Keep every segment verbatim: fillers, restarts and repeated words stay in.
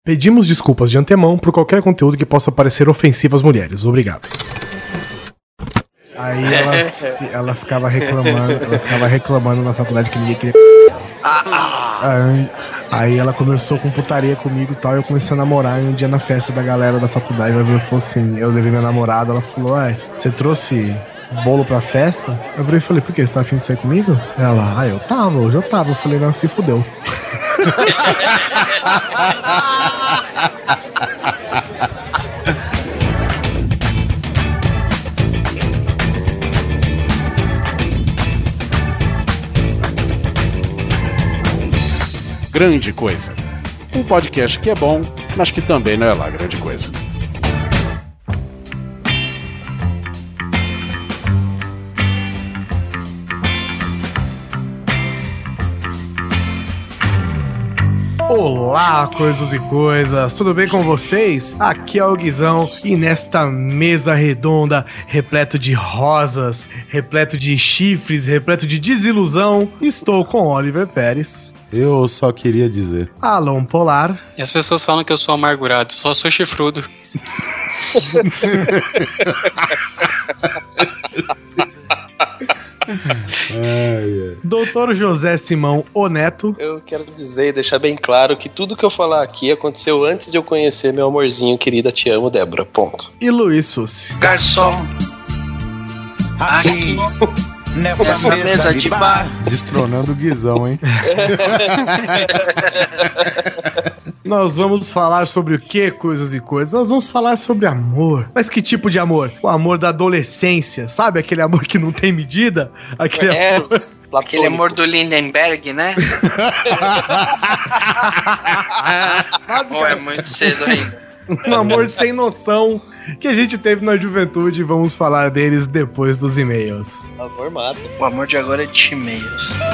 Pedimos desculpas de antemão por qualquer conteúdo que possa parecer ofensivo às mulheres. Obrigado. Aí ela, ela ficava reclamando, ela ficava reclamando na faculdade que ninguém queria. Aí, aí ela começou com putaria comigo e tal, e eu comecei a namorar. E um dia na festa da galera da faculdade, ela falou assim, eu levei minha namorada, ela falou, ai, você trouxe bolo pra festa? Eu falei, falei, por quê? Você tá afim de sair comigo? Ela, ah, eu tava, hoje eu tava. Eu falei, não, se fudeu. Grande Coisa. Um podcast que é bom, mas que também não é lá grande coisa. Olá, coisas e coisas, tudo bem com vocês? Aqui é o Guizão e nesta mesa redonda, repleto de rosas, repleto de chifres, repleto de desilusão, estou com Oliver Pérez. Eu só queria dizer. Alon Polar. E as pessoas falam que eu sou amargurado, só sou chifrudo. Ai, ai. Doutor José Simão Oneto. Eu quero dizer e deixar bem claro que tudo que eu falar aqui aconteceu antes de eu conhecer meu amorzinho, querida, te amo, Débora. Ponto. E Luiz Sussi. Garçom, aqui nessa, nessa mesa, mesa de bar. Destronando o Guizão, hein? Nós vamos falar sobre o que, coisas e coisas? Nós vamos falar sobre amor. Mas que tipo de amor? O amor da adolescência, sabe? Aquele amor que não tem medida? Aquele é, amor... Aquele amor do Lindenberg, né? Ou é muito cedo ainda? Um amor sem noção que a gente teve na juventude. Vamos falar deles depois dos e-mails. Amor mata. O amor de agora é de e-mails.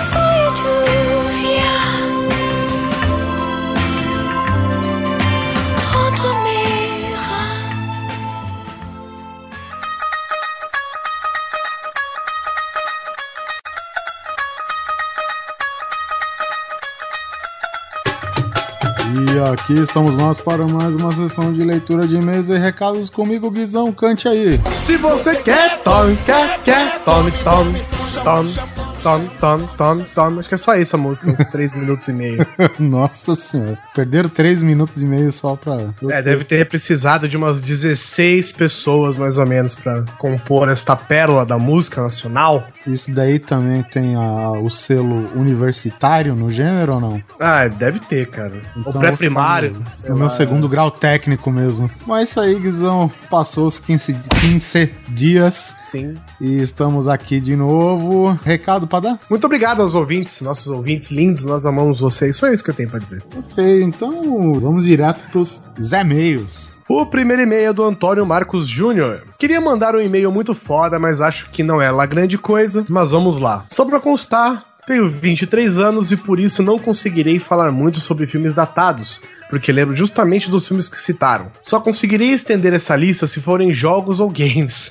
E aqui estamos nós para mais uma sessão de leitura de e-mails e recados comigo, Guizão, cante aí. Se você quer, tome, quer, quer, tome, tome, tome, tome, tome, tome, tome. Acho que é só isso a música, uns três minutos e meio. Nossa senhora, perderam três minutos e meio só pra... É, deve ter precisado de umas dezesseis pessoas, mais ou menos, pra compor esta pérola da música nacional. Isso daí também tem a, o selo universitário no gênero ou não? Ah, deve ter, cara. Então, o pré-primário. No, no meu segundo grau técnico mesmo. Mas isso aí, Guizão, passou os quinze, quinze dias. Sim. E estamos aqui de novo. Recado pra dar? Muito obrigado aos ouvintes, nossos ouvintes lindos, nós amamos vocês. Só isso que eu tenho pra dizer. Ok, então vamos direto pros e-mails. O primeiro e-mail é do Antônio Marcos Júnior. Queria mandar um e-mail muito foda, mas acho que não é lá grande coisa. Mas vamos lá. Só pra constar, tenho vinte e três anos e por isso não conseguirei falar muito sobre filmes datados, porque lembro justamente dos filmes que citaram. Só conseguirei estender essa lista se forem jogos ou games.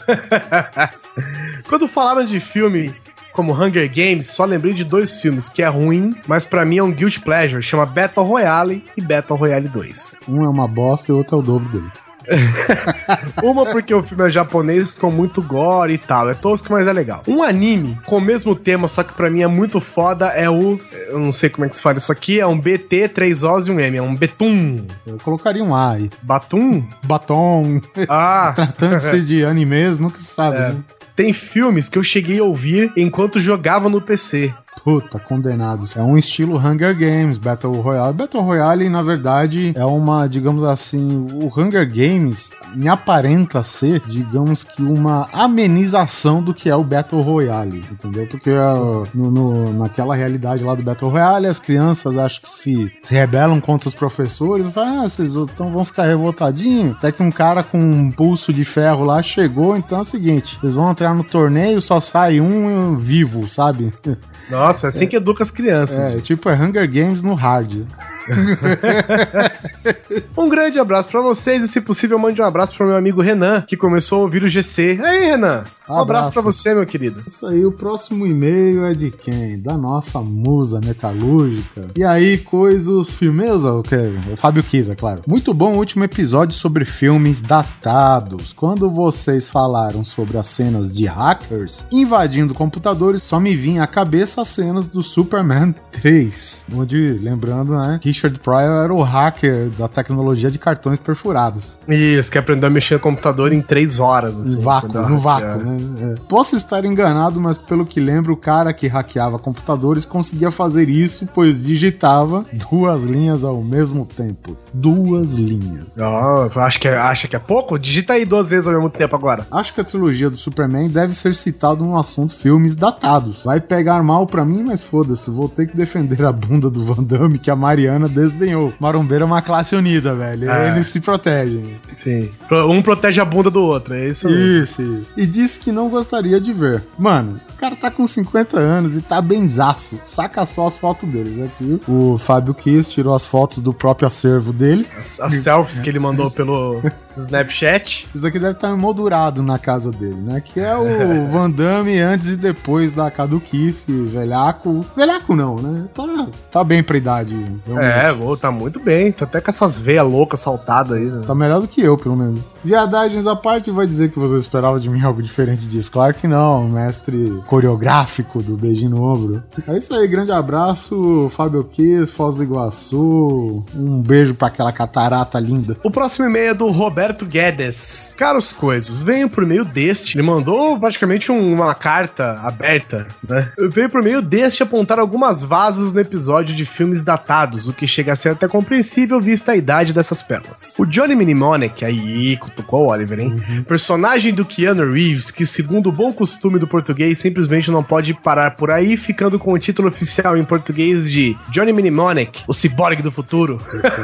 Quando falaram de filme como Hunger Games, só lembrei de dois filmes que é ruim, mas pra mim é um guilty pleasure, chama Battle Royale e Battle Royale dois. Um é uma bosta e o outro é o dobro dele. Uma porque o filme é japonês com muito gore e tal, é tosco, mas é legal. Um anime com o mesmo tema, só que pra mim é muito foda, é o... eu não sei como é que se fala isso aqui, é um B T, três Os e um M, é um Betum. Eu colocaria um A aí. Batum? Batom. Ah! Tratando-se de animes, nunca se sabe, é. né? Tem filmes que eu cheguei a ouvir enquanto jogava no P C. Puta, condenados. É um estilo Hunger Games, Battle Royale. Battle Royale, na verdade, é uma, digamos assim, o Hunger Games me aparenta ser, digamos que uma amenização do que é o Battle Royale, entendeu? Porque uh, no, no, naquela realidade lá do Battle Royale, as crianças acho que se, se rebelam contra os professores, falam, ah, vocês então vão ficar revoltadinhos. Até que um cara com um pulso de ferro lá chegou, então é o seguinte, vocês vão entrar no torneio, só sai um vivo, sabe? Nossa. Nossa, é assim que educa as crianças. É, tipo, é Hunger Games no hard. Um grande abraço pra vocês e, se possível, mande um abraço pro meu amigo Renan, que começou a ouvir o G C. Aí, Renan, um abraço, abraço pra você, meu querido. Isso aí, o próximo e-mail é de quem? Da nossa musa metalúrgica. E aí, coisas firmeza? O que? O Fábio Kiza, claro. Muito bom o último episódio sobre filmes datados. Quando vocês falaram sobre as cenas de hackers invadindo computadores, só me vinha à cabeça as cenas do Superman três, onde, lembrando, né, Richard Pryor era o hacker da tecnologia de cartões perfurados. Isso, que aprendeu a mexer no computador em três horas. Assim, no vácuo, no vácuo, né? É. Posso estar enganado, mas pelo que lembro, o cara que hackeava computadores conseguia fazer isso, pois digitava duas linhas ao mesmo tempo. Duas linhas. Oh, acho que é, acha que é pouco? Digita aí duas vezes ao mesmo tempo agora. Acho que a trilogia do Superman deve ser citada no assunto filmes datados. Vai pegar mal pra mim, mas foda-se, vou ter que defender a bunda do Van Damme que a Mariana desdenhou. Marombeiro é uma classe unida, velho. É. Eles se protegem. Sim. Um protege a bunda do outro, é isso mesmo. Isso, isso. E disse que não gostaria de ver. Mano, o cara tá com cinquenta anos e tá benzaço. Saca só as fotos deles aqui. O Fábio Kiss tirou as fotos do próprio acervo dele. As, as selfies que ele mandou pelo Snapchat. Isso aqui deve estar emoldurado na casa dele, né? Que é o Van Damme antes e depois da caduquice, velhaco. Velhaco não, né? Tá, tá bem pra idade. Realmente. É, oh, tá muito bem. Tá até com essas veias loucas saltadas aí. Né? Tá melhor do que eu, pelo menos. Viadagens à parte, vai dizer que você esperava de mim algo diferente disso. Claro que não, mestre coreográfico do Beijinho no Ombro. É isso aí, grande abraço, Fábio Kiss, Foz do Iguaçu. Um beijo pra aquela catarata linda. O próximo e-mail é do Roberto Guedes. Caros coisos, venho por meio deste. Ele mandou praticamente um, uma carta aberta, né? Eu venho por meio deste apontar algumas vazas no episódio de filmes datados, o que chega a ser até compreensível visto a idade dessas pérolas. O Johnny Mnemonic, aí cutucou o Oliver, hein? Uhum. Personagem do Keanu Reeves, que segundo o bom costume do português, simplesmente não pode parar por aí, ficando com o título oficial em português de Johnny Mnemonic, o ciborgue do futuro.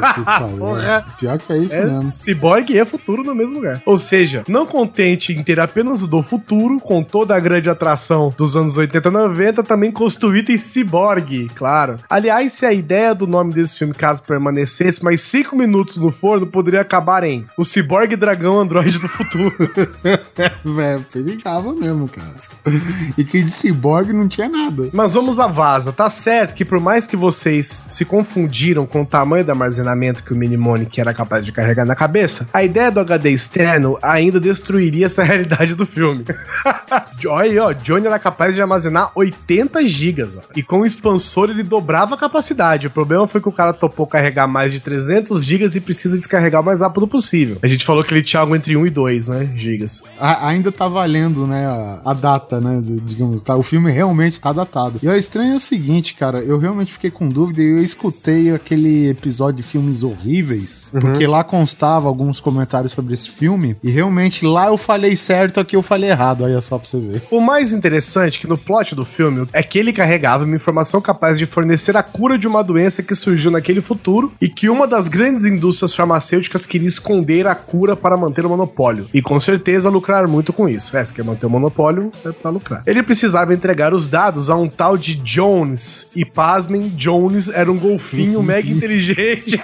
É. Pior que é isso é mesmo. Ciborgue e futuro no mesmo lugar. Ou seja, não contente em ter apenas o do futuro, com toda a grande atração dos anos oitenta e noventa, também construiu item ciborgue, claro. Aliás, se a ideia do nome desse filme, caso permanecesse mais cinco minutos no forno, poderia acabar em O Ciborgue Dragão Androide do Futuro. Velho, perigava mesmo, cara. E que de ciborgue não tinha nada. Mas vamos à vaza. Tá certo que por mais que vocês se confundiram com o tamanho do armazenamento que o Mnemonic era capaz de carregar na cabeça, a ideia do H D externo ainda destruiria essa realidade do filme. Olha aí, ó, Johnny era capaz de armazenar oitenta gigas, ó, e com o expansor ele dobrava a capacidade. O problema foi que o cara topou carregar mais de trezentos gigas e precisa descarregar o mais rápido possível. A gente falou que ele tinha algo entre um e dois, né, gigas. A, ainda tá valendo, né, a, a data, né, digamos, tá, o filme realmente tá datado. E o estranho é o seguinte, cara, eu realmente fiquei com dúvida e eu escutei aquele episódio de filmes horríveis, uhum. porque lá constava alguns comentários sobre esse filme, e realmente lá eu falei certo, aqui eu falei errado, aí é só pra você ver. O mais interessante que no plot do filme é que ele carregava uma informação capaz de fornecer a cura de uma doença que surgiu naquele futuro e que uma das grandes indústrias farmacêuticas queria esconder a cura para manter o monopólio. E com certeza lucrar muito com isso. É, se quer manter o monopólio, é pra lucrar. Ele precisava entregar os dados a um tal de Jones. E pasmem, Jones era um golfinho mega inteligente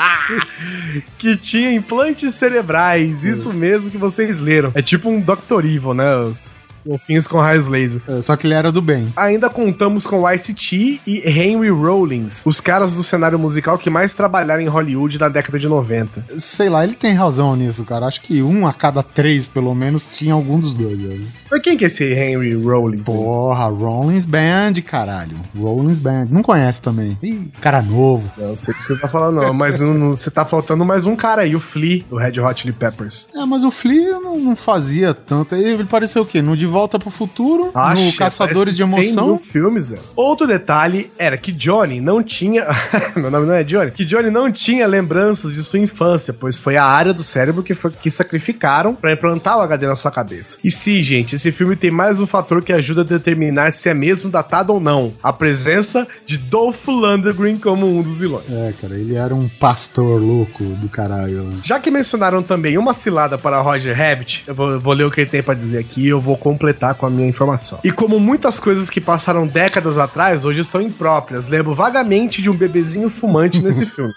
que tinha implantes cerebrais. Isso mesmo que vocês leram. É tipo um doutor Evil, né? Os golfinhos com raios laser. É, só que ele era do bem. Ainda contamos com Ice-T e Henry Rollins, os caras do cenário musical que mais trabalharam em Hollywood na década de noventa. Sei lá, ele tem razão nisso, cara. Acho que um a cada três, pelo menos, tinha algum dos dois. Velho. Mas quem que é esse Henry Rollins? Porra, Rollins Band, caralho. Rollins Band. Não conhece também. Ih, cara novo. Não sei o que você tá falando, não. Mas não, não, você tá faltando mais um cara aí, o Flea, do Red Hot Chili Peppers. É, mas o Flea não, não fazia tanto. Ele pareceu o quê? No De Volta pro Futuro, Acha, no Caçadores de Emoção. Filmes, velho. Outro detalhe era que Johnny não tinha... Meu nome não é Johnny. Que Johnny não tinha lembranças de sua infância, pois foi a área do cérebro que, foi, que sacrificaram pra implantar o H D na sua cabeça. E sim, gente, esse filme tem mais um fator que ajuda a determinar se é mesmo datado ou não. A presença de Dolph Lundgren como um dos vilões. É, cara, ele era um pastor louco do caralho. Já que mencionaram também uma cilada para Roger Rabbit, eu vou, vou ler o que ele tem pra dizer aqui, eu vou completar com a minha informação. E como muitas coisas que passaram décadas atrás, hoje são impróprias, lembro vagamente de um bebezinho fumante nesse filme.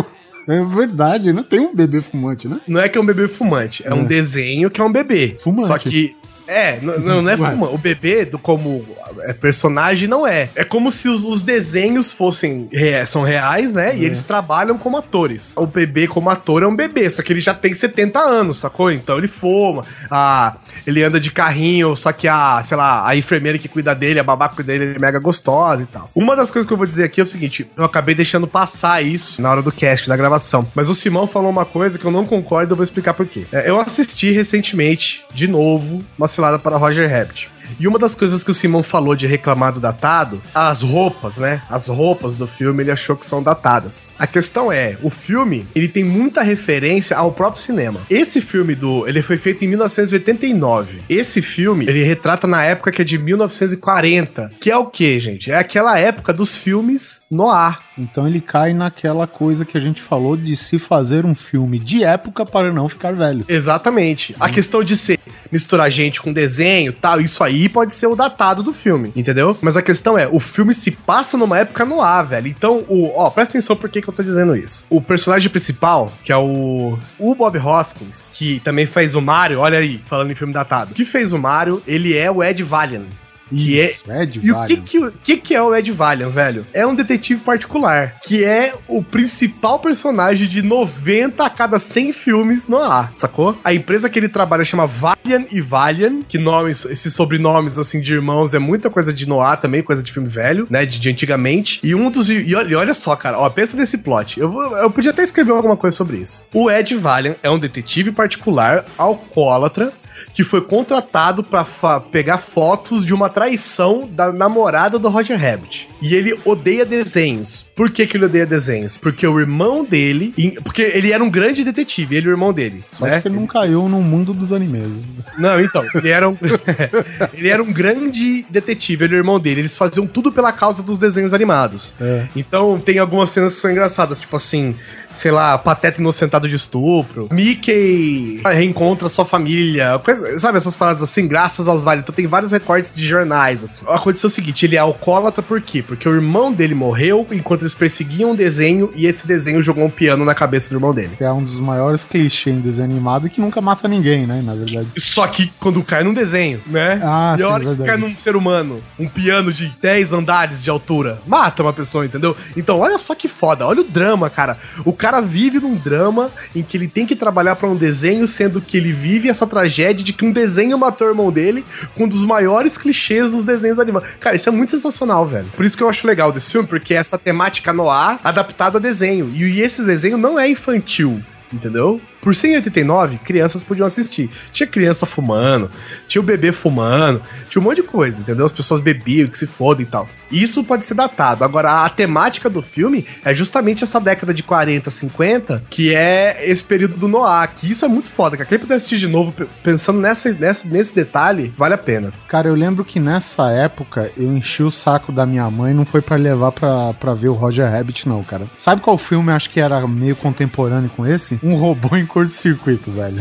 É verdade, não tem um bebê fumante, né? Não é que é um bebê fumante, é, é. um desenho que é um bebê. Fumante. Só que... É, não, não é fumante. O bebê, do, como é, personagem, não é. É como se os, os desenhos fossem re, são reais, né? É. E eles trabalham como atores. O bebê, como ator, é um bebê, só que ele já tem setenta anos, sacou? Então ele fuma, a, ele anda de carrinho, só que a, sei lá, a enfermeira que cuida dele, a babá que cuida dele, é mega gostosa e tal. Uma das coisas que eu vou dizer aqui é o seguinte: eu acabei deixando passar isso na hora do cast, da gravação. Mas o Simão falou uma coisa que eu não concordo, eu vou explicar por quê. É, eu assisti recentemente, de novo, uma cilada para Roger Rabbit. E uma das coisas que o Simão falou de reclamar do datado, as roupas, né? As roupas do filme ele achou que são datadas. A questão é, o filme, ele tem muita referência ao próprio cinema. Esse filme do, ele foi feito em mil novecentos e oitenta e nove. Esse filme, ele retrata na época que é de mil novecentos e quarenta. Que é o quê, gente? É aquela época dos filmes noir. Então ele cai naquela coisa que a gente falou de se fazer um filme de época para não ficar velho. Exatamente. Hum. A questão de ser misturar gente com desenho e tal, isso aí pode ser o datado do filme, entendeu? Mas a questão é, o filme se passa numa época noir, velho. Então, o, ó, presta atenção por que que eu tô dizendo isso. O personagem principal, que é o, o Bob Hoskins, que também fez o Mario, olha aí, falando em filme datado, que fez o Mario, ele é o Ed Valiant. Que Isso, é... Ed e o que que, que que é o Ed Valiant, velho? É um detetive particular, que é o principal personagem de noventa a cada cem filmes no ar, sacou? A empresa que ele trabalha chama Valiant e Valiant, que nomes, esses sobrenomes, assim, de irmãos, é muita coisa de noir também, coisa de filme velho, né, de, de antigamente. E um dos... E olha, olha só, cara, ó, pensa nesse plot. Eu, vou, eu podia até escrever alguma coisa sobre isso. O Ed Valiant é um detetive particular, alcoólatra, que foi contratado pra pegar fotos de uma traição da namorada do Roger Rabbit. E ele odeia desenhos. Por que que ele odeia desenhos? Porque o irmão dele... Porque ele era um grande detetive, ele e o irmão dele. Só né? que ele não ele... caiu no mundo dos animes. Não, então. Ele era um... ele era um grande detetive, ele e o irmão dele. Eles faziam tudo pela causa dos desenhos animados. É. Então, tem algumas cenas que são engraçadas. Tipo assim, sei lá, Pateta inocentado de estupro. Mickey reencontra sua família. Coisa, sabe, essas paradas assim, graças aos vários. Então tem vários recortes de jornais, assim. Aconteceu o seguinte, ele é alcoólatra por quê? Porque o irmão dele morreu enquanto eles perseguiam um desenho e esse desenho jogou um piano na cabeça do irmão dele. É um dos maiores clichês em desenho animado que nunca mata ninguém, né, na verdade. Só que quando cai num desenho, né? Ah, e a sim, hora verdade. que cai num ser humano, um piano de dez andares de altura, mata uma pessoa, entendeu? Então olha só que foda, olha o drama, cara. O cara vive num drama em que ele tem que trabalhar pra um desenho, sendo que ele vive essa tragédia de que um desenho matou o irmão dele com um dos maiores clichês dos desenhos animados. Cara, isso é muito sensacional, velho. Por isso que eu acho legal desse filme, porque é essa temática noir adaptada a desenho. E, e esse desenho não é infantil, entendeu? Por cento e oitenta e nove, crianças podiam assistir. Tinha criança fumando, tinha o bebê fumando, tinha um monte de coisa, entendeu? As pessoas bebiam, que se fodem e tal. Isso pode ser datado. Agora, a temática do filme é justamente essa década de quarenta, cinquenta, que é esse período do noir, que isso é muito foda, cara. Quem puder assistir de novo, pensando nessa, nessa, nesse detalhe, vale a pena. Cara, eu lembro que nessa época, eu enchi o saco da minha mãe, não foi pra levar pra, pra ver o Roger Rabbit, não, cara. Sabe qual filme eu acho que era meio contemporâneo com esse? Um robô em curto-circuito, velho.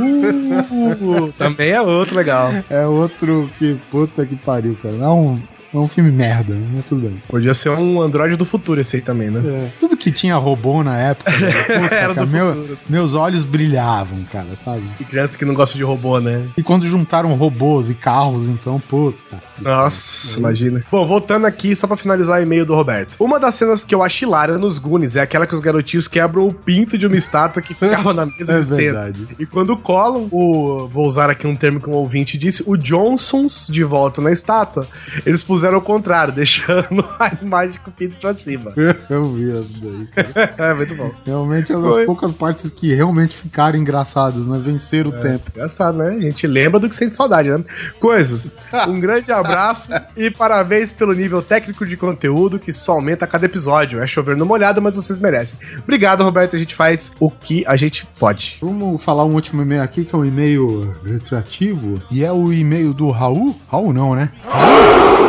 Uh, também é outro legal. É outro que puta que pariu, cara. É um, é um filme merda, mas tudo bem. Podia ser um Android do futuro esse aí também, né? É. Tudo que tinha robô na época, velho, puta, era cara, do meu, futuro. Meus olhos brilhavam, cara, sabe? E criança que não gosta de robô, né? E quando juntaram robôs e carros, então, puta. Nossa, imagina. Bom, voltando aqui, só pra finalizar o e-mail do Roberto. Uma das cenas que eu acho hilária nos Goonies é aquela que os garotinhos quebram o pinto de uma estátua que ficava na mesa É de cena. verdade. E quando colam, o, vou usar aqui um termo que um ouvinte disse, o Johnsons de volta na estátua, eles puseram o contrário, deixando a imagem com o pinto pra cima. Eu vi essa daí. É, muito bom. Realmente é uma das Foi. poucas partes que realmente ficaram engraçadas, né? Vencer o É, tempo. engraçado, né? A gente lembra do que sente saudade, né? Coisas. Um grande abraço e parabéns pelo nível técnico de conteúdo que só aumenta a cada episódio. É chover no molhado, mas vocês merecem. Obrigado, Roberto. A gente faz o que a gente pode. Vamos falar um último e-mail aqui, que é um e-mail retroativo. E é o e-mail do Raul? Raul não, né?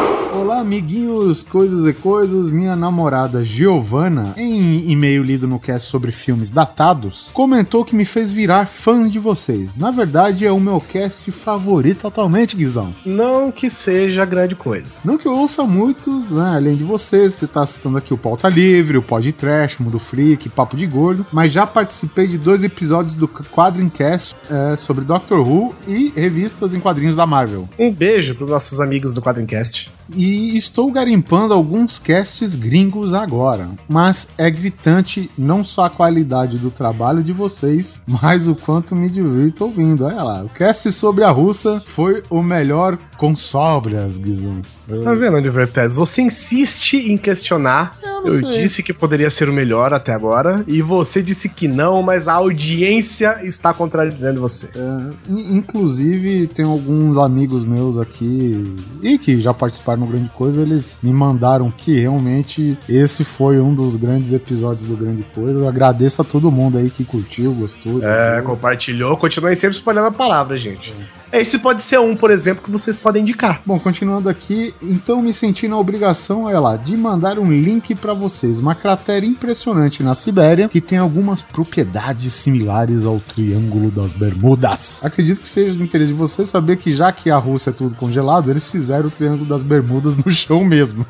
Olá, amiguinhos, coisas e coisas. Minha namorada Giovana, em e-mail lido no cast sobre filmes datados, comentou que me fez virar fã de vocês. Na verdade, é o meu cast favorito atualmente, Guizão. Não que seja grande coisa. Não que eu ouça muitos, né? Além de vocês, você tá citando aqui o Pauta Livre, o Pod Trash, Mundo Freak, Papo de Gordo, mas já participei de dois episódios do Quadrincast é, sobre Doctor Who e revistas em quadrinhos da Marvel. Um beijo pros nossos amigos do Quadrincast. E estou garimpando alguns casts gringos agora, mas é gritante não só a qualidade do trabalho de vocês, mas o quanto me divirto ouvindo. Olha lá, o cast sobre a Russa foi o melhor com sobras, Guizão. Tá vendo, Oliver Pérez? Você insiste em questionar. Eu, eu disse que poderia ser o melhor até agora, e você disse que não, mas a audiência está contradizendo você. É, inclusive, tem alguns amigos meus aqui, e que já participaram no Grande Coisa, eles me mandaram que realmente esse foi um dos grandes episódios do Grande Coisa. Eu agradeço a todo mundo aí que curtiu, gostou. É, viu? Compartilhou, continuem sempre espalhando a palavra, gente. Esse pode ser um, por exemplo, que vocês podem indicar. Bom, continuando aqui, então me senti na obrigação, olha lá, de mandar um link pra vocês. Uma cratera impressionante na Sibéria, que tem algumas propriedades similares ao Triângulo das Bermudas. Acredito que seja de interesse de vocês saber que, já que a Rússia é tudo congelado, eles fizeram o Triângulo das Bermudas no chão mesmo.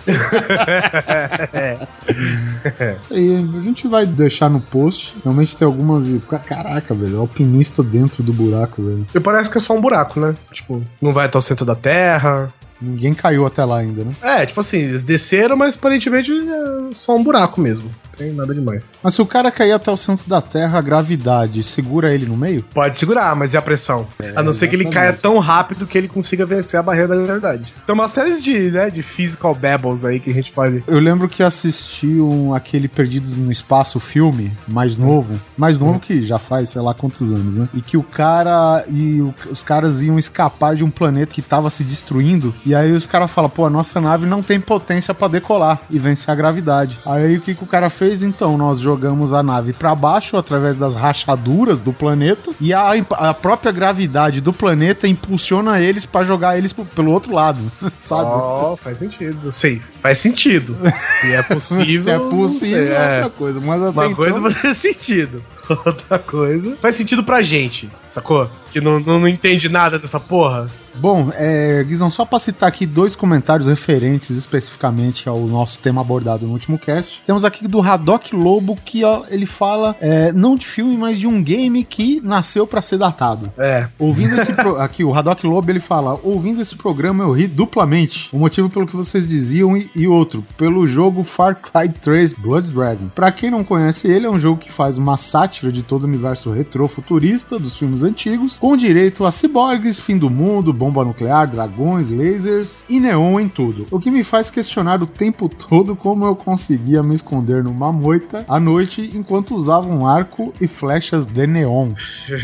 E a gente vai deixar no post. Realmente tem algumas... Caraca, velho, alpinista dentro do buraco, velho. E parece que é só um buraco, né? Tipo, não vai até o centro da Terra. Ninguém caiu até lá ainda, né? É, tipo assim, eles desceram, mas aparentemente é só um buraco mesmo. Não tem nada demais. Mas se o cara cair até o centro da Terra, a gravidade segura ele no meio? Pode segurar, mas e a pressão? É, a não ser que ele caia tão rápido que ele consiga vencer a barreira da gravidade. Tem uma série de, né, de physical babbles aí que a gente pode... Eu lembro que assisti um, aquele Perdidos no Espaço, filme, mais novo. Mais novo que já faz, sei lá quantos anos, né? E que o cara... E o, os caras iam escapar de um planeta que tava se destruindo. E aí os caras falam, pô, a nossa nave não tem potência pra decolar e vencer a gravidade. Aí o que, que o cara fez? Então, nós jogamos a nave pra baixo através das rachaduras do planeta e a, a própria gravidade do planeta impulsiona eles pra jogar eles pro, pelo outro lado, sabe? Oh, faz sentido. Sei, faz sentido. Se é possível... Se é possível, é outra coisa. Mas uma então... coisa faz sentido. Outra coisa faz sentido pra gente, sacou? Que não, não, não entende nada dessa porra. Bom, é, Guizão, só pra citar aqui dois comentários referentes especificamente ao nosso tema abordado no último cast. Temos aqui do Haddock Lobo, que ó, ele fala, é, não de filme, mas de um game que nasceu pra ser datado. É. Ouvindo esse... Pro... Aqui, o Haddock Lobo, ele fala, ouvindo esse programa eu ri duplamente. O motivo pelo que vocês diziam e, e outro, pelo jogo Far Cry três Blood Dragon. Pra quem não conhece ele, é um jogo que faz uma sátira de todo o universo retrofuturista dos filmes antigos, com direito a ciborgues, fim do mundo, bomba nuclear, dragões, lasers e neon em tudo. O que me faz questionar o tempo todo como eu conseguia me esconder numa moita à noite enquanto usava um arco e flechas de neon.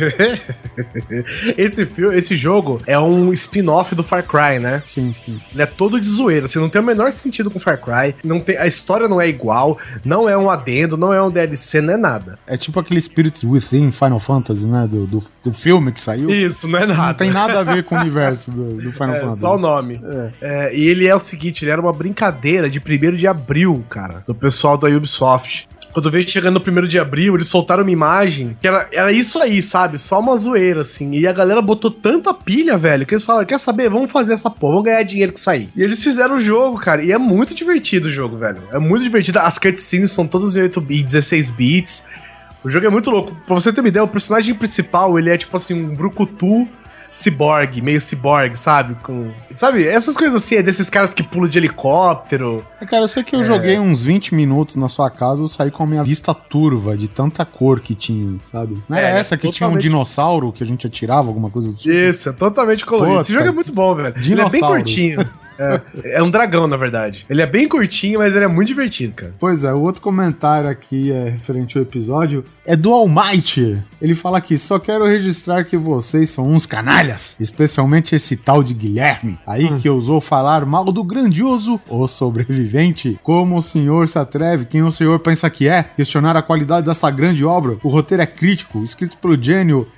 esse, filme, esse jogo é um spin-off do Far Cry, né? Sim, sim. Ele é todo de zoeira, assim, não tem o menor sentido com Far Cry, não tem, a história não é igual, não é um adendo, não é um D L C, não é nada. É tipo aquele Spirits Within Final Fantasy, né? Do, do, do filme que saiu. Isso, não é nada. Não tem nada a ver com o universo do, do Final é, Fantasy. Só o nome. É. É, e ele é o seguinte, ele era uma brincadeira de primeiro de abril, cara, do pessoal da Ubisoft. Quando eu vejo chegando no primeiro de abril, eles soltaram uma imagem que era, era isso aí, sabe? Só uma zoeira, assim. E a galera botou tanta pilha, velho, que eles falaram, quer saber? Vamos fazer essa porra, vamos ganhar dinheiro com isso aí. E eles fizeram o jogo, cara, e é muito divertido o jogo, velho. É muito divertido. As cutscenes são todas em oito bits, dezesseis bits. O jogo é muito louco. Pra você ter uma ideia, o personagem principal, ele é tipo assim, um brucutu ciborgue, meio ciborgue, sabe? Com, sabe? Essas coisas assim, é desses caras que pulam de helicóptero. É, cara, eu sei que eu é... joguei uns vinte minutos na sua casa, eu saí com a minha vista turva de tanta cor que tinha, sabe? Não era é, essa que totalmente... tinha um dinossauro que a gente atirava, alguma coisa do tipo? Isso, é totalmente colorido. Pô, Esse jogo é muito bom, velho. Ele é bem curtinho. É, é um dragão, na verdade. Ele é bem curtinho, mas ele é muito divertido, cara. Pois é, o outro comentário aqui é referente ao episódio é do Almighty. Ele fala aqui, só quero registrar que vocês são uns canalhas, especialmente esse tal de Guilherme, aí hum. que ousou falar mal do grandioso O Sobrevivente. Como o senhor se atreve, quem o senhor pensa que é, questionar a qualidade dessa grande obra? O roteiro é crítico, escrito pelo gênio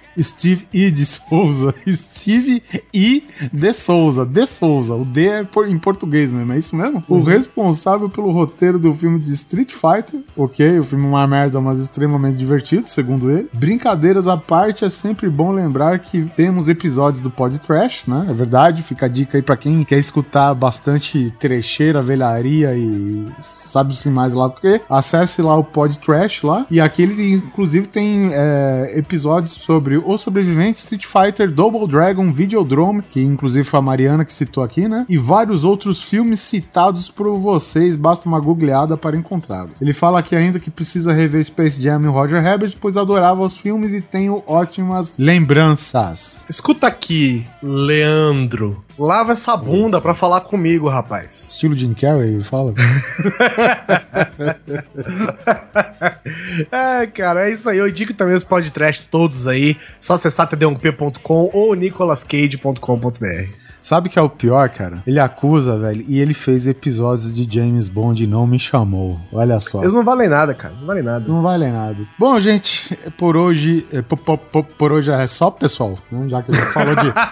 Steve E. de Souza. Steve E. de Souza. De Souza. O D é por, em português mesmo, é isso mesmo? Uhum. O responsável pelo roteiro do filme de Street Fighter. Ok, o filme é uma merda, mas extremamente divertido, segundo ele. Brincadeiras à parte, é sempre bom lembrar que temos episódios do Pod Trash, né? É verdade, fica a dica aí pra quem quer escutar bastante trecheira, velharia e sabe-se mais lá o que. Acesse lá o Pod Trash lá. E aqui ele, inclusive, tem é, episódios sobre O Sobrevivente, Street Fighter, Double Dragon, Videodrome, que inclusive foi a Mariana que citou aqui, né? E vários outros filmes citados por vocês, basta uma googleada para encontrá-los. Ele fala aqui ainda que precisa rever Space Jam e Roger Rabbit, pois adorava os filmes e tenho ótimas lembranças. Escuta aqui, Leandro. Lava essa bunda Isso. pra falar comigo, rapaz. Estilo Jim Carrey, fala. É, cara, é isso aí. Eu indico também os podcasts todos aí. Só acessar t d um p ponto com ou nicolas cage ponto com ponto b r. Sabe o que é o pior, cara? Ele acusa, velho, e ele fez episódios de James Bond e não me chamou. Olha só. Eles não valem nada, cara. Não valem nada. Não valem nada. Bom, gente, por hoje... Por, por, por hoje é só, pessoal, né? Já que a gente falou de...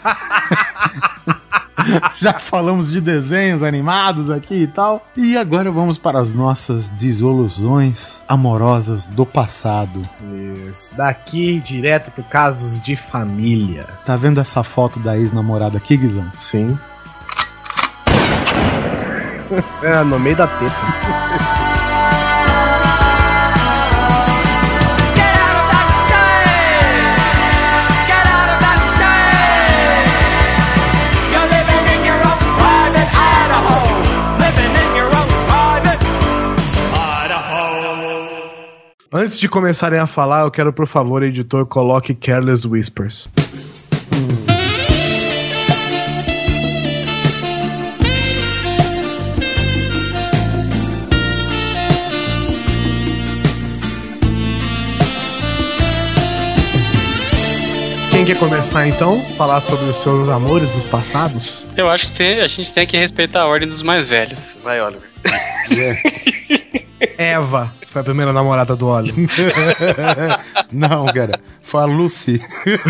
Já falamos de desenhos animados aqui e tal. E agora vamos para as nossas desilusões amorosas do passado. Isso. Daqui direto pro casos de família. Tá vendo essa foto da ex-namorada aqui, Guizão? Sim. É, no meio da teta. Antes de começarem a falar, eu quero, por favor, editor, coloque Careless Whispers. Quem quer começar, então? Falar sobre os seus amores dos passados? Eu acho que tem, a gente tem que respeitar a ordem dos mais velhos. Vai, Oliver. Yeah. Eva foi a primeira namorada do Oliver. Não, cara. Foi a Lucy.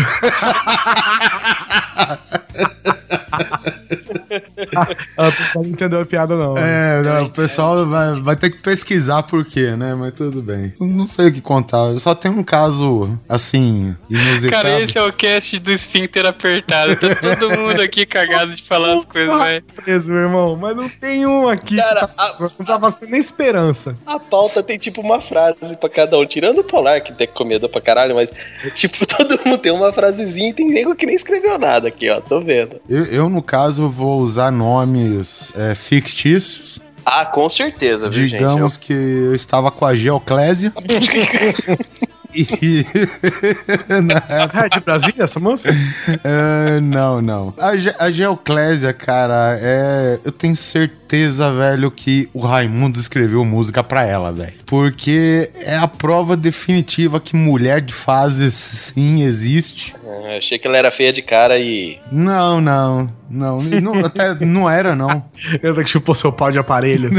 O pessoal não entendeu a piada, não. É, não, o pessoal vai, vai ter que pesquisar por quê, né? Mas tudo bem. Não sei o que contar. Eu só tenho um caso, assim, inusitado. Cara, esse é o cast do esfíncter apertado. Tá todo mundo aqui cagado de falar as coisas, velho. Preso, meu irmão. Mas não tem um aqui. Cara, que tá... a... não tava sem nem esperança. A pauta tem tipo uma frase pra cada um. Tirando o Polar, que tem comida pra caralho, mas tipo, todo mundo tem uma frasezinha e tem nego que nem escreveu nada aqui, ó. Tô vendo. Eu, eu no caso, vou usar nomes é, fictícios. Ah, com certeza, viu, Digamos gente? Eu... que eu estava com a Geoclésia. E... É de Brasília, essa moça? Uh, não, não. A, Ge- a Geoclésia, cara, é... eu tenho certeza, velho, que o Raimundo escreveu música pra ela, velho. Porque é a prova definitiva que mulher de fases, sim, existe. Ah, achei que ela era feia de cara e... Não, não. Não, não até não era, não. Eu que chupou seu pau de aparelho.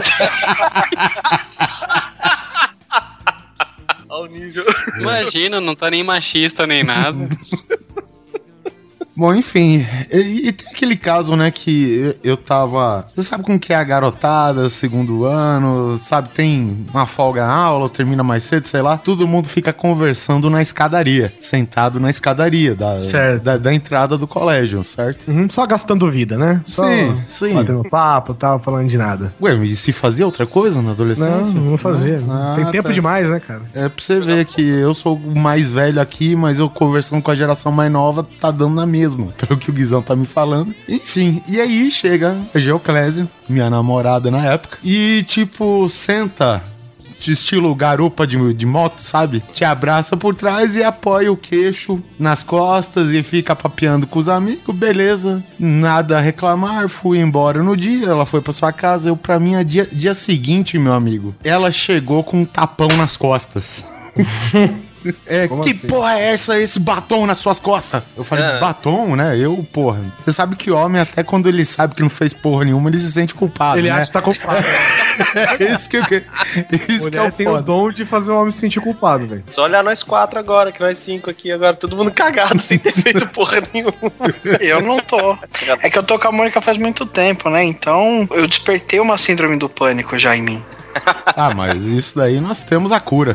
Ao nível. Imagina, não tá nem machista nem nada. Bom, enfim, e, e tem aquele caso, né, que eu, eu tava... Você sabe como que é a garotada, segundo ano, sabe? Tem uma folga na aula, termina mais cedo, sei lá. Todo mundo fica conversando na escadaria, sentado na escadaria da, da, da entrada do colégio, certo? Uhum, só gastando vida, né? Só sim, sim. Batendo papo, tava falando de nada. Ué, e se fazia outra coisa na adolescência? Não, não fazia. Ah, tem tempo tá. demais, né, cara? É pra você ver que eu sou o mais velho aqui, mas eu conversando com a geração mais nova, tá dando na mesma. Pelo que o Guizão tá me falando. Enfim, e aí chega a Geoclésia, minha namorada na época, e tipo, senta de estilo garupa de, de moto, sabe? Te abraça por trás e apoia o queixo nas costas e fica papeando com os amigos, beleza. Nada a reclamar, fui embora no dia, ela foi pra sua casa, eu pra mim, dia, dia seguinte, meu amigo, ela chegou com um tapão nas costas. É, Como que assim? porra é essa, esse batom nas suas costas? Eu falei, Ah. batom, né? Eu, porra. Você sabe que homem, até quando ele sabe que não fez porra nenhuma, ele se sente culpado, Ele né? acha que tá culpado. É isso que, eu, isso que é Mulher o tem o foda. dom de fazer o homem se sentir culpado, velho. Só olhar nós quatro agora, que nós cinco aqui, agora todo mundo cagado, sem ter feito porra nenhuma. Eu não tô. É que eu tô com a Mônica faz muito tempo, né? Então eu despertei uma síndrome do pânico já em mim. Ah, mas isso daí nós temos a cura.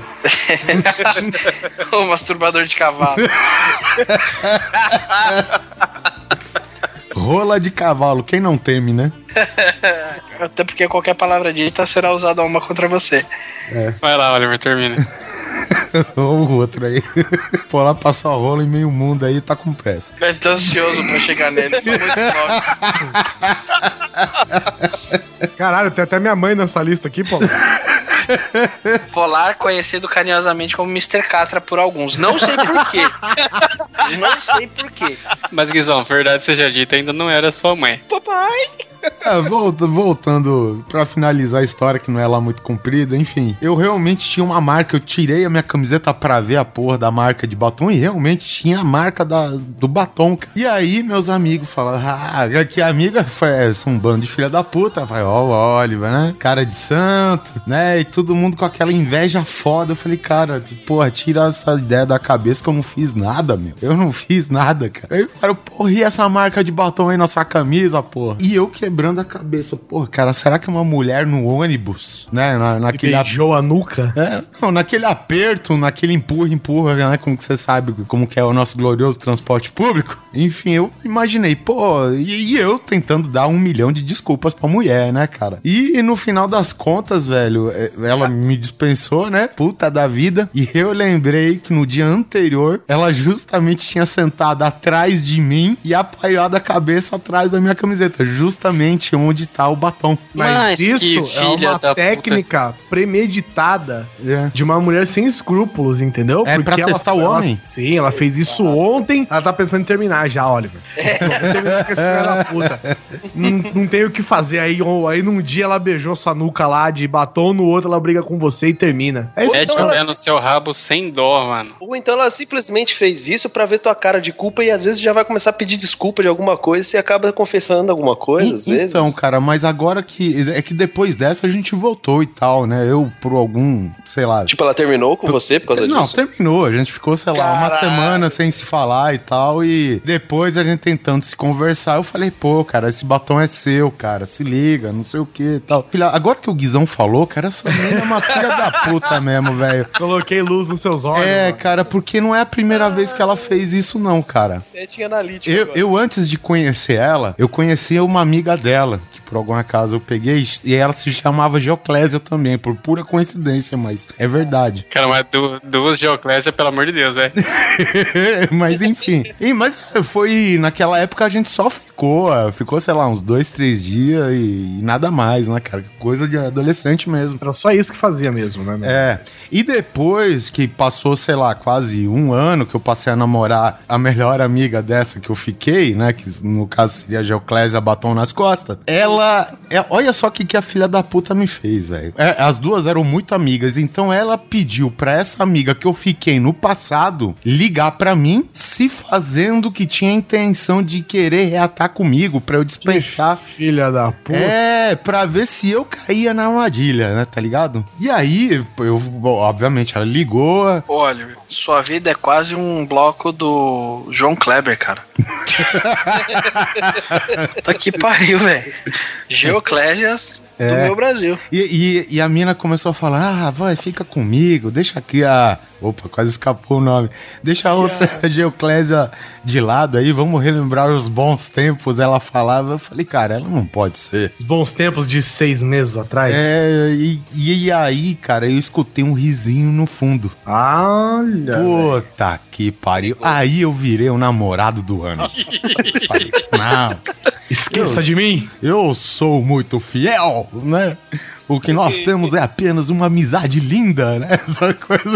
O masturbador de cavalo. Rola de cavalo, quem não teme, né? Até porque qualquer palavra dita será usada uma contra você. Vai lá, Oliver, termina. Ou o outro aí. Pô, lá passou a rola em meio mundo aí, tá com pressa. Eu tô ansioso pra chegar nele. São muito novos. Caralho, tem até minha mãe nessa lista aqui, pô. Polar, conhecido carinhosamente como mister Catra por alguns. Não sei porquê. Não sei porquê. Mas, Guizão, verdade seja dita, ainda não era sua mãe. Papai! É, volta- voltando pra finalizar a história, que não é lá muito comprida, enfim. Eu realmente tinha uma marca, eu tirei a minha camiseta pra ver a porra da marca de batom e realmente tinha a marca da, do batom. E aí meus amigos falaram, ah, que a amiga foi, são um bando de filha da puta. Vai, ó, o Oliver, né? Cara de santo, né? E todo mundo com aquela inveja foda. Eu falei, cara, porra, tira essa ideia da cabeça que eu não fiz nada, meu. Eu não fiz nada, cara. Aí eu falei, porra, e essa marca de batom aí na sua camisa, porra? E eu quebrando a cabeça, porra, cara, será que é uma mulher no ônibus, né? Na, Que naquele ap- beijou a nuca. é, não, naquele aperto, naquele empurra, empurra, né? Como que você sabe como que é o nosso glorioso transporte público. Enfim, eu imaginei, pô, e, e eu tentando dar um milhão de desculpas pra mulher, né, cara? E, e no final das contas, velho, é, ela me dispensou, né? Puta da vida. E eu lembrei que no dia anterior, ela justamente tinha sentado atrás de mim e apoiado a cabeça atrás da minha camiseta. Justamente onde tá o batom. Mas, Mas que isso é filha uma da técnica premeditada É. de uma mulher sem escrúpulos, entendeu? É pra ela- testar o ela- homem? Sim, ela fez isso ontem. Ela tá pensando em terminar já, Oliver. Vamos terminar com esse filho da puta. Não, não tem o que fazer. Aí, ou- aí num dia ela beijou sua nuca lá de batom, no outro ela briga com você e termina. É isso. Mete então o pé ela- no seu rabo sem dó, mano. Ou então ela simplesmente fez isso pra ver tua cara de culpa e às vezes já vai começar a pedir desculpa de alguma coisa e você acaba confessando alguma coisa, às E- vezes. Então, cara, mas agora que. É que depois dessa a gente voltou e tal, né? Eu, por algum, sei lá. Tipo, ela terminou com você por causa Não, disso? terminou. A gente ficou, sei lá, uma Caralho. semana sem se falar e tal. E depois a gente tentando se conversar, eu falei, pô, cara, esse batom é seu, cara. Se liga, não sei o que e tal. Filha, agora que o Guizão falou, cara, essa menina é uma filha da puta mesmo, velho. Coloquei luz nos seus olhos. É, mano. cara, porque não é a primeira vez que ela fez isso, não, cara. Você tinha analítico. Eu, agora. eu, antes de conhecer ela, eu conhecia uma amiga dela, que por algum acaso eu peguei, e ela se chamava Geoclésia também, por pura coincidência, mas é verdade. Cara, mas du duas Geoclésia, pelo amor de Deus, velho. Mas enfim. E, mas foi, naquela época a gente só ficou, ficou, sei lá, uns dois, três dias e, e nada mais, né, cara? Coisa de adolescente mesmo. Era só isso que fazia mesmo, né? meu? É, e depois que passou, sei lá, quase um ano que eu passei a namorar a melhor amiga dessa que eu fiquei, né, que no caso seria a Geoclésia Batom nas costas, ela, é, olha só o que, que a filha da puta me fez, velho. É, as duas eram muito amigas, então ela pediu pra essa amiga que eu fiquei no passado ligar pra mim, se fazendo que tinha intenção de querer reatar comigo pra eu dispensar. Filha da puta. É, pra ver se eu caía na armadilha, né, tá ligado? E aí, eu, bom, obviamente, ela ligou. Olha, sua vida é quase um bloco do João Kleber, cara. Tá que pariu, velho. Geoclésias do É. meu Brasil. E, e, e a mina começou a falar, ah, vai, fica comigo, deixa aqui a... Opa, quase escapou o nome. Deixa a outra Geoclésia de lado aí, vamos relembrar os bons tempos. Ela falava, eu falei, cara, ela não pode ser. Os bons tempos de seis meses atrás. É, e, e aí, cara, eu escutei um risinho no fundo. Olha. velho. Puta que pariu. Aí eu virei o namorado do ano. Falei, não, Esqueça de mim. eu sou muito fiel, né? O que nós temos é apenas uma amizade linda, né? Essa coisa.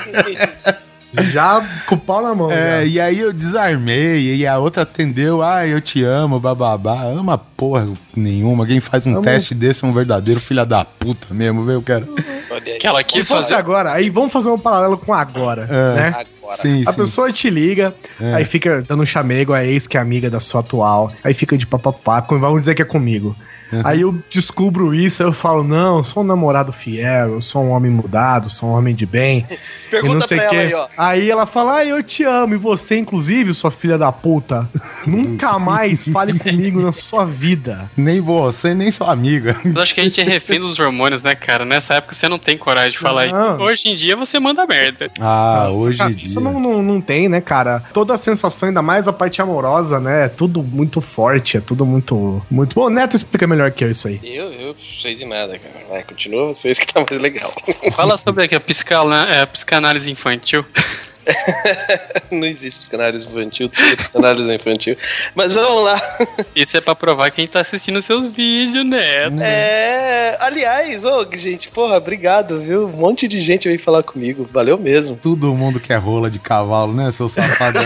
Já com o pau na mão. É, já. e aí eu desarmei, e a outra atendeu, ah, eu te amo, bababá. Ama porra nenhuma. Quem faz um Amo. teste desse é um verdadeiro filho da puta mesmo, viu, cara? Olha aí. Que ela Se quis fosse fazer. agora, aí vamos fazer um paralelo com agora, É. né? Agora. Sim, A sim. pessoa te liga, É. aí fica dando um chamego, a ex que é amiga da sua atual, aí fica de papapá, vamos dizer que é comigo. Aí eu descubro isso, aí eu falo, não, eu sou um namorado fiel, eu sou um homem mudado, sou um homem de bem. Pergunta e não sei pra quê. ela aí, ó. Aí ela fala, ah, eu te amo, e você, inclusive, sua filha da puta, nunca mais fale comigo na sua vida. Nem você, nem sua amiga. Eu acho que a gente é refém dos hormônios, né, cara? Nessa época você não tem coragem de falar Não. isso. Hoje em dia você manda merda. Ah, hoje Cara, em dia. isso não, não, não tem, né, cara? Toda a sensação, ainda mais a parte amorosa, né? É tudo muito forte, é tudo muito. muito... Bom, o Neto explica melhor que eu isso aí. Eu, eu sei de nada, cara. Vai, continua vocês que tá mais legal. Fala sobre aqui, a, psicana- é, a psicanálise infantil. Não existe psicanálise infantil, tudo é psicanálise infantil. Mas vamos lá. Isso é pra provar quem tá assistindo seus vídeos, né? É. Aliás, ô, gente, porra, obrigado, viu? Um monte de gente veio falar comigo. Valeu mesmo. Todo mundo quer rola de cavalo, né, seu safadão?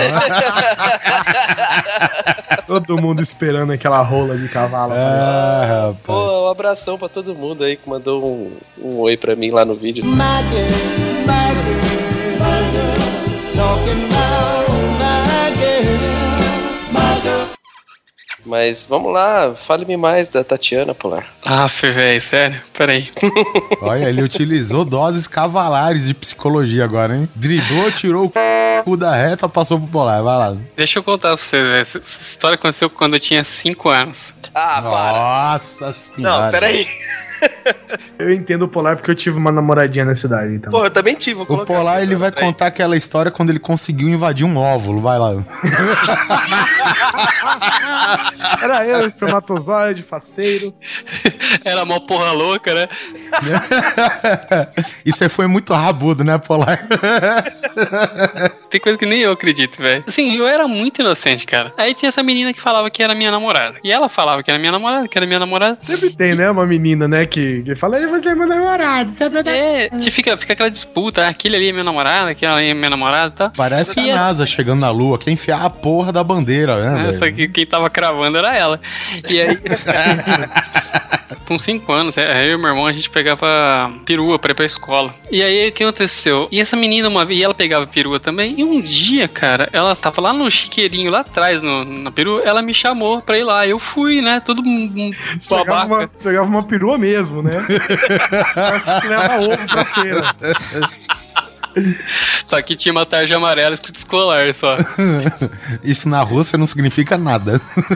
Todo mundo esperando aquela rola de cavalo. Ah, rapaz. Pô, um abração pra todo mundo aí que mandou um, um oi pra mim lá no vídeo. Mas vamos lá, fale-me mais da Tatiana Polar. Ah, Fê, velho, sério? Peraí. Olha, ele utilizou doses cavalares de psicologia agora, hein? Driblou, tirou o c... da reta, passou pro polar. Vai lá. Deixa eu contar pra vocês, velho. Essa essa história aconteceu quando eu tinha cinco anos. Ah, para. Nossa senhora. Não, peraí. Eu entendo o Polar porque eu tive uma namoradinha nessa idade, então. Pô, eu também tive. Vou O colocar polar, aqui, ele vai peraí. contar aquela história quando ele conseguiu invadir um óvulo. Vai lá. Era eu, espermatozoide, faceiro. Era mó porra louca, né? Isso aí foi muito rabudo, né, polar? Tem coisa que nem eu acredito, velho. Assim, eu era muito inocente, cara. Aí tinha essa menina que falava que era minha namorada. E ela falava que era minha namorada, que era minha namorada. Sempre tem, né? Uma menina, né? Que, que fala, você é meu namorado, você é meu namorado. É, que fica, fica aquela disputa. Ah, aquele ali é minha namorada, aquele ali é minha namorada, tá? Parece E a a- NASA chegando na lua. Quer enfiar a porra da bandeira, né, É, velho? só que quem tava cravando era ela. E aí. Com cinco anos, é, eu e meu irmão, a gente pegava perua pra ir pra escola. E aí, o que aconteceu? E essa menina, uma vez, e ela pegava perua também. E um dia, cara, ela tava lá no chiqueirinho, lá atrás, no, na perua, ela me chamou pra ir lá. Eu fui, né? Todo mundo Você pegava, babaca. uma, você pegava uma perua mesmo, né? Você leva ovo pra feira. Só que tinha uma tarja amarela escrito escolar só. Isso na Rússia não significa nada.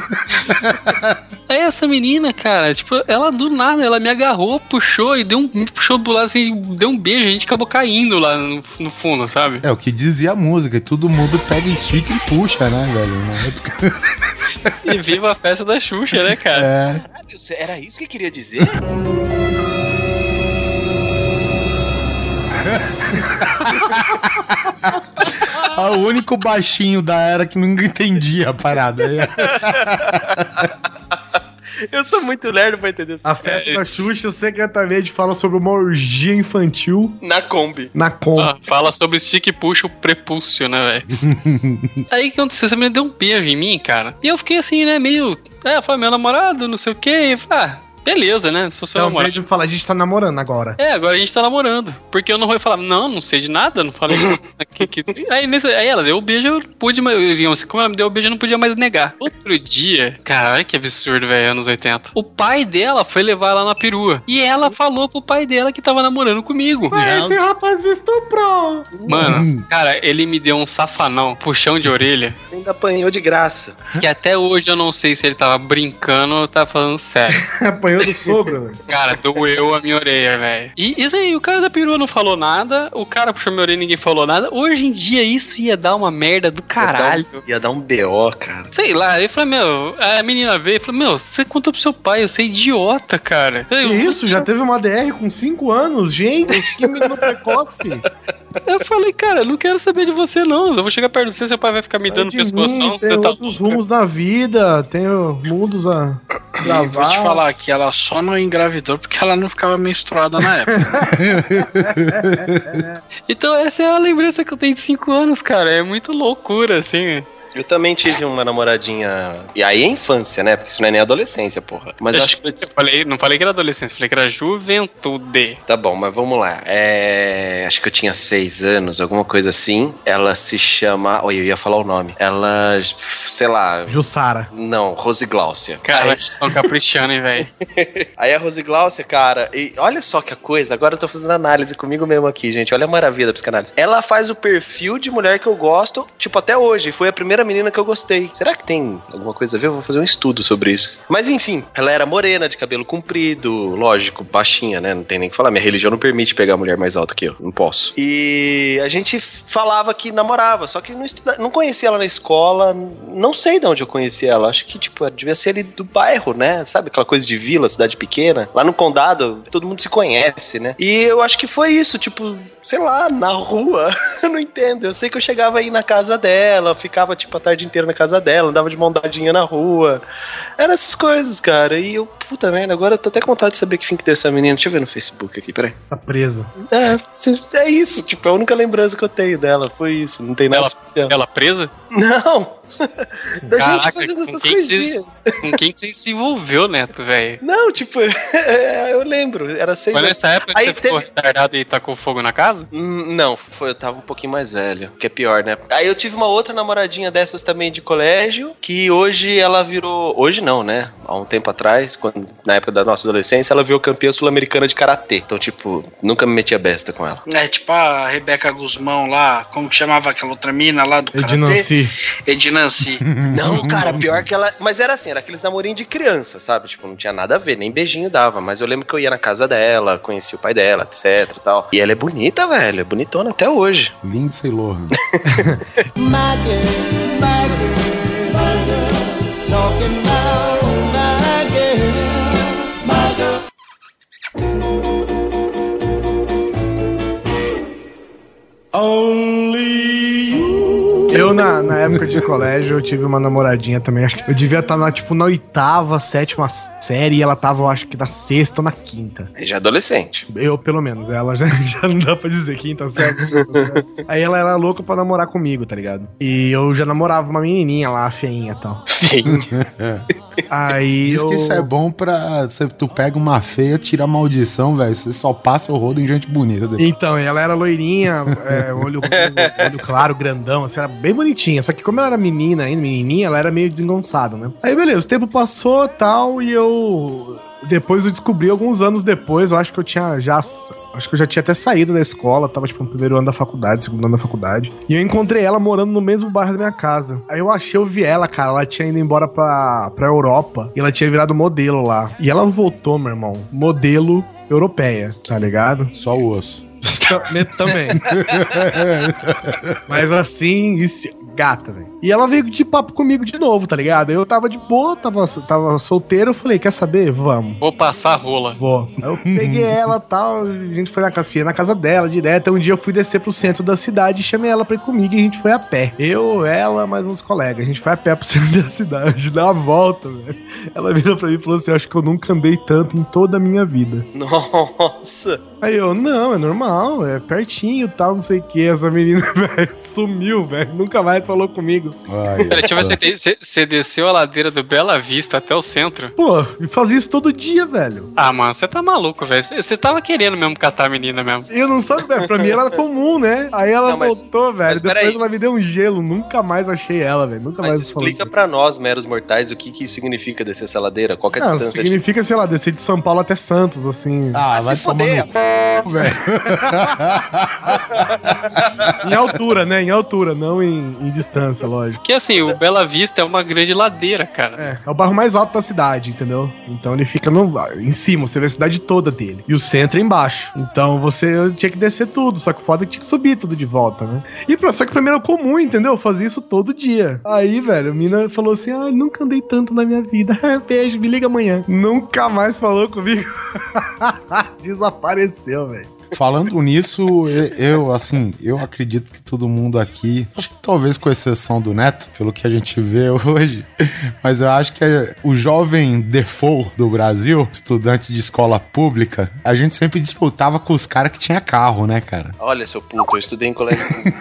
Aí essa menina, cara, tipo, ela do nada, ela me agarrou, puxou e deu um, me puxou pro lado assim, deu um beijo, a gente acabou caindo lá no, no fundo, sabe? É o que dizia a música. E todo mundo pega stick e puxa, né, velho? Na época. E viva a festa da Xuxa, né, cara? É. Caralho, era isso que queria dizer? O único baixinho da era que nunca entendia a parada. Eu sou muito lerdo pra entender isso. A festa É, da isso. Xuxa, o Secretamente fala sobre uma orgia infantil Na Kombi. na Kombi. Ah, fala sobre stick e puxa o prepúcio, né, velho? Aí o que aconteceu? Essa menina deu um beijo em mim, cara. E eu fiquei assim, né, meio... É, foi meu namorado, não sei o quê. E eu falei, ah, beleza, né? Sou seu Então, namorado. beijo fala, a gente tá namorando agora. É, agora a gente tá namorando. Porque eu não vou falar, não, não sei de nada, não falei. que, que... Aí, nesse... Aí ela deu o beijo, eu pude, mas digamos, como ela me deu o beijo, eu não podia mais negar. Outro dia, cara, olha que absurdo, velho, anos oitenta. O pai dela foi levar ela na perua. E ela falou pro pai dela que tava namorando comigo. Mas esse rapaz me estuprou. Mano, cara, ele me deu um safanão, puxão de orelha, Ainda apanhou de graça. que até hoje eu não sei se ele tava brincando ou tava falando sério. Apanhou do sogro, velho. Cara, doeu a minha orelha, velho. E isso aí, o cara da perua não falou nada, o cara puxou minha orelha e ninguém falou nada. Hoje em dia isso ia dar uma merda do caralho. Ia dar um, ia dar um B O, cara. Sei lá, eu falei, meu, a menina veio e falou, meu, você contou pro seu pai, eu sei idiota, cara. Que Eu, isso? Já teve uma D R com cinco anos? Gente, que menino precoce. eu falei, cara, eu não quero saber de você, não. Eu vou chegar perto de você, seu pai vai ficar me Sai dando de pescoção, mim, você tem tá outros rumos na vida, tem mundos a gravar. Vou te falar que ela só não engravidou porque ela não ficava menstruada na época. Então essa é a lembrança que eu tenho de cinco anos, cara. É muito loucura, assim. Eu também tive uma namoradinha. E aí é infância, né? Porque isso não é nem adolescência, porra. Mas eu acho que. Eu falei, não falei que era adolescência, falei que era juventude. Tá bom, mas vamos lá. É... Acho que eu tinha seis anos, alguma coisa assim. Ela se chama. Oi, eu ia falar o nome. Ela. Sei lá. Jussara. Não, Rose Gláucia. Cara, vocês estão caprichando, hein, velho? Aí a Rose Gláucia, cara, e olha só que a coisa, agora eu tô fazendo análise comigo mesmo aqui, gente. Olha a maravilha da psicanálise. Ela faz o perfil de mulher que eu gosto, tipo, até hoje. Foi a primeira menina que eu gostei. Será que tem alguma coisa a ver? Eu vou fazer um estudo sobre isso. Mas enfim, ela era morena, de cabelo comprido, lógico, baixinha, né? Não tem nem o que falar. Minha religião não permite pegar mulher mais alta que eu. Não posso. E a gente falava que namorava, só que não, estuda... não conhecia ela na escola. Não sei de onde eu conheci ela. Acho que, tipo, devia ser ali do bairro, né? Sabe aquela coisa de vila, cidade pequena? Lá no condado, todo mundo se conhece, né? E eu acho que foi isso, tipo, sei lá, na rua. Eu não entendo. Eu sei que eu chegava aí na casa dela, ficava, tipo, a tarde inteira na casa dela, andava de mão dadinha na rua. Eram essas coisas, cara. E eu, puta merda, agora eu tô até com vontade de saber que fim que deu essa menina. Deixa eu ver no Facebook aqui, peraí. Tá presa. É, é isso, tipo, a única lembrança que eu tenho dela foi isso. Não tem nada. Ela, ela presa? Não! Da Caraca, gente fazendo essas com coisinhas. Cê, com quem que você se envolveu, Neto, velho? Não, tipo, eu lembro, era seis Foi anos. nessa época que Aí você ficou teve... retardado e tacou fogo na casa? Hum, não, foi, eu tava um pouquinho mais velho, que é pior, né? Aí eu tive uma outra namoradinha dessas também de colégio, que hoje ela virou... Hoje não, né? Há um tempo atrás, quando, na época da nossa adolescência, ela virou campeã sul-americana de karatê. Então, tipo, nunca me metia besta com ela. É, tipo a Rebeca Guzmão lá, como que chamava aquela outra mina lá do karatê? Ednancy. Ednancy. Não, cara, pior que ela... Mas era assim, era aqueles namorinhos de criança, sabe? Tipo, não tinha nada a ver, nem beijinho dava. Mas eu lembro que eu ia na casa dela, conheci o pai dela, etc e tal. E ela é bonita, velho. É bonitona até hoje. Lindsay Lohan. My girl, my girl, my girl, talking about my girl, my girl. Only you. Eu, na, na época de colégio, eu tive uma namoradinha também. Acho que eu devia estar, na, tipo, na oitava, sétima série. E ela tava, eu acho que na sexta ou na quinta. Aí já é adolescente. Eu, pelo menos. Ela já, já não dá pra dizer quinta série, sexta série. Aí ela era louca pra namorar comigo, tá ligado? E eu já namorava uma menininha lá, feinha e tal. Feinha. Aí Diz eu... que isso é bom pra... Cê, tu pega uma feia, tira a maldição, velho. Você só passa o rodo em gente bonita. Depois. Então, ela era loirinha, é, olho, olho, olho claro, grandão, assim, era bem bonitinha. Só que como ela era menina ainda, menininha, ela era meio desengonçada, né? Aí, beleza, o tempo passou e tal, e eu... Depois eu descobri, alguns anos depois, eu acho que eu tinha já... Acho que eu já tinha até saído da escola, tava, tipo, no primeiro ano da faculdade, segundo ano da faculdade. E eu encontrei ela morando no mesmo bairro da minha casa. Aí eu achei, eu vi ela, cara, ela tinha ido embora pra, pra Europa, e ela tinha virado modelo lá. E ela voltou, meu irmão, modelo europeia, tá ligado? Só o osso. Também. Mas assim, isso, gata, velho. E ela veio de papo comigo de novo, tá ligado? Eu tava de boa, tava, tava solteiro, eu falei, quer saber? Vamos. Vou passar a rola. Vou. Aí eu peguei ela e tal, a gente foi na casa, na casa dela direto. Um dia eu fui descer pro centro da cidade e chamei ela pra ir comigo e a gente foi a pé. Eu, ela, mais uns colegas. A gente foi a pé pro centro da cidade, dá uma volta, velho. Ela virou pra mim e falou assim, acho que eu nunca andei tanto em toda a minha vida. Nossa. Aí eu, não, é normal, é pertinho e tal, não sei o que. Essa menina, velho, sumiu, velho. Nunca mais falou comigo. Ai, Pera, deixa eu ver, você, você, você desceu a ladeira do Bela Vista até o centro? Pô, e fazia isso todo dia, velho. Ah, mano, você tá maluco, velho. Você, você tava querendo mesmo catar a menina mesmo. Eu não sabia, velho. Pra mim era comum, né? Aí ela Não, mas- voltou, velho. mas Depois peraí. ela me deu um gelo. Nunca mais achei ela, velho. Nunca Mas mais explica falei. pra nós, meros mortais, o que, que isso significa descer essa ladeira? Qual que é a Não, distância de... significa, sei lá, descer de São Paulo até Santos, assim. Ah, se vai foder. tomar no c... velho. Em altura, né? Em altura, não em, em distância, lógico. Que assim, o Bela Vista é uma grande ladeira, cara. É, é o bairro mais alto da cidade, entendeu? Então ele fica no, em cima, você vê a cidade toda dele. E o centro é embaixo. Então você tinha que descer tudo, só que foda que tinha que subir tudo de volta, né? E pra, só que pra mim era comum, entendeu? Eu fazia isso todo dia. Aí, velho, a mina falou assim, ah, nunca andei tanto na minha vida. Beijo, me liga amanhã. Nunca mais falou comigo. Desapareceu, velho. Falando nisso, eu, eu, assim, eu acredito que todo mundo aqui, acho que talvez com exceção do Neto, pelo que a gente vê hoje, mas eu acho que o jovem default do Brasil, estudante de escola pública, a gente sempre disputava com os caras que tinha carro, né, cara? Olha, seu puto, eu estudei em colégio público.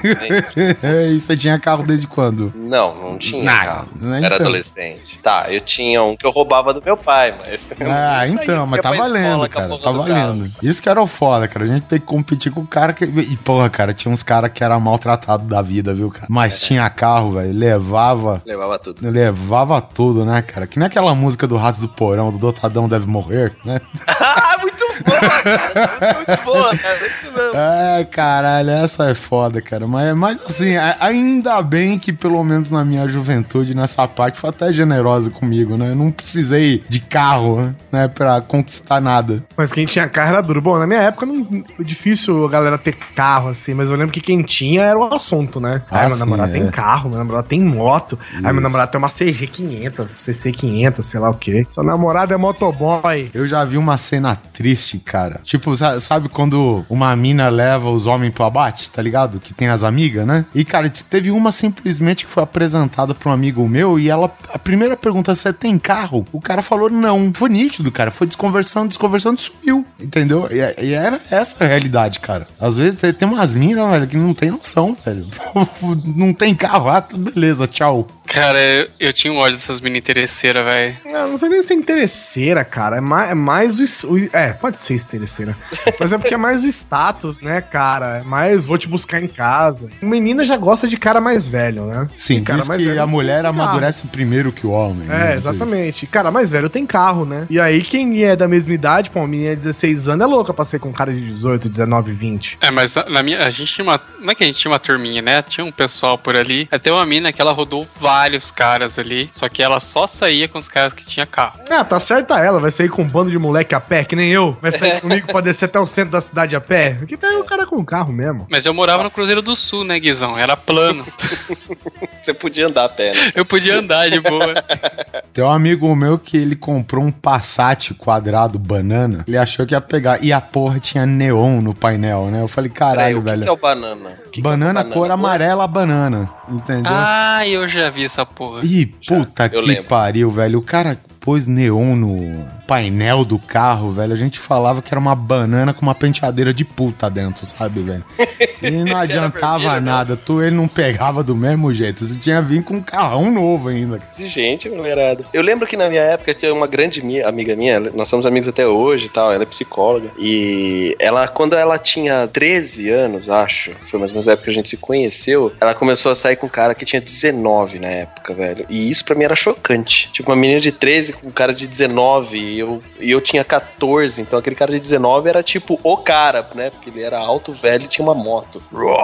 E você tinha carro desde quando? Não, não tinha Nada, carro. né, Era então. adolescente. Tá, eu tinha um que eu roubava do meu pai, mas... Ah, Isso aí, então, mas ia tá pra valendo, escola com a cara, porra tá do valendo. Isso que era o foda, cara, a gente tem que competir com o cara que... E, porra, cara, tinha uns caras que eram maltratados da vida, viu, cara? Mas É. tinha carro, velho, levava... Levava tudo. Levava tudo, né, cara? Que nem aquela música do Ratos do Porão, do Dotadão Deve Morrer, né? Ah, muito boa, cara. Muito boa, cara. Muito mesmo. É, caralho, essa é foda, cara. Mas, mas assim, a- ainda bem que pelo menos na minha juventude, nessa parte, foi até generosa comigo, né? Eu não precisei de carro, né, pra conquistar nada. Mas quem tinha carro era duro. Bom, na minha época não foi difícil a galera ter carro, assim, mas eu lembro que quem tinha era o assunto, né? Ah, Aí meu sim, namorado é. tem carro, meu namorado tem moto, aí Isso. meu namorado tem uma C G quinhentos, C C quinhentos, sei lá o quê. Seu namorado é motoboy. Eu já vi uma cena triste, cara. Tipo, sa- sabe quando uma mina leva os homens pro abate, tá ligado? Que tem as amigas, né? E, cara, t- teve uma simplesmente que foi apresentada pra um amigo meu e ela, a primeira pergunta, você tem carro? O cara falou não. Foi nítido, cara. Foi desconversando, desconversando, sumiu. Entendeu? E, e era essa a realidade, cara. Às vezes tem, tem umas minas, velho, que não tem noção, velho. Não tem carro, ah, tudo beleza, tchau. Cara, eu, eu tinha um ódio dessas mini interesseiras, velho. Não, não sei nem se é interesseira, cara. É mais, é mais o, es- o. É, pode ser interesseira. Mas é porque é mais o status, né, cara? É mais vou te buscar em casa. Menina já gosta de cara mais velho, né? Sim, E cara diz mais que velho a mulher tem carro. amadurece primeiro que o homem. né? É, exatamente. Cara, mais velho tem carro, né? E aí, quem é da mesma idade, pô, uma menina de dezesseis anos é louca pra ser com um cara de dezoito, dezenove, vinte. É, mas na, na minha. A gente tinha uma. Não é que a gente tinha uma turminha, né? Tinha um pessoal por ali. Até uma mina que ela rodou vários caras ali. Só que ela só saía com os caras que tinha carro. Ah, tá certa ela. Vai sair com um bando de moleque a pé, que nem eu. Vai sair comigo pra descer até o centro da cidade a pé. Que pega o cara com carro mesmo. Mas eu morava no Cruzeiro do Sul, né, Guizão? Era plano. Você podia andar a pé, né? Eu podia andar de boa. Tem um amigo meu que ele comprou um Passat quadrado banana. Ele achou que ia pegar. E a porra tinha neon no painel, né? Eu falei, Peraí, caralho, o que velho. que é o banana? O que que é o banana, cor amarela banana. Entendeu? Ah, eu já vi essa porra. Ih, puta eu que lembro. pariu, velho. O cara pôs neon no painel do carro, velho. A gente falava que era uma banana com uma penteadeira de puta dentro, sabe, velho? E não adiantava vermelho, né? nada. Tu, ele não pegava do mesmo jeito. Você tinha vindo com um carrão novo ainda. Exigente, mulherada. Eu lembro que na minha época tinha uma grande mi- amiga minha, nós somos amigos até hoje e tal, ela é psicóloga. E ela, quando ela tinha treze anos, acho, foi mais ou menos a época que a gente se conheceu, ela começou a sair com um cara que tinha dezenove na época, velho. E isso pra mim era chocante. Tipo, uma menina de treze com um cara de dezenove e eu, e eu tinha catorze, então aquele cara de dezenove era tipo o cara, né? Porque ele era alto, velho e tinha uma moto.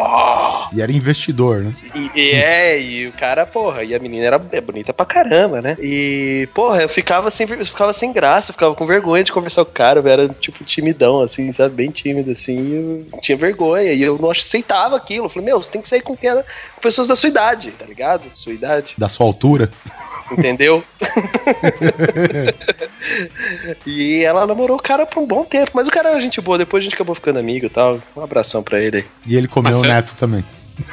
E era investidor, né? E, e é, e o cara, porra, e a menina era é bonita pra caramba, né? E, porra, eu ficava sem, eu ficava sem graça, eu ficava com vergonha de conversar com o cara, eu era, tipo, timidão, assim, sabe? Bem tímido, assim, e eu tinha vergonha, e eu não aceitava aquilo. Eu falei, meu, você tem que sair com, quem era, com pessoas da sua idade, tá ligado? Sua idade, Da sua altura. entendeu? E ela namorou o cara por um bom tempo, mas o cara era gente boa, depois a gente acabou ficando amigo e tal. Um abração pra ele aí. E ele comeu Mas o você- neto também.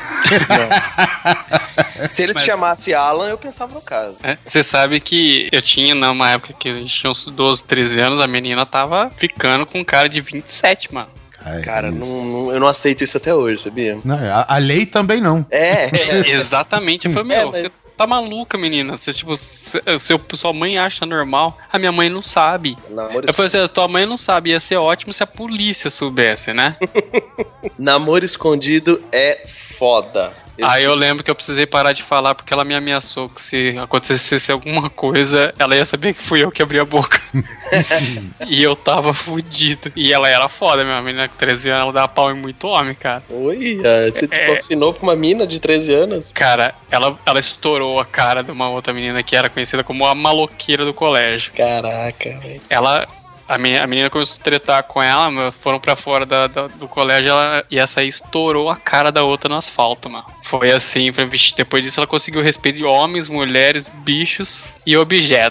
Se ele se Mas- chamasse Alan, eu pensava no caso. É, você sabe que eu tinha, numa época que a gente tinha uns doze, treze anos, a menina tava ficando com um cara de vinte e sete, mano. Ai, Cara, isso. não, não- eu não aceito isso até hoje, sabia? Não, a, a lei também não. É, é. Exatamente. Eu falei, É, meu, mas- você tá maluca, menina. Você, tipo, se- seu, sua mãe acha normal. A minha mãe não sabe. Namoro, Eu falei assim, tua mãe não sabe. Ia ser ótimo se a polícia soubesse, né? namoro escondido é foda. Eu- Aí eu lembro que eu precisei parar de falar porque ela me ameaçou que se acontecesse alguma coisa, ela ia saber que fui eu que abri a boca. E eu tava fudido. E ela era foda, minha menina com treze anos, ela dava pau em muito homem, cara. Oi, ah, você tipo, É. assinou pra uma mina de treze anos? Cara, ela, ela estourou a cara de uma outra menina que era conhecida como a maloqueira do colégio. Caraca, velho. Ela... A menina, a menina começou a tretar com ela, mas foram pra fora da, da- do colégio ela, e essa aí estourou a cara da outra no asfalto, mano. Foi assim, foi, vixe, depois disso ela conseguiu respeito de homens, mulheres, bichos e objetos.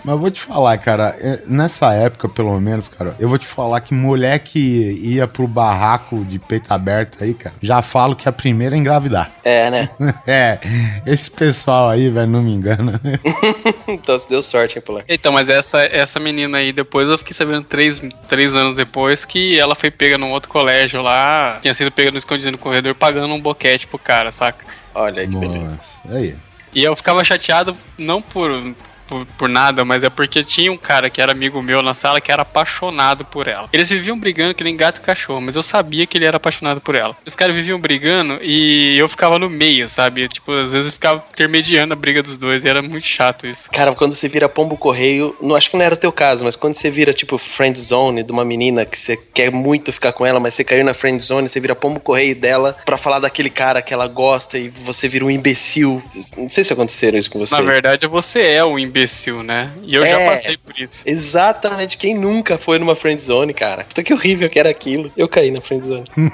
Mas vou te falar, cara, nessa época, pelo menos, cara, eu vou te falar que mulher que ia pro barraco de peito aberto aí, cara, já falo que a primeira é engravidar. É, né? É, esse pessoal aí, velho, não me engana. Então você deu sorte, hein, Polar? Então, mas essa, essa menina aí, depois eu fiquei sabendo três, três anos depois que ela foi pega num outro colégio lá, tinha sido pega no escondido no corredor, pagando um boquete pro cara, saca? Olha aí que Nossa, beleza. aí. E eu ficava chateado, não por, por, por nada, mas é porque tinha um cara que era amigo meu na sala que era apaixonado por ela. Eles viviam brigando que nem gato e cachorro, mas eu sabia que ele era apaixonado por ela. Os caras viviam brigando e eu ficava no meio, sabe? Tipo, às vezes eu ficava intermediando a briga dos dois e era muito chato isso. Cara, quando você vira pombo correio, não acho que não era o teu caso, mas quando você vira tipo friend zone de uma menina que você quer muito ficar com ela, mas você caiu na friend zone, você vira pombo correio dela pra falar daquele cara que ela gosta e você vira um imbecil. Não sei se aconteceram isso com você. Na verdade, você é um imbecil, né? E eu É. já passei por isso. Exatamente, quem nunca foi numa friend zone, cara? Puta que horrível que era aquilo. Eu caí na friend zone. My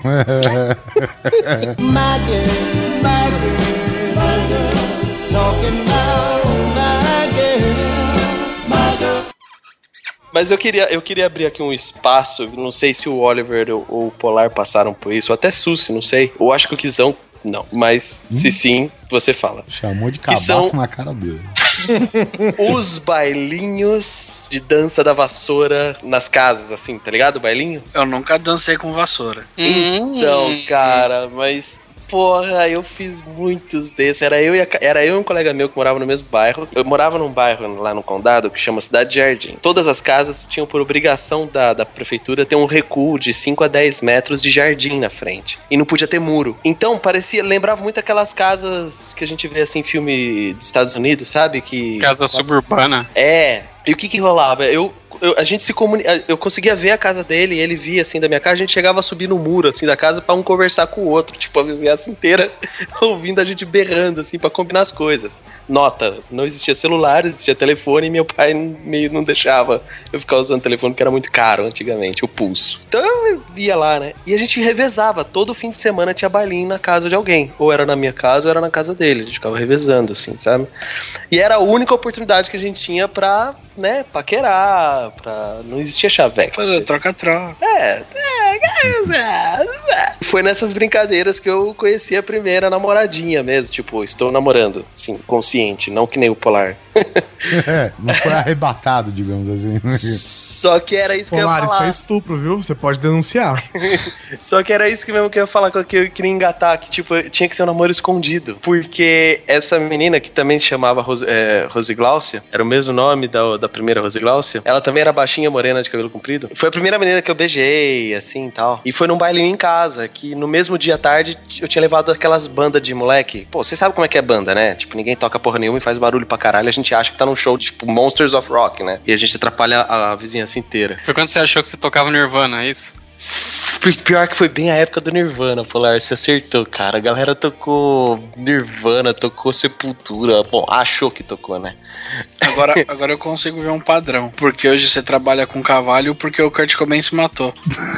girl, my girl, my girl, talking about my girl, my girl. Mas eu queria, eu queria abrir aqui um espaço, não sei se o Oliver ou ou o Polar passaram por isso, ou até Susi, não sei. Ou acho que o Kizão, não. Mas Hum? se sim, você fala. Chamou de Que cabaço são- na cara dele. Os bailinhos de dança da vassoura nas casas, assim, tá ligado? O bailinho? Eu nunca dancei com vassoura. Então, Hum. cara, mas... Porra, eu fiz muitos desses. Era eu, e a, era eu e um colega meu que morava no mesmo bairro. Eu morava num bairro lá no condado que chama Cidade Jardim. Todas as casas tinham por obrigação da, da prefeitura ter um recuo de cinco a dez metros de jardim na frente. E não podia ter muro. Então, parecia, lembrava muito aquelas casas que a gente vê assim em filme dos Estados Unidos, sabe? Que Casa suburbana. É. E o que que rolava? Eu, eu a gente se comunica, eu conseguia ver a casa dele, e ele via assim da minha casa, a gente chegava a subir no muro assim da casa pra um conversar com o outro, tipo a vizinhança inteira ouvindo a gente berrando assim pra combinar as coisas. Nota, não existia celular, existia telefone e meu pai meio não deixava eu ficar usando o telefone que era muito caro antigamente, o pulso. Então eu ia lá, né? E a gente revezava, todo fim de semana tinha bailinho na casa de alguém, ou era na minha casa ou era na casa dele, a gente ficava revezando assim, sabe? E era a única oportunidade que a gente tinha pra, né, paquerar, pra... não existia chaveco. Fazer troca-troca. É, é, foi nessas brincadeiras que eu conheci a primeira namoradinha mesmo, tipo, estou namorando, sim, consciente, não que nem o Polar. É, não foi arrebatado, digamos assim. Só que era isso que Polar, eu ia isso falar. é estupro, viu? Você pode denunciar. Só que era isso que mesmo que eu ia falar, que eu queria engatar, que tipo, tinha que ser um namoro escondido. Porque essa menina, que também se chamava Rose, é, Rose Glaucia, era o mesmo nome da, da primeira Rose Glaucia, ela também era baixinha, morena, de cabelo comprido. Foi a primeira menina que eu beijei, assim, e tal. E foi num bailinho em casa, que no mesmo dia à tarde eu tinha levado aquelas bandas de moleque. Pô, você sabe como é que é banda, né? Tipo, ninguém toca porra nenhuma e faz barulho pra caralho, a gente acha que tá num show de, tipo, Monsters of Rock, né? E a gente atrapalha a vizinhança inteira. Foi quando você achou que você tocava Nirvana, é isso? Pior que foi bem a época do Nirvana, Polar, você acertou, cara. A galera tocou Nirvana, tocou Sepultura. Bom, achou que tocou, né? Agora, agora eu consigo ver um padrão. Porque hoje você trabalha com cavalo porque o Kurt Cobain se matou.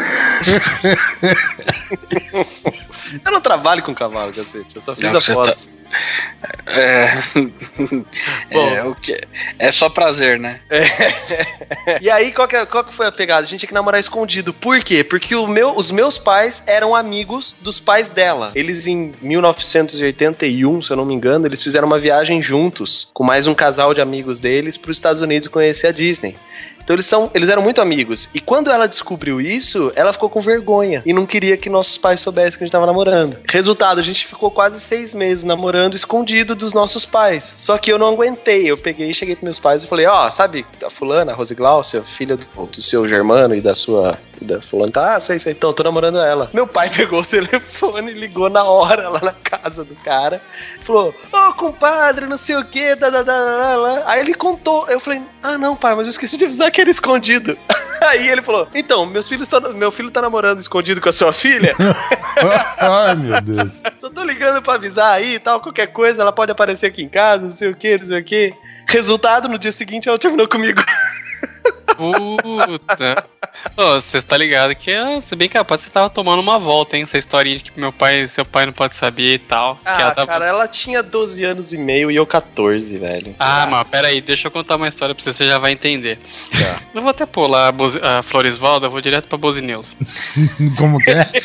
Eu não trabalho com cavalo, cacete. Eu só fiz Não, a você pós. É. Bom. é, o que... é só prazer, né? E aí, qual que, é- qual que foi a pegada? A gente tinha que namorar escondido. Por quê? Porque o meu, os meus pais eram amigos dos pais dela. Eles, em mil novecentos e oitenta e um, se eu não me engano, eles fizeram uma viagem juntos, com mais um casal de amigos deles, para os Estados Unidos conhecer a Disney. Então eles, são, eles eram muito amigos. E quando ela descobriu isso, ela ficou com vergonha. E não queria que nossos pais soubessem que a gente tava namorando. Resultado, a gente ficou quase seis meses namorando escondido dos nossos pais. Só que eu não aguentei. Eu peguei e cheguei pros meus pais e falei, ó, oh, sabe a fulana, a Rose Glaucia, filha do, do seu Germano e da sua... E da fulana, tá, ah, sei, sei, então, tô namorando ela. Meu pai pegou o telefone e ligou na hora lá na casa do cara. Falou, ô, oh, compadre, não sei o que, da, da, da, da, da. Aí ele contou. Eu falei, ah, não, pai, mas eu esqueci de avisar que era escondido. Aí ele falou, então, meus filhos tão, meu filho tá namorando escondido com a sua filha. Ai, meu Deus. Só tô ligando pra avisar aí e tal, qualquer coisa, ela pode aparecer aqui em casa, não sei o que, não sei o que. Resultado, no dia seguinte ela terminou comigo. Puta. Ô, você tá ligado que é bem capaz que você tava tomando uma volta, hein? Essa historinha de que meu pai, seu pai não pode saber e tal. Ah, ela tava... cara, ela tinha doze anos e meio e eu catorze, velho. Ah, mas pera aí, deixa eu contar uma história pra você, você já vai entender. Tá. Eu vou até pular a, Bozi... a Floresvalda, eu vou direto pra Bozineus. Como que é?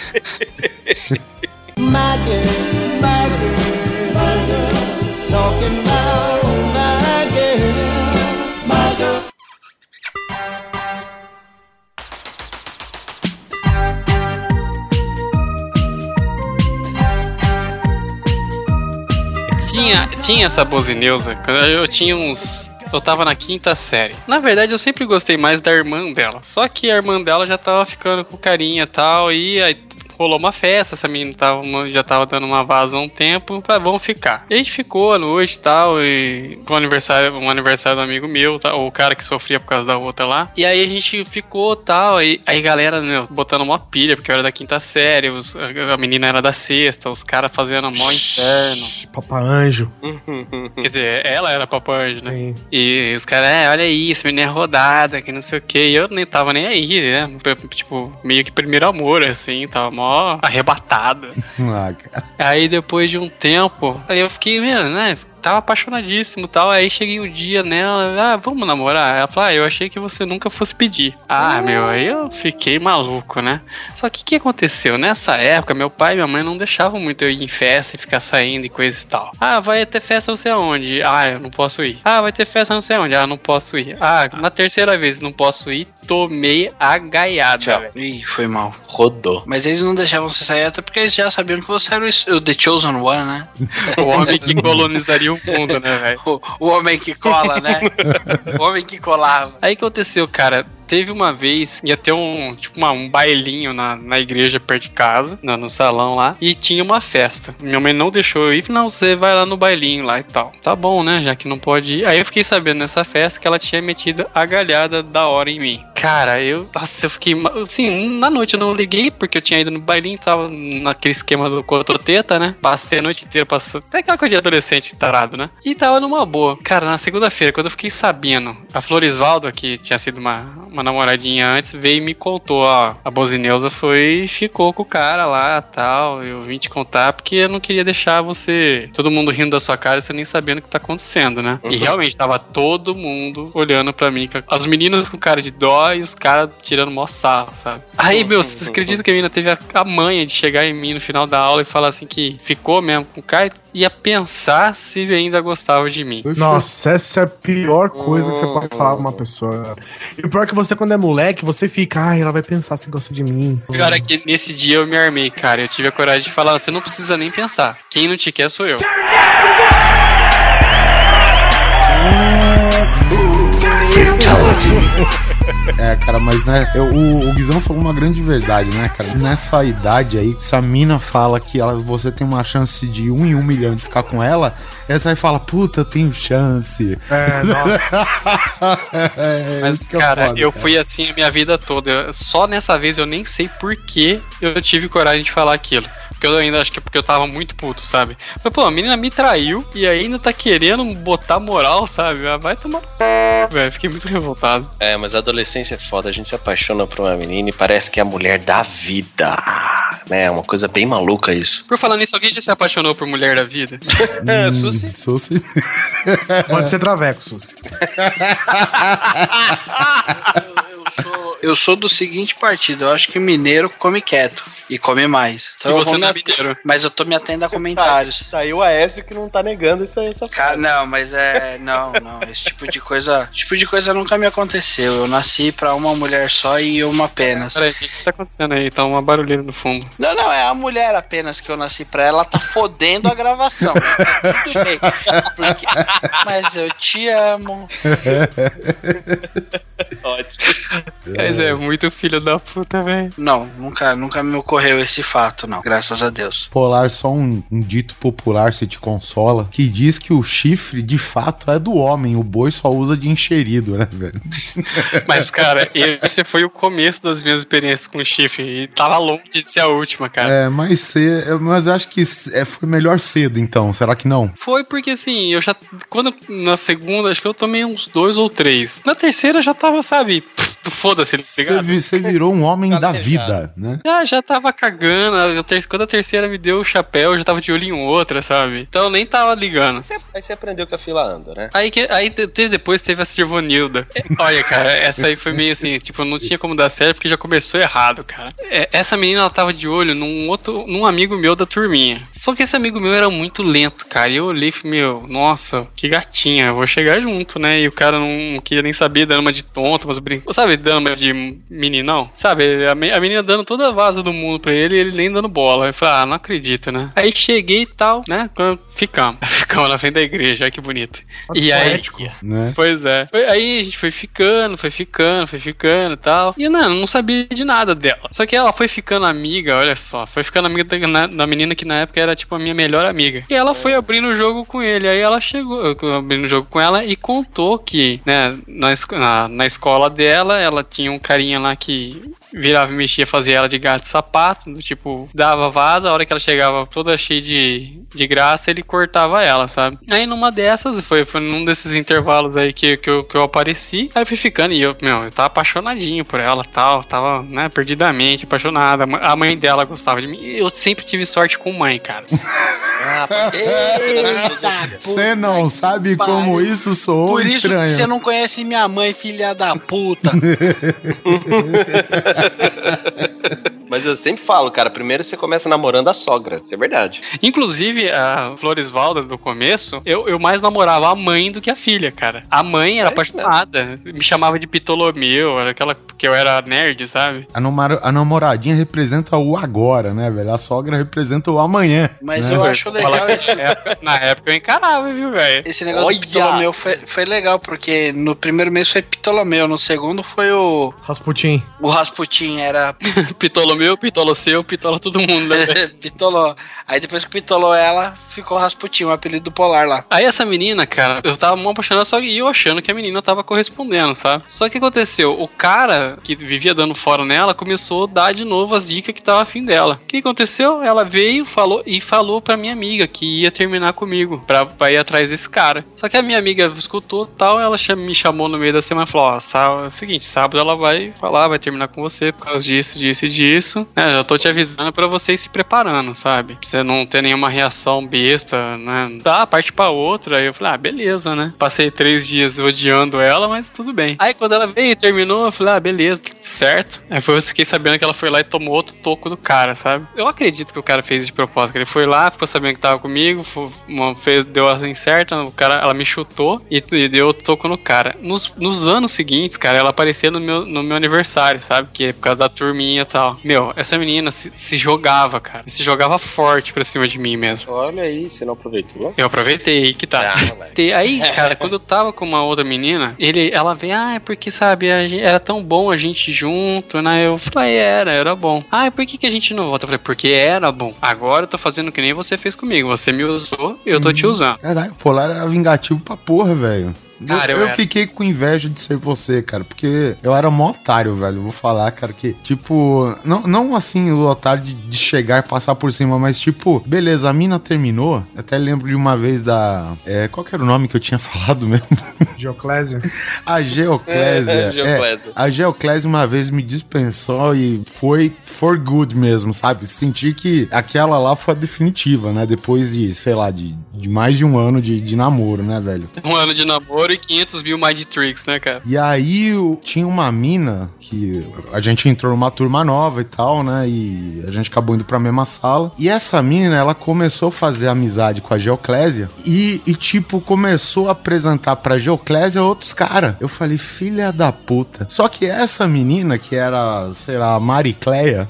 My girl, my girl, my girl, talking about my girl, my girl. Tinha, tinha essa Bozineusa, quando eu tinha uns... Eu tava na quinta série. Na verdade, eu sempre gostei mais da irmã dela. Só que a irmã dela já tava ficando com carinha e tal, e aí rolou uma festa, essa menina tava, já tava dando uma vaza há um tempo, pra vamos ficar. E a gente ficou à noite e tal, e foi um aniversário, um aniversário do amigo meu, tá, o cara que sofria por causa da outra lá. E aí a gente ficou e tal, e aí galera, meu, botando uma pilha, porque eu era da quinta série, os, a menina era da sexta, os caras fazendo mó inferno. Papa Anjo. Quer dizer, ela era Papa Anjo, né? Sim. E os caras, é, olha isso, menina é rodada, que não sei o que, e eu nem tava nem aí, né? Tipo, meio que primeiro amor, assim, tava mó arrebatada. Ah, cara. Aí depois de um tempo, aí eu fiquei, mesmo, né? Tava apaixonadíssimo e tal. Aí cheguei um dia nela, ah, vamos namorar? Ela falou, ah, eu achei que você nunca fosse pedir. Ah, meu, aí eu fiquei maluco, né? Só que o que aconteceu? Nessa época, meu pai e minha mãe não deixavam muito eu ir em festa e ficar saindo e coisas e tal. Ah, vai ter festa não sei aonde. Ah, eu não posso ir. Ah, vai ter festa não sei aonde. Ah, não posso ir. Ah, na terceira vez não posso ir. Tomei a gaiada, velho. Ih, foi mal. Rodou. Mas eles não deixavam você sair até porque eles já sabiam que você era o, o The Chosen One, né? O homem que colonizaria o mundo, né, velho? O, o homem que cola, né? O homem que colava. Aí aconteceu, cara. Teve uma vez, ia ter um, tipo, uma, um bailinho na, na igreja perto de casa, no, no salão lá, e tinha uma festa. Minha mãe não deixou eu ir, não, você vai lá no bailinho lá e tal. Tá bom, né, já que não pode ir. Aí eu fiquei sabendo nessa festa que ela tinha metido a galhada da hora em mim. Cara, eu, nossa, eu fiquei, assim, na noite eu não liguei, porque eu tinha ido no bailinho, tava naquele esquema do cototeta, né, passei a noite inteira, passou, até aquela coisa de adolescente tarado, né, e tava numa boa. Cara, na segunda-feira, quando eu fiquei sabendo, a Floresvalda, que tinha sido uma, uma namoradinha antes, veio e me contou, ó, a Bozineusa foi e ficou com o cara lá, tal, eu vim te contar porque eu não queria deixar você, todo mundo rindo da sua cara e você nem sabendo o que tá acontecendo, né? Uhum. E realmente tava todo mundo olhando pra mim, as meninas com cara de dó e os caras tirando mó sarro, sabe? Aí, meu, você acredita que a menina teve a, a manha de chegar em mim no final da aula e falar assim que ficou mesmo com o cara? Ia pensar se ainda gostava de mim. Nossa, essa é a pior coisa que você pode falar pra uma pessoa. E o pior é que você, quando é moleque, você fica, ai, ela vai pensar se gosta de mim. Cara, é que nesse dia eu me armei, cara. Eu tive a coragem de falar, você não precisa nem pensar. Quem não te quer sou eu. É, cara, mas né, eu, o, o Guizão falou uma grande verdade, né, cara? Nessa idade aí, se a mina fala que ela, você tem uma chance de um em um milhão de ficar com ela, essa aí fala, puta, eu tenho chance. É, nossa. É, mas, cara, é foda, eu cara. fui assim a minha vida toda. Eu, só nessa vez eu nem sei por que eu tive coragem de falar aquilo. Porque eu ainda acho que é porque eu tava muito puto, sabe? Mas, pô, a menina me traiu e ainda tá querendo botar moral, sabe? Vai tomar. Velho, fiquei muito revoltado. É, mas a adolescência é foda. A gente se apaixona por uma menina e parece que é a mulher da vida. Né? É uma coisa bem maluca isso. Por falar nisso, alguém já se apaixonou por mulher da vida? hum, Susi? Susi? Pode ser traveco, Susi. eu, sou, eu sou do seguinte partido. Eu acho que mineiro come quieto. E come mais. Então e você não é mineiro. Mas eu tô me atendo a comentários. Tá aí o Aécio que não tá negando essa, essa Cara, não, mas é... Não, não. Esse tipo de coisa... Esse tipo de coisa nunca me aconteceu. Eu nasci pra uma mulher só e uma apenas. Peraí, o que tá acontecendo aí? Tá uma barulheira no fundo. Não, não. É a mulher apenas que eu nasci pra ela. Ela tá fodendo a gravação. Tudo bem. Porque... Mas eu te amo. Ótimo. Mas é muito filho da puta, velho. Não, nunca, nunca me ocorreu esse fato, não. Graças a Deus. Polar, só um, um dito popular, se te consola, que diz que o chifre, de fato, é do homem. O boi só usa de encherido, né, velho? Mas, cara, esse foi o começo das minhas experiências com chifre. E tava longe de ser a última, cara. É, mas, cê, mas acho que é, foi melhor cedo, então. Será que não? Foi porque, assim, eu já... Quando na segunda, acho que eu tomei uns dois ou três. Na terceira, já tava, sabe... foda-se, ligado? Você virou um homem Tá da fechado. vida, né? Ah, já tava cagando. a ter- Quando a terceira me deu o chapéu, eu já tava de olho em outra, sabe? Então eu nem tava ligando. Você- Aí você aprendeu que a fila anda, né? Aí, que, aí te- teve, depois teve a Sirvonilda. É, Olha, cara, essa aí foi meio assim, tipo, não tinha como dar certo porque já começou errado, cara. É, essa menina, ela tava de olho num outro, num amigo meu da turminha. Só que esse amigo meu era muito lento, cara. E eu olhei e falei, meu, nossa, que gatinha, eu vou chegar junto, né? E o cara não queria nem saber, dando uma de tonto, mas brincando. Sabe, dando uma de meninão? Sabe, a, me- a menina dando toda a vaza do mundo pra ele e ele nem dando bola. Eu falei, ah, não acredito, né? Aí cheguei e tal, né? Quando ficamos. Ficamos na frente da igreja, olha que bonito. Nossa, E aí, poético. né? pois é. Foi- aí a gente foi ficando, foi ficando, foi ficando e tal. E eu não, não sabia de nada dela. Só que ela foi ficando amiga, olha só. Foi ficando amiga da, na- da menina que na época era tipo a minha melhor amiga. E ela foi abrindo o jogo com ele. Aí ela chegou, eu abrindo o jogo com ela e contou que, né, na, es- na, na escola dela, ela tinha um carinha lá que virava e mexia, fazia ela de gato e sapato. Do tipo, dava vaza, a hora que ela chegava toda cheia de, de graça, ele cortava ela, sabe? Aí numa dessas, foi, foi num desses intervalos aí que, que, eu, que eu apareci, aí eu fui ficando e eu, meu, eu tava apaixonadinho por ela tal, tava, né, perdidamente apaixonada. A mãe dela gostava de mim. Eu sempre tive sorte com mãe, cara. Ah, Eita, Você não sabe pariu. como isso soou Por isso que estranho. você não conhece minha mãe, filha da puta. Mas eu sempre falo, cara, primeiro você começa namorando a sogra, isso é verdade. Inclusive, a Floresvalda, do começo, eu, eu mais namorava a mãe do que a filha, cara. A mãe era É isso apaixonada. Me chamava de Ptolomeu, era aquela que eu era nerd, sabe? A, namora- a namoradinha representa o agora, né, velho? A sogra representa o amanhã. Mas né? eu acho legal esse, Na época, na época eu encarava, viu, velho? esse negócio Olha! do Ptolomeu. Foi, foi legal, porque no primeiro mês foi Ptolomeu, no segundo foi o, Rasputin. o Rasputin, era Pitolomeu, Pitoloceu, Pitola todo mundo, né? velho? Pitolou. Aí depois que pitolou ela, ficou Rasputin, o apelido do Polar lá. Aí essa menina, cara, eu tava mó apaixonado, só que eu achando que a menina tava correspondendo, sabe? Só que o que aconteceu? O cara que vivia dando fora nela começou a dar de novo as dicas que tava afim dela. O que aconteceu? Ela veio falou, e falou pra minha amiga que ia terminar comigo, pra, pra ir atrás desse cara. Só que a minha amiga escutou tal, ela cham- me chamou no meio da semana e falou: ó, sá- é o seguinte, sábado ela vai falar, vai terminar com você por causa disso, disso e disso. É, já tô te avisando pra vocês se preparando, sabe? Pra você não ter nenhuma reação besta, né? Dá, parte pra outra. Aí eu falei, ah, beleza, né? Passei três dias odiando ela, mas tudo bem. Aí quando ela veio e terminou, eu falei, ah, beleza, tudo certo. Aí depois eu fiquei sabendo que ela foi lá e tomou outro toco do cara, sabe? Eu acredito que o cara fez de propósito. Que ele foi lá, ficou sabendo que tava comigo, foi- uma, fez, deu assim certa, o cara, ela me chutou e, e deu outro toco no cara. Nos, nos anos seguintes, cara, ela aparecia no meu, no meu aniversário, sabe? Que é por causa da turminha e tal. Meu, essa menina se, se jogava, cara. Se jogava forte pra cima de mim mesmo. Olha aí, você não aproveitou? Eu aproveitei, aí que tá. Ah, moleque. Te- Aí, cara, quando eu tava com uma outra menina, ele, ela veio, ah, é porque, sabe, a gen- era tão bom a gente junto, né? Eu falei, era, era bom. Ah, e por que, que a gente não volta? Eu falei, porque era bom. Agora eu tô fazendo que nem você fez comigo. Você me usou, eu tô te usando. Caralho, o Polar era vingativo pra porra, velho. Cara, eu eu eu era. fiquei com inveja de ser você, cara, porque eu era mó otário, velho. Vou falar, cara, que, tipo, não, não assim o otário de, de chegar e passar por cima, mas, tipo, beleza, a mina terminou. Até lembro de uma vez da. É, qual que era o nome que eu tinha falado mesmo? Dioclésio. A Geoclésia. É, é, Geoclésia. É, a Geoclésia uma vez me dispensou e foi for good mesmo, sabe? Senti que aquela lá foi a definitiva, né? Depois de, sei lá, de, de mais de um ano de, de namoro, né, velho? Um ano de namoro e quinhentos mil Mind Tricks, né, cara? E aí eu- tinha uma mina que a gente entrou numa turma nova e tal, né? E a gente acabou indo pra mesma sala. E essa mina, ela começou a fazer amizade com a Geoclésia e, e tipo, começou a apresentar pra Geoclésia outros caras. Eu falei, filha da puta. Só que essa menina, que era, sei lá, a Maricleia,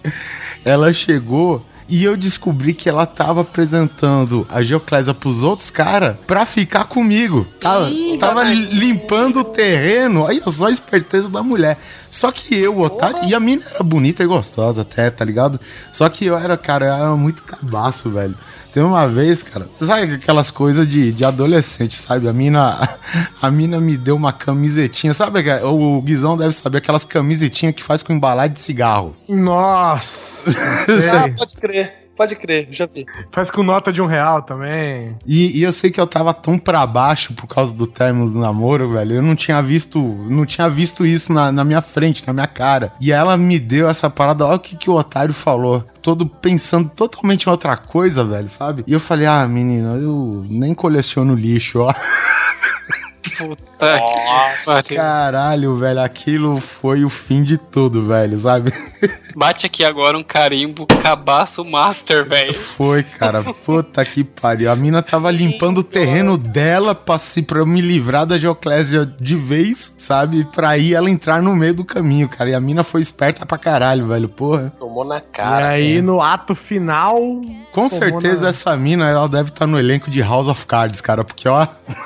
ela chegou... E eu descobri que ela tava apresentando a Geoclésia pros outros caras pra ficar comigo. Tava, tava li- limpando o terreno. Aí só a esperteza da mulher. Só que eu, otário. E a mina era bonita e gostosa até, tá ligado? Só que eu era, cara, eu era muito cabaço, velho. Tem uma vez, cara, você sabe aquelas coisas de, de adolescente, sabe? A mina, a mina me deu uma camisetinha, sabe? O Guizão deve saber aquelas camisetinhas que faz com embalagem de cigarro. Nossa. Ah, Sei. pode crer. Pode crer, já vi. Faz com nota de um real também. E, e eu sei que eu tava tão pra baixo por causa do término do namoro, velho. Eu não tinha visto, não tinha visto isso na, na minha frente, na minha cara. E ela me deu essa parada, olha o que, que o otário falou. Todo pensando totalmente em outra coisa, velho, sabe? E eu falei, ah, menina, eu nem coleciono lixo, ó. Puta que Caralho, velho, aquilo foi o fim de tudo, velho, sabe? Bate aqui agora um carimbo, cabaço master, velho. Foi, cara, puta que pariu. A mina tava limpando o terreno dela pra, se, pra eu me livrar da Geoclésia de vez, sabe? Pra ir ela entrar no meio do caminho, cara. E a mina foi esperta pra caralho, velho, porra. Tomou na E cara. aí, no ato final... Com tomou certeza na- essa mina, ela deve estar no elenco de House of Cards, cara, porque, ó...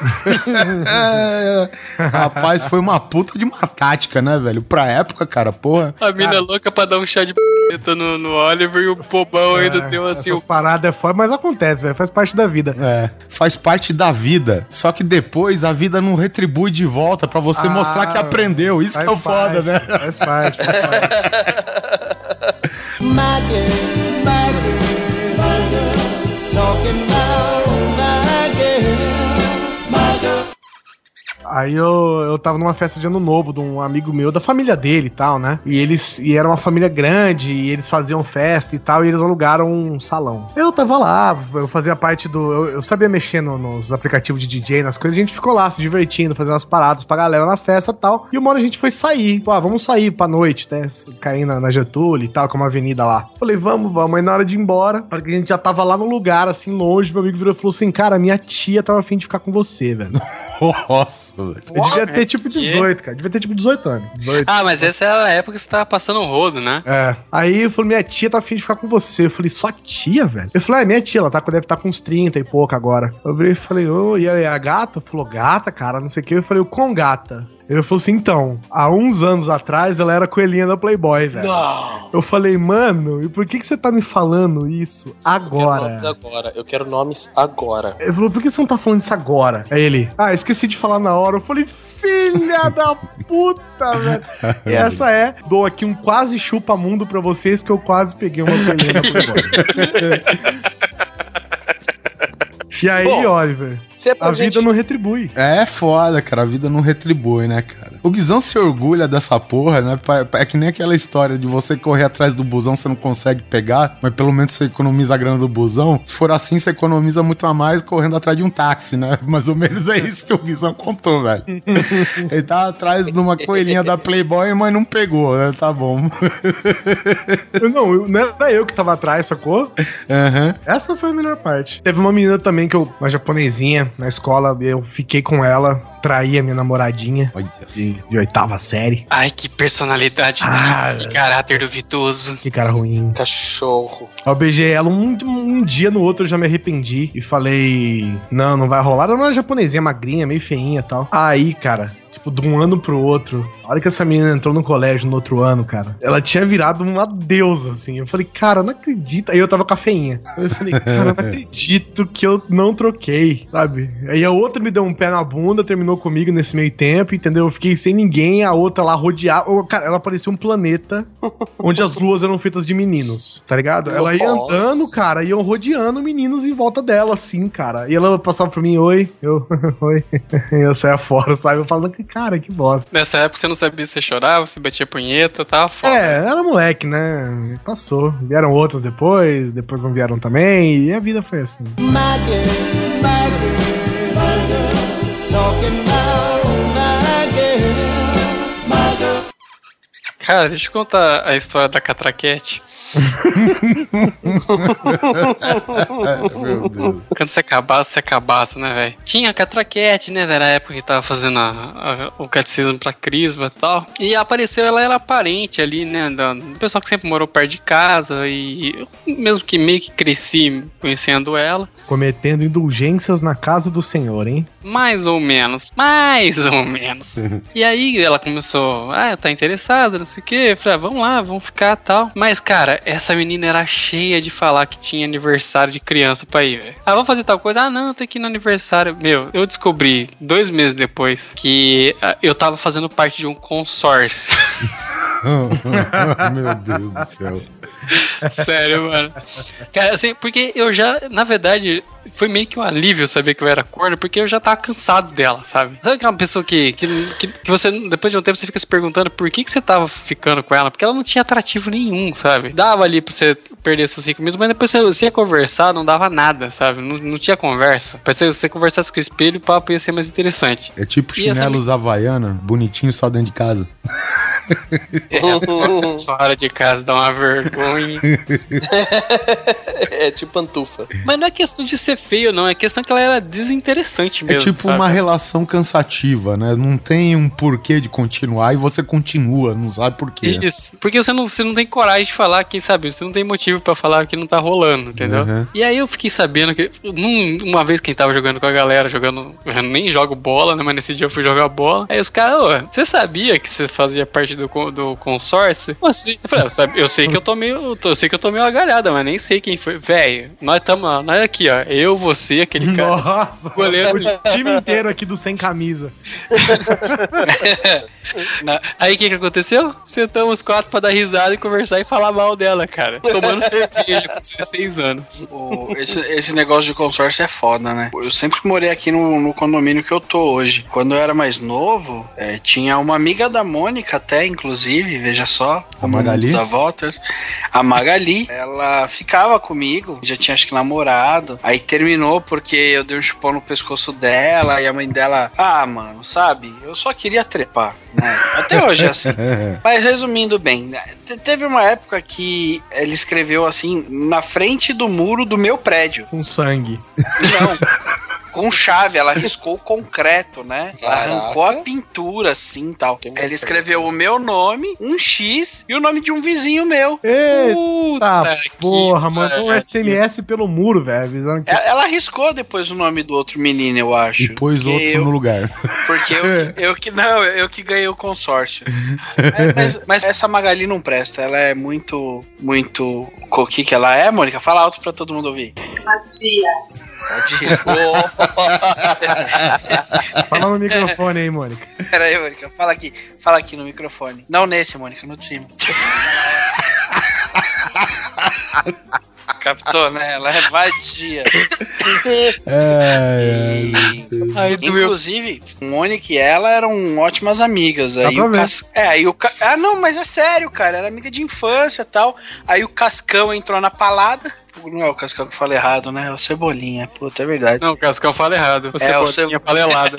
Rapaz, foi uma puta de uma tática, né, velho? Pra época, cara, porra. A mina é louca pra dar um chá de p*** no, no Oliver e o bobão ainda É, deu assim... essas O... paradas é foda, mas acontece, velho. Faz parte da vida. É, faz parte da vida. Só que depois a vida não retribui de volta pra você Ah, mostrar que aprendeu. Isso que é o foda, parte, né? Faz parte, faz parte. My girl, my girl, my girl, talking about my girl, my girl. Aí eu, eu tava numa festa de ano novo de um amigo meu, da família dele e tal, né? E eles, e era uma família grande, e eles faziam festa e tal, e eles alugaram um salão. Eu tava lá, eu fazia parte do... Eu, eu sabia mexer no- nos aplicativos de D J, nas coisas, a gente ficou lá se divertindo, fazendo umas paradas pra galera na festa e tal. E uma hora a gente foi sair, pô, ah, vamos sair pra noite, né? Cair na, na Getúlio e tal, com uma avenida lá. Falei, vamos, vamos. Aí na hora de ir embora, porque a gente já tava lá no lugar, assim, longe, meu amigo virou e falou assim, cara, minha tia tava afim de ficar com você, velho. Nossa, velho. Eu devia ter tipo dezoito, cara. Devia ter tipo dezoito anos. dezoito. Ah, mas essa é a época que você tava passando o rodo, né? É. Aí eu falei, minha tia tá afim de ficar com você. Eu falei, sua tia, velho? Eu falei, ah, minha tia, ela tá, deve estar com uns trinta e pouco agora. Eu virei e falei, ô, e aí, a gata? Falou, gata, cara, não sei o que. Eu falei, o quão gata? Ele falou assim, então, há uns anos atrás ela era coelhinha da Playboy, velho. Não. Eu falei, mano, e por que, que você tá me falando isso Eu quero nomes agora? agora. Eu quero nomes agora. Ele falou, por que você não tá falando isso agora? Aí ele, ah, esqueci de falar na hora. Eu falei, filha da puta, velho. E essa é, dou aqui um quase chupa-mundo pra vocês, porque eu quase peguei uma coelhinha da Playboy. E aí, Bom, Oliver, Se é pra a gente... vida não retribui. É foda, cara. A vida não retribui, né, cara? O Guizão se orgulha dessa porra, né? Pa- É que nem aquela história de você correr atrás do busão, você não consegue pegar, mas pelo menos você economiza a grana do busão. Se for assim, você economiza muito a mais correndo atrás de um táxi, né? Mais ou menos é isso que o Guizão contou, velho. Ele tá atrás de uma coelhinha da Playboy, mas não pegou, né? Tá bom. Eu, não, eu- não era eu que tava atrás, sacou? Aham. Essa foi a melhor parte. Teve uma menina também que eu, uma japonesinha, na escola, eu fiquei com ela, traí a minha namoradinha Olha de, de oitava série. Ai, que personalidade, Ah. que caráter duvidoso. Que cara ruim. Cachorro. Eu beijei ela um, um dia, no outro eu já me arrependi e falei, não, não vai rolar. Ela era uma japonesinha magrinha, meio feinha e tal. Aí, cara, tipo, de um ano pro outro, a hora que essa menina entrou no colégio no outro ano, cara, ela tinha virado uma deusa, assim. Eu falei, cara, não acredito. Aí eu tava com a feinha. Eu falei, cara, não acredito que eu não troquei, sabe? Aí a outra me deu um pé na bunda, terminou comigo nesse meio tempo, entendeu? Eu fiquei sem ninguém, a outra lá rodeada. Ô, cara, ela parecia um planeta onde as luas eram feitas de meninos, tá ligado? Ela ia Nossa. andando, cara, iam rodeando meninos em volta dela, assim, cara. E ela passava por mim, oi, eu, oi. E eu saia fora, sabe? Eu falando, cara, que bosta. Nessa época você não sabia se você chorava, se batia punheta, tava foda. É, era moleque, né? Passou. Vieram outros depois, depois não vieram também, e a vida foi assim. My girl, my girl, my girl, talking about my girl, my girl. Cara, deixa eu contar a história da catraquete. Meu Deus. Quando você acabasse, você acabasse, né, velho? Tinha a catraquete, né? Era a época que tava fazendo a- a- o catecismo pra Crisma e tal. E apareceu, ela era parente ali, né? Da- Do pessoal que sempre morou perto de casa. E eu, mesmo que meio que cresci conhecendo ela. Cometendo indulgências na casa do senhor, hein? Mais ou menos, mais ou menos. E aí ela começou, ah, tá interessada, não sei o que. Eu falei, ah, vamos lá, vamos ficar tal. Mas, cara, essa menina era cheia de falar que tinha aniversário de criança pra ir, velho. Ah, vamos fazer tal coisa? Ah, não, tem que ir no aniversário. Meu, eu descobri dois meses depois que ah, eu tava fazendo parte de um consórcio. Meu Deus do céu. Sério, mano. Cara, assim, porque eu já, na verdade, foi meio que um alívio saber que eu era corno, porque eu já tava cansado dela, sabe? Sabe aquela pessoa que, que, que, que você, depois de um tempo, você fica se perguntando por que, que você tava ficando com ela? Porque ela não tinha atrativo nenhum, sabe? Dava ali pra você perder seus cinco minutos, mas depois você, você ia conversar, não dava nada, sabe? Não, não tinha conversa. Parece que você conversasse com o espelho, o papo ia ser mais interessante. É tipo E essa- chinelos Havaiana, bonitinho só dentro de casa. Fora de casa dá uma vergonha. É tipo pantufa. Mas não é questão de ser feio, não. É questão que ela era desinteressante É mesmo. tipo sabe? uma relação cansativa, né? Não tem um porquê de continuar e você continua, não sabe por quê. Isso, porque você não, você não tem coragem de falar que, sabe, você não tem motivo pra falar que não tá rolando, entendeu? Uhum. E aí eu fiquei sabendo que, num- uma vez que a gente tava jogando com a galera, jogando, eu nem jogo bola, né, mas nesse dia eu fui jogar bola, aí os caras, ô, você sabia que você fazia parte do, co- do consórcio? Como assim? Eu falei, eu, sabe- eu sei que eu tomei, eu, tô- eu sei que eu tomei uma galhada, mas nem sei quem foi. Velho, nós tamo, nós aqui, ó, eu, você, aquele cara. Nossa, Goleiro. o time inteiro aqui do sem camisa. Na- Aí o que que aconteceu? Sentamos os quatro pra dar risada e conversar e falar mal dela, cara. Tomando cerveja com dezesseis anos. O- esse, esse negócio de consórcio é foda, né? Eu sempre morei aqui no, no condomínio que eu tô hoje. Quando eu era mais novo, é, tinha uma amiga da Mônica até, inclusive, veja só. A Magali? Da Voltas. A Magali, ela ficava comigo, já tinha acho que namorado. Aí terminou porque eu dei um chupão no pescoço dela e a mãe dela, ah, mano, sabe? Eu só queria trepar, né? Até hoje é assim. Mas resumindo bem, né, te- teve uma época que ele escreveu assim, na frente do muro do meu prédio. Com sangue. Não. Com chave, ela riscou o concreto, né? Ela Caraca. arrancou a pintura, assim, tal. Ele escreveu o meu nome, um X e o nome de um vizinho meu. Eita que porra, mandou um pariu. S M S pelo muro, velho, avisando que... Ela ela arriscou depois o nome do outro menino, eu acho. E pôs Porque outro eu- no lugar. Porque eu, eu que não, eu que ganhei o consórcio. É, mas, mas essa Magali não presta, ela é muito, muito... O que que ela é, Mônica? Fala alto pra todo mundo ouvir. Matia. Madia. Fala no microfone aí, Mônica. Pera aí, Mônica, fala aqui. Fala aqui no microfone. Não nesse, Mônica, no de cima. Captou, né? Ela é vadia. É, Aí do meu... Inclusive, Mônica e ela eram ótimas amigas. Dá Aí pra o ver. Cas... É, aí o Ca... Ah, não, mas é sério, cara. Era amiga de infância e tal. Aí o Cascão entrou na palada. Não é o Cascão que fala errado, né? É o Cebolinha. Puta, é verdade. Não, o Cascão fala errado. Você É, o pode seu- tinha falelado.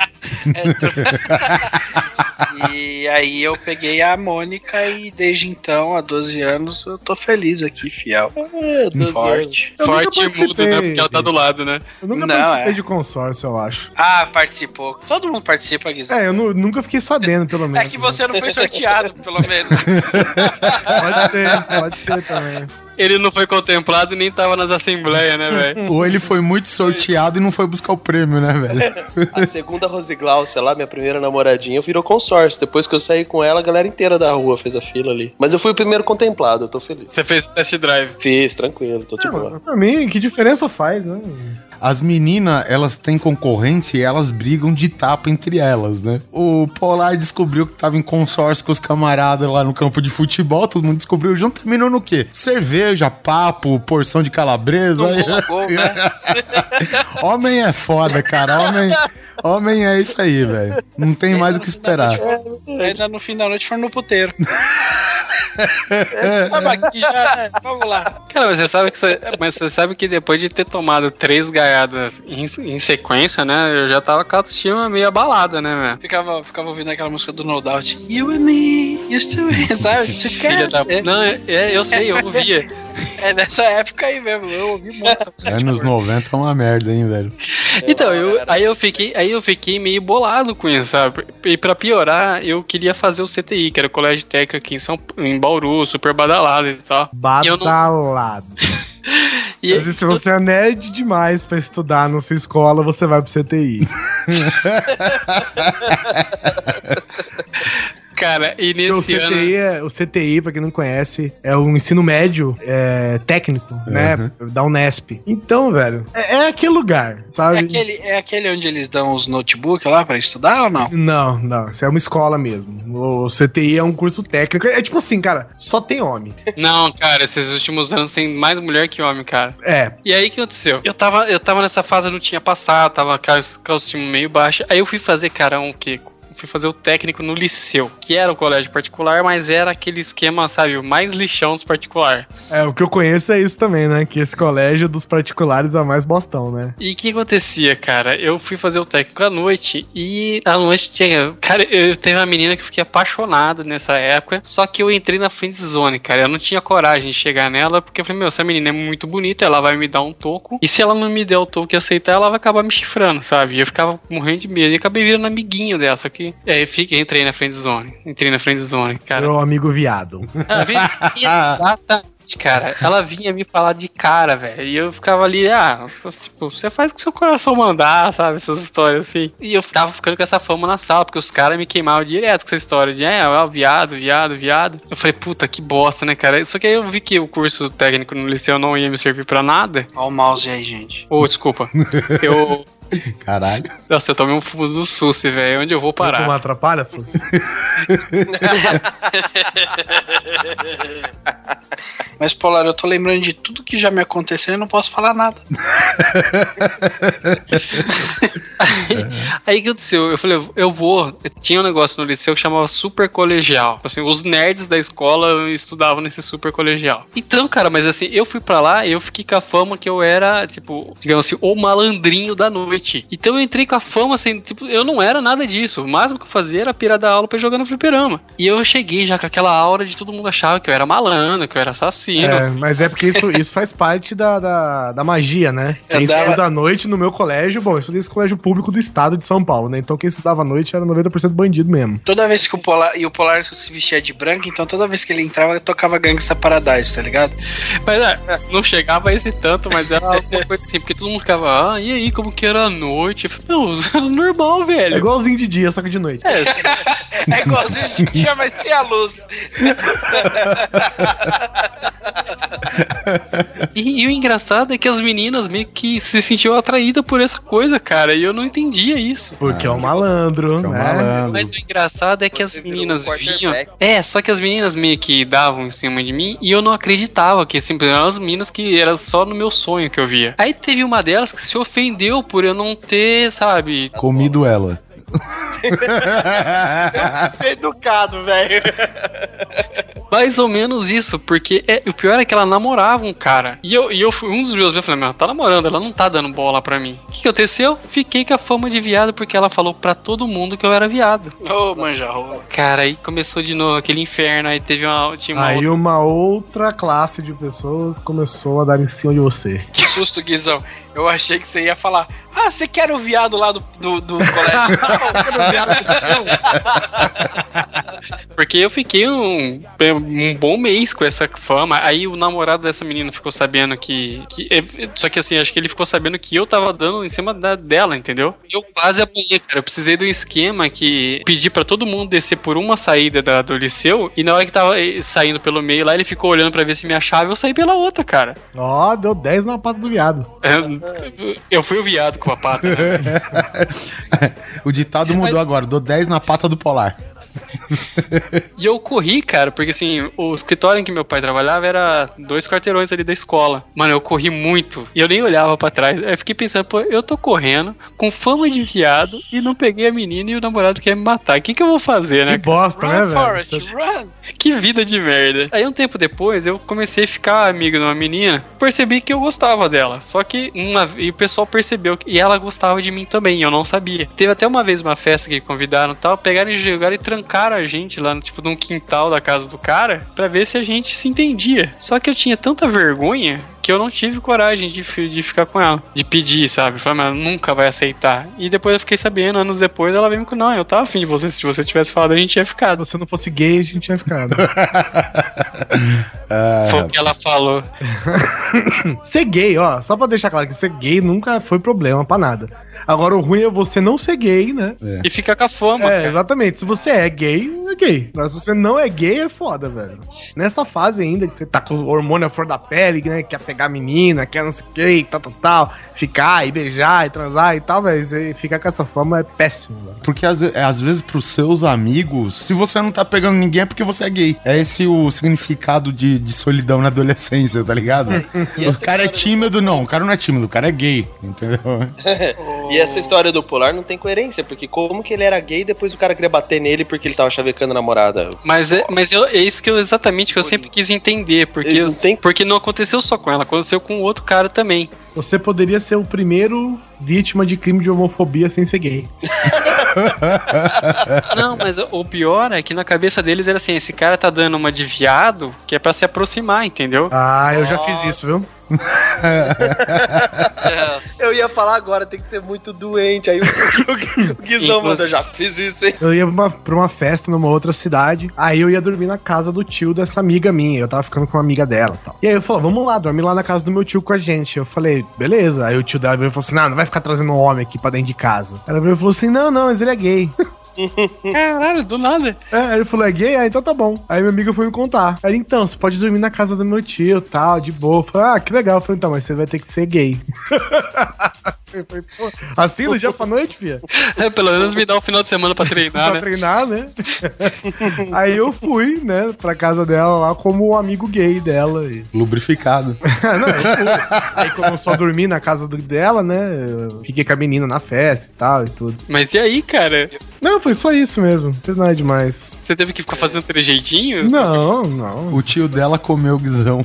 E aí eu peguei a Mônica e desde então, há doze anos, eu tô feliz aqui, fiel. Forte. Eu nunca Forte e mudo, participei. né? Porque ela tá do lado, né? Eu nunca Não, participei é. de consórcio, eu acho. Ah, participou. Todo mundo participa, Guizão. É, eu nu- nunca fiquei sabendo, pelo menos. É que você não foi sorteado, pelo menos. Pode ser, pode ser também. Ele não foi contemplado e nem tava nas assembleias, né, velho? Ou ele foi muito sorteado e não foi buscar o prêmio, né, velho? A segunda Rose Glaucia lá, minha primeira namoradinha, virou consórcio. Depois que eu saí com ela, a galera inteira da rua fez a fila ali. Mas eu fui o primeiro contemplado, eu tô feliz. Você fez test drive. Fiz, tranquilo, tô de É, boa. mano, pra mim, que diferença faz, né? As meninas, elas têm concorrência e elas brigam de tapa entre elas, né? O Polar descobriu que tava em consórcio com os camaradas lá no campo de futebol, todo mundo descobriu junto, terminou no quê? Cerveja, papo, porção de calabresa. Não rolou gol, né? Homem é foda, cara. Homem, homem é isso aí, velho. Não tem mais o que esperar. Ainda no fim da noite foram no puteiro. Tava aqui já, né? Vamos lá. Cara, mas você sabe que você, mas você sabe que depois de ter tomado três gaiadas em, em sequência, né? Eu já tava com a autoestima meio abalada, né, velho? Ficava, ficava ouvindo aquela música do No Doubt. You and me used to be, sabe? Filha da... Não, é, é, eu sei, eu ouvia. É nessa época aí mesmo, eu ouvi muito essa música. Anos noventa é uma merda, hein, velho. Então, eu, aí, eu fiquei, aí eu fiquei meio bolado com isso, sabe? E pra piorar, eu queria fazer o C T I, que era o colégio técnico aqui em, São, em Bauru, super badalado e tal. E eu não- Badalado. E, Mas se você é nerd demais pra estudar na sua escola, você vai pro C T I. Cara, e nesse o C T I, ano... é, o C T I, pra quem não conhece, é o ensino médio é, técnico, Uhum. né? Da Unesp. Então, velho, é, é aquele lugar, sabe? É aquele, é aquele onde eles dão os notebooks lá pra estudar ou não? Não, não, isso é uma escola mesmo. O C T I é um curso técnico. É tipo assim, cara, só tem homem. Não, cara, esses últimos anos tem mais mulher que homem, cara. É. E aí, o que aconteceu? Eu tava, eu tava nessa fase, eu não tinha passado, tava com a autoestima meio baixa. Aí eu fui fazer, cara, um quê? Fui fazer o técnico no Liceu, que era o colégio particular, mas era aquele esquema, sabe, o mais lixão dos particulares. É, o que eu conheço é isso também, né? Que esse colégio dos particulares é mais bostão, né? E o que acontecia, cara? Eu fui fazer o técnico à noite e à noite tinha... Cara, eu teve uma menina que eu fiquei apaixonado nessa época, só que eu entrei na friend zone, cara. Eu não tinha coragem de chegar nela, porque eu falei, meu, essa menina é muito bonita, ela vai me dar um toco, e se ela não me der o toco e aceitar, ela vai acabar me chifrando, sabe? E eu ficava morrendo de medo e acabei virando amiguinho dela, só que... É, eu fiquei, entrei na friend zone. Entrei na friend zone, cara. Meu amigo viado. Ela vinha, exatamente, cara. Ela vinha me falar de cara, velho. E eu ficava ali, ah, tipo, você faz o que seu coração mandar, sabe? Essas histórias assim. E eu tava ficando com essa fama na sala, porque os caras me queimavam direto com essa história de, é, ó, viado, viado, viado. Eu falei, puta, que bosta, né, cara? Só que aí eu vi que o curso técnico no liceu não ia me servir pra nada. Olha o mouse aí, gente. Ô, oh, desculpa. Eu... Caralho. Nossa, eu tomei um fumo do susto, velho. Onde eu vou parar? Não atrapalha, Suzy? Mas, Polar, eu tô lembrando de tudo que já me aconteceu e não posso falar nada. Aí o que aconteceu? Eu falei, eu vou. Tinha um negócio no liceu que chamava super colegial. Assim, os nerds da escola estudavam nesse super colegial. Então, cara, mas assim, eu fui pra lá e eu fiquei com a fama que eu era, tipo, digamos assim, o malandrinho da noite. Então eu entrei com a fama, assim, tipo, eu não era nada disso. O máximo que eu fazia era pirar da aula pra jogar no fliperama. E eu cheguei já com aquela aura de todo mundo achava que eu era malandro, que eu era assassino. É, mas é porque isso, isso faz parte da, da, da magia, né? Quem Eu dava- estuda à noite no meu colégio, bom, eu estudei esse colégio público do estado de São Paulo, né? Então quem estudava à noite era noventa por cento bandido mesmo. Toda vez que o Polar... E o Polar se vestia de branco, então toda vez que ele entrava, eu tocava Gangsta Paradise, tá ligado? Mas é, não chegava a esse tanto, mas era uma coisa assim, porque todo mundo ficava, ah, e aí, como que era a noite? Eu falei, não, normal, É velho. igualzinho de dia, só que de noite. É, É igualzinho de dia, mas sem a luz. E, e o engraçado é que as meninas meio que se sentiam atraídas por essa coisa, cara, e eu não entendia isso. Porque é um malandro, É um né? malandro. Mas o engraçado é que Você as virou meninas um vinham. quarterback. É, só que as meninas meio que davam em cima de mim e eu não acreditava que assim, eram as meninas que era só no meu sonho que eu via. Aí teve uma delas que se ofendeu por eu não ter, sabe? Comido ela. Ser educado, velho. Mais ou menos isso, porque é, o pior é que ela namorava um cara. E eu, e eu fui um dos meus, eu falei, meu, ela tá namorando, ela não tá dando bola pra mim. O que, que aconteceu? Fiquei com a fama de viado porque ela falou pra todo mundo que eu era viado. Ô, manja rola. Cara, aí começou de novo aquele inferno, aí teve uma. Tinha uma Aí outra- uma outra classe de pessoas começou a dar em cima de você. Que susto, Guizão. Eu achei que você ia falar, ah, você quer o viado lá do, do, do colégio? Não, eu quero o viado do liceu. Porque eu fiquei um, um bom mês com essa fama. Aí o namorado dessa menina ficou sabendo que, que. Só que assim, acho que ele ficou sabendo que eu tava dando em cima da, dela, entendeu? Eu quase apanhei, cara. Eu precisei de um esquema que pedi pra todo mundo descer por uma saída da, do liceu. E na hora que tava eh, saindo pelo meio lá, ele ficou olhando pra ver se me achava e eu saí pela outra, cara. Ó, deu dez na pata do viado. Eu, eu fui o viado com a pata, né? O ditado mudou agora. Dou dez na pata do Polar. E eu corri, cara, porque assim, o escritório em que meu pai trabalhava era dois quarteirões ali da escola. Mano, eu corri muito e eu nem olhava pra trás. Aí eu fiquei pensando, pô, eu tô correndo com fama de viado e não peguei a menina e o namorado quer me matar. O que que eu vou fazer, né? Que bosta, né, Run, velho? Forrest, Você- run. Que vida de merda. Aí um tempo depois eu comecei a ficar amigo de uma menina, percebi que eu gostava dela. Só que uma, e o pessoal percebeu que e ela gostava de mim também, eu não sabia. Teve até uma vez uma festa que convidaram e tal, pegaram e jogaram e trancaram a gente lá no tipo num quintal da casa do cara pra ver se a gente se entendia. Só que eu tinha tanta vergonha que eu não tive coragem de, de ficar com ela, de pedir, sabe? Falei, mas nunca vai aceitar. E depois eu fiquei sabendo, anos depois, ela veio com, não, eu tava afim de você, se você tivesse falado, a gente tinha ficado. Se você não fosse gay, a gente tinha ficado. Foi o que ela falou. Ser gay, ó, só pra deixar claro que ser gay nunca foi problema pra nada. Agora o ruim é você não ser gay, né? É. E ficar com a fama. É, cara. Exatamente. Se você é gay, é gay. Mas se você não é gay, é foda, velho. Nessa fase ainda, que você tá com o hormônio à flor da pele, né? Quer pegar a menina, quer não sei o que, tal, tal, tal. Ficar e beijar e transar e tal, velho. Você ficar com essa fama é péssimo, velho. Porque às, às vezes pros seus amigos, se você não tá pegando ninguém é porque você é gay. É esse o significado de, de solidão na adolescência, tá ligado? O cara é tímido, não. O cara não é tímido, o cara é gay, entendeu? E essa história do Polar não tem coerência, porque como que ele era gay e depois o cara queria bater nele porque ele tava chavecando a namorada? Mas é, mas eu, é isso que eu exatamente que eu sempre quis entender, porque, eu, tem... porque não aconteceu só com ela, aconteceu com outro cara também. Você poderia ser o primeiro vítima de crime de homofobia sem ser gay. Não, mas o pior é que na cabeça deles era assim, esse cara tá dando uma de viado que é pra se aproximar, entendeu? Ah, eu já fiz isso, viu? Eu ia falar agora, tem que ser muito doente. Aí o, o, o Guizão manda, já fiz isso, hein? Eu ia pra uma, pra uma festa numa outra cidade, aí eu ia dormir na casa do tio dessa amiga minha. Eu tava ficando com uma amiga dela e tal. E aí eu falei, vamos lá, dorme lá na casa do meu tio com a gente. Eu falei, beleza. Aí o tio dela veio e falou assim, não, não vai ficar trazendo um homem aqui pra dentro de casa. Ela veio e falou assim, não, não, mas ele é gay. Caralho, do nada. É, aí ele falou, é gay? Ah, então tá bom. Aí minha amiga foi me contar. Aí, então, você pode dormir na casa do meu tio, tal, de boa. Eu falei, ah, que legal. Eu falei, então, mas você vai ter que ser gay. Eu falei, pô, assim no dia pra noite, filha? É, pelo menos me dá um final de semana pra treinar, pra né? treinar, né? Aí eu fui, né, pra casa dela lá como um amigo gay dela. E... lubrificado. Não, eu fui. Aí como eu só dormi na casa do, dela, né, eu fiquei com a menina na festa e tal e tudo. Mas e aí, cara? Não, foi só isso mesmo. Não fez nada demais. Você teve que ficar fazendo trejeitinho? Não, não. O tio dela comeu o guizão.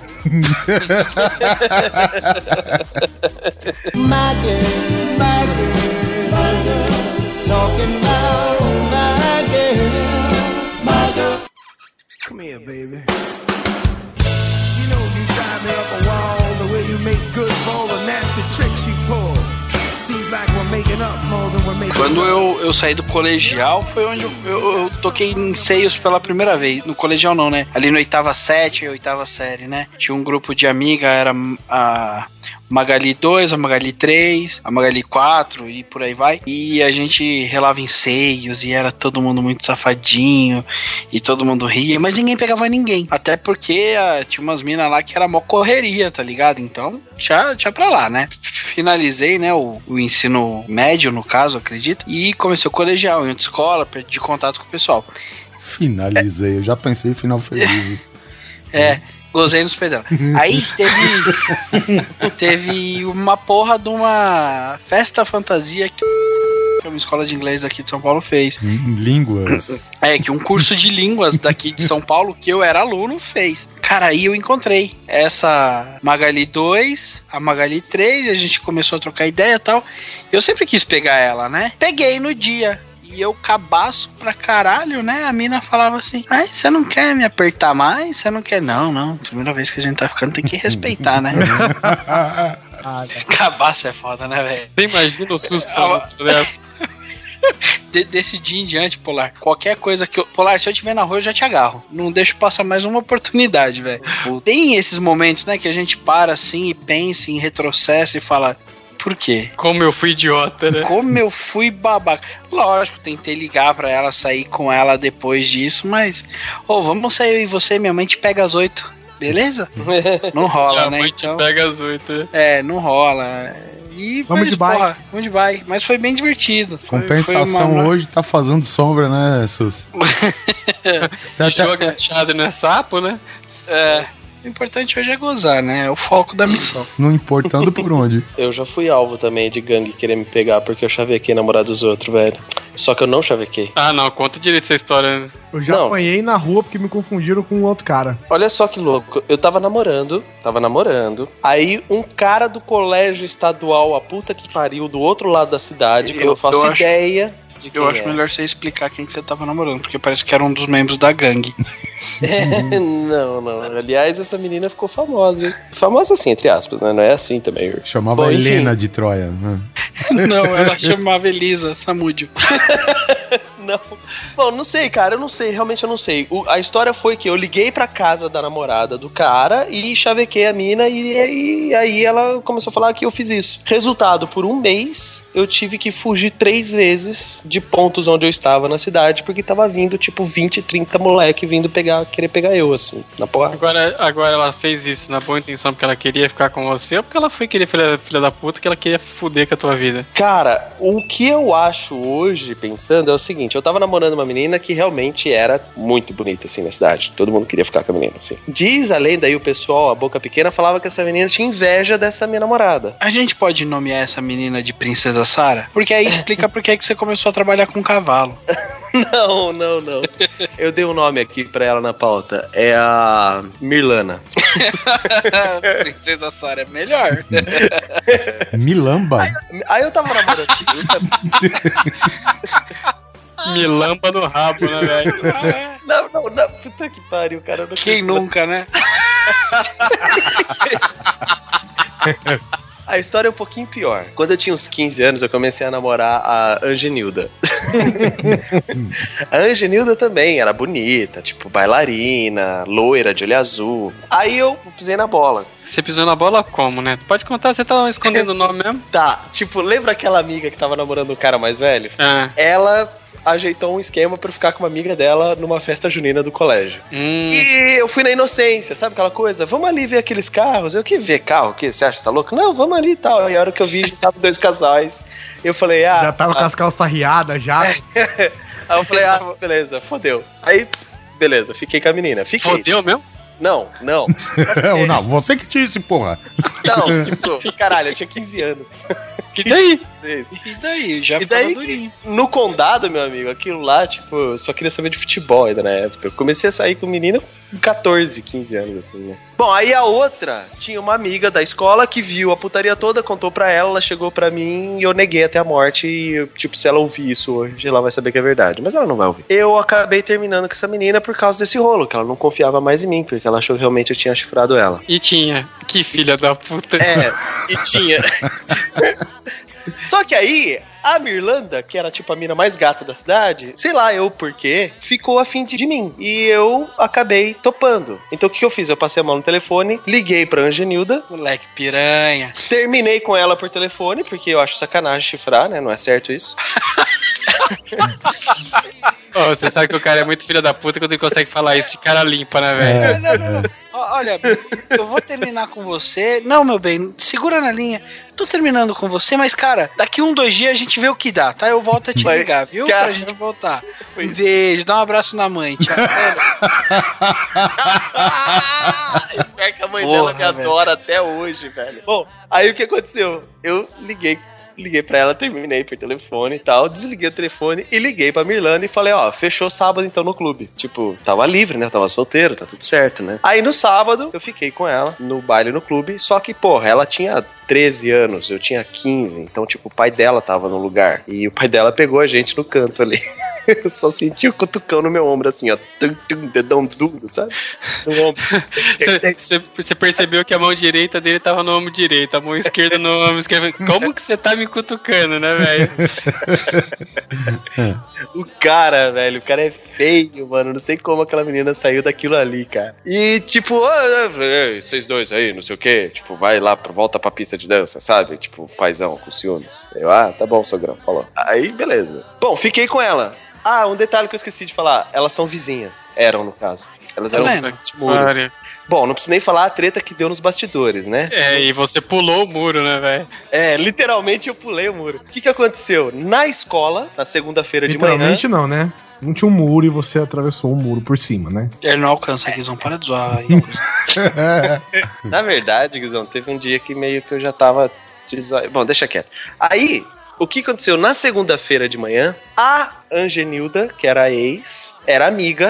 My girl, my girl, my girl, talking about my girl, my girl. Come here, baby. You know you drive me up a wall the way you make good for all the nasty tricks you pull. Seems like we're making up more than we're making. Quando eu, eu saí do colegial, foi onde eu, eu, eu toquei em ensaios pela primeira vez. No colegial não, né? Ali no oitava sete e oitava série, né? Tinha um grupo de amiga, era a Magali dois, a Magali três, a Magali quatro e por aí vai. E a gente relava ensaios e era todo mundo muito safadinho e todo mundo ria, mas ninguém pegava ninguém. Até porque ah, tinha umas minas lá que era mó correria, tá ligado? Então, tinha, tinha pra lá, né? Finalizei, né, o, o ensino médio, no caso, acredito, e comecei o colegial, em outra escola, perdi contato com o pessoal. Finalizei, eu já pensei em final feliz. É, gozei nos pedal. Aí teve teve uma porra de uma festa fantasia que uma escola de inglês daqui de São Paulo fez. Línguas. É, que um curso de línguas daqui de São Paulo que eu era aluno fez. Cara, aí eu encontrei essa Magali dois, a Magali três, e a gente começou a trocar ideia e tal. Eu sempre quis pegar ela, né? Peguei no dia. E eu cabaço pra caralho, né? A mina falava assim, ai, você não quer me apertar mais? Você não quer? Não, não. Primeira vez que a gente tá ficando tem que respeitar, né? Cabaço é foda, né, velho? Você imagina o susto falando dessa? De, desse dia em diante, Polar, qualquer coisa que eu... Polar, se eu te ver na rua, eu já te agarro. Não deixo passar mais uma oportunidade, velho. Tem esses momentos, né, que a gente para assim e pensa em retrocesso e fala... Por quê? Como eu fui idiota, né? Como eu fui babaca. Lógico, tentei ligar pra ela, sair com ela depois disso, mas... Ô, oh, vamos sair eu e você, minha mãe te pega às oito. Beleza? Não rola, minha né? Mãe então... te pega às oito. É, não rola. E, vamos mas, de bike. Porra, vamos de bike. Mas foi bem divertido. Compensação foi, foi uma... hoje tá fazendo sombra, né, Sus? Tá jogo agachado, não é sapo, né? É... O importante hoje é gozar, né? É o foco da missão. Não importando por onde. Eu já fui alvo também de gangue querer me pegar porque eu chavequei namorado dos outros, velho. Só que eu não chavequei. Ah, não. Conta direito essa história. Eu já não. apanhei na rua porque me confundiram com um outro cara. Olha só que louco. Eu tava namorando, tava namorando. Aí um cara do colégio estadual, a puta que pariu, do outro lado da cidade, que eu não faço eu ideia... Acho... Eu acho é. melhor você explicar quem que você tava namorando, porque parece que era um dos membros da gangue. É, não, não. Aliás, essa menina ficou famosa, hein? Famosa assim, entre aspas, né? Não é assim também. Chamava Bom, Helena enfim. de Troia. Né? Não, ela chamava Elisa Samúdio. Não. Bom, não sei, cara, eu não sei, realmente eu não sei. O, a história foi que eu liguei pra casa da namorada do cara e chavequei a mina e, e aí ela começou a falar que eu fiz isso. Resultado, por um mês, eu tive que fugir três vezes de pontos onde eu estava na cidade, porque tava vindo, tipo, vinte, trinta moleque vindo pegar, querer pegar eu, assim, na porra. Agora, agora ela fez isso na boa intenção porque ela queria ficar com você ou porque ela foi querer filha, filha da puta que ela queria fuder com a tua vida? Cara, o que eu acho hoje, pensando, é o seguinte, eu tava namorando uma menina que realmente era muito bonita, assim, na cidade. Todo mundo queria ficar com a menina, assim. Diz a lenda aí, o pessoal, a boca pequena, falava que essa menina tinha inveja dessa minha namorada. A gente pode nomear essa menina de Princesa Sara? Porque aí explica por que que você começou a trabalhar com cavalo. Não, não, não. Eu dei um nome aqui pra ela na pauta. É a Mirlana. Princesa Sara é melhor. Milamba? Aí, aí eu tava namorando. Milamba no rabo, né, velho? Não, não, não. Puta que pariu, cara. Não Quem nunca, né? A história é um pouquinho pior. Quando eu tinha uns quinze anos, eu comecei a namorar a Angenilda. A Angenilda também era bonita, tipo, bailarina, loira, de olho azul. Aí eu pisei na bola. Você pisou na bola como, né? Pode contar, você tava escondendo o nome mesmo? Tá, tipo, lembra aquela amiga que tava namorando um cara mais velho? Ah. Ela ajeitou um esquema pra eu ficar com uma amiga dela numa festa junina do colégio. Hum. E eu fui na inocência, sabe aquela coisa? Vamos ali ver aqueles carros. Eu que ver carro, o que? Você acha que tá louco? Não, vamos ali e tal. E a hora que eu vi, já tava dois casais. Eu falei, ah... Já tava ah, com as calças riadas já. Aí eu falei, ah, beleza, fodeu. Aí, beleza, fiquei com a menina. Fiquei. Fodeu mesmo? Não, não. Não, você que disse, porra. Não, tipo, caralho, eu tinha quinze anos. E daí? E daí? Já E daí, ficava durinho. no condado, meu amigo, aquilo lá, tipo, eu só queria saber de futebol ainda na época. Eu comecei a sair com menina com catorze, quinze anos, assim, né? Bom, aí a outra tinha uma amiga da escola que viu a putaria toda, contou pra ela, ela chegou pra mim e eu neguei até a morte. E, eu, tipo, se ela ouvir isso hoje, ela vai saber que é verdade. Mas ela não vai ouvir. Eu acabei terminando com essa menina por causa desse rolo, que ela não confiava mais em mim, porque ela achou que realmente eu tinha chifrado ela. E tinha. Que filha da puta. É, e tinha. Só que aí, a Mirlanda, que era tipo a mina mais gata da cidade, sei lá eu por quê, ficou afim de mim. E eu acabei topando. Então o que eu fiz? Eu passei a mão no telefone, liguei pra Angenilda. Moleque piranha. Terminei com ela por telefone, porque eu acho sacanagem chifrar, né? Não é certo isso. Oh, você sabe que o cara é muito filho da puta quando ele consegue falar isso de cara limpa, né, velho? É, Não, não, não. Olha, eu vou terminar com você. Não, meu bem, segura na linha. Tô terminando com você, mas, cara, daqui um, dois dias a gente vê o que dá, tá? Eu volto a te Mas, ligar, viu? cara, Pra gente voltar. foi Um isso. beijo, dá um abraço na mãe, tchau. Pior que a mãe Porra, dela me velho. adora até hoje, velho. Bom, aí o que aconteceu? Eu liguei. Liguei pra ela, terminei por telefone e tal, desliguei o telefone e liguei pra Mirlanda e falei, ó, fechou sábado então no clube. Tipo, tava livre, né? Tava solteiro, tá tudo certo, né? Aí no sábado eu fiquei com ela no baile no clube, só que, porra, ela tinha treze anos, eu tinha quinze, então, tipo, o pai dela tava no lugar. E o pai dela pegou a gente no canto ali. Eu só senti o cutucão no meu ombro, assim, ó. Tum, tum, dedão duro, sabe? No ombro. Você percebeu que a mão direita dele tava no ombro direito, a mão esquerda no ombro esquerdo. Como que você tá me cutucando, né, velho? O cara, velho, o cara é feio, mano. Não sei como aquela menina saiu daquilo ali, cara. E, tipo, ah, ei, vocês dois aí, não sei o quê. Tipo, vai lá, volta pra pista de dança, sabe? Tipo, paizão, com ciúmes. Eu, ah, tá bom, sogrão, falou. Aí, beleza. Bom, fiquei com ela. Ah, um detalhe que eu esqueci de falar. Elas são vizinhas. Eram, no caso. Elas eram Tá vendo? vizinhas de muro. Pare. Bom, não preciso nem falar a treta que deu nos bastidores, né? É, e você pulou o muro, né, velho? É, literalmente eu pulei o muro. O que que aconteceu? Na escola, na segunda-feira de manhã... Literalmente não, né? Não tinha um muro e você atravessou o muro por cima, né? Ele não alcança a Guizão, para de zoar aí. Na verdade, Guizão, teve um dia que meio que eu já tava... deso- Bom, deixa quieto. Aí, o que aconteceu? Na segunda-feira de manhã, a Angenilda, que era a ex, era amiga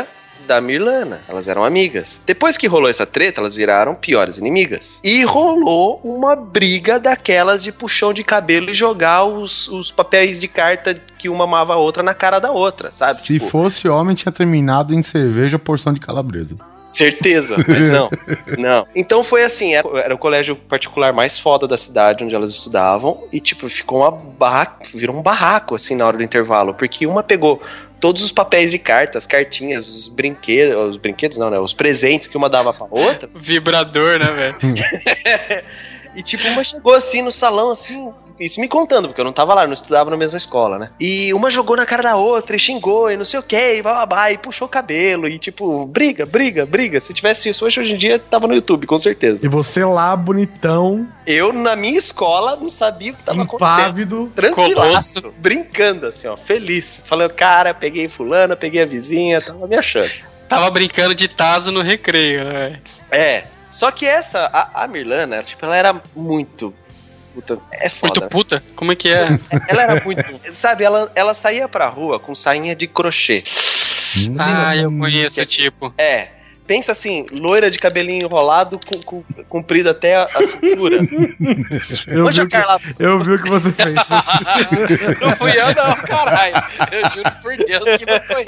da Mirlana. Elas eram amigas. Depois que rolou essa treta, elas viraram piores inimigas. E rolou uma briga daquelas de puxão de cabelo e jogar os, os papéis de carta que uma amava a outra na cara da outra, sabe? Se tipo, fosse homem, tinha terminado em cerveja porção de calabresa. certeza, mas não, não. Então foi assim, era, era o colégio particular mais foda da cidade onde elas estudavam e tipo, ficou uma barraco, virou um barraco assim na hora do intervalo, porque uma pegou todos os papéis de carta, as cartinhas, os brinquedos, os brinquedos não, né, os presentes que uma dava pra outra. Vibrador, né, velho? E tipo, uma chegou assim no salão, assim, isso me contando, porque eu não tava lá, eu não estudava na mesma escola, né? E uma jogou na cara da outra e xingou e não sei o que, e bababá, e puxou o cabelo, e tipo, briga, briga, briga. Se tivesse isso hoje, hoje em dia, tava no YouTube, com certeza. E você lá, bonitão, Eu, na minha escola, não sabia o que tava impávido. acontecendo. Tranquilaço, brincando, assim, ó, feliz. Falando, cara, peguei fulana, peguei a vizinha, tava me achando. Tava brincando de tazo no recreio, né, velho? É, só que essa, a, a Mirlana, tipo, ela era muito... Puta, é foda. Muito puta? Como é que é? Ela era muito... Sabe, ela, ela saía pra rua com sainha de crochê. Ah, eu conheço o tipo. É. Pensa assim, loira de cabelinho enrolado, com, com, comprido até a, a cintura. Eu Onde vi, a o que, Carla... eu vi o que você fez. Não fui eu não, caralho. Eu juro por Deus que não foi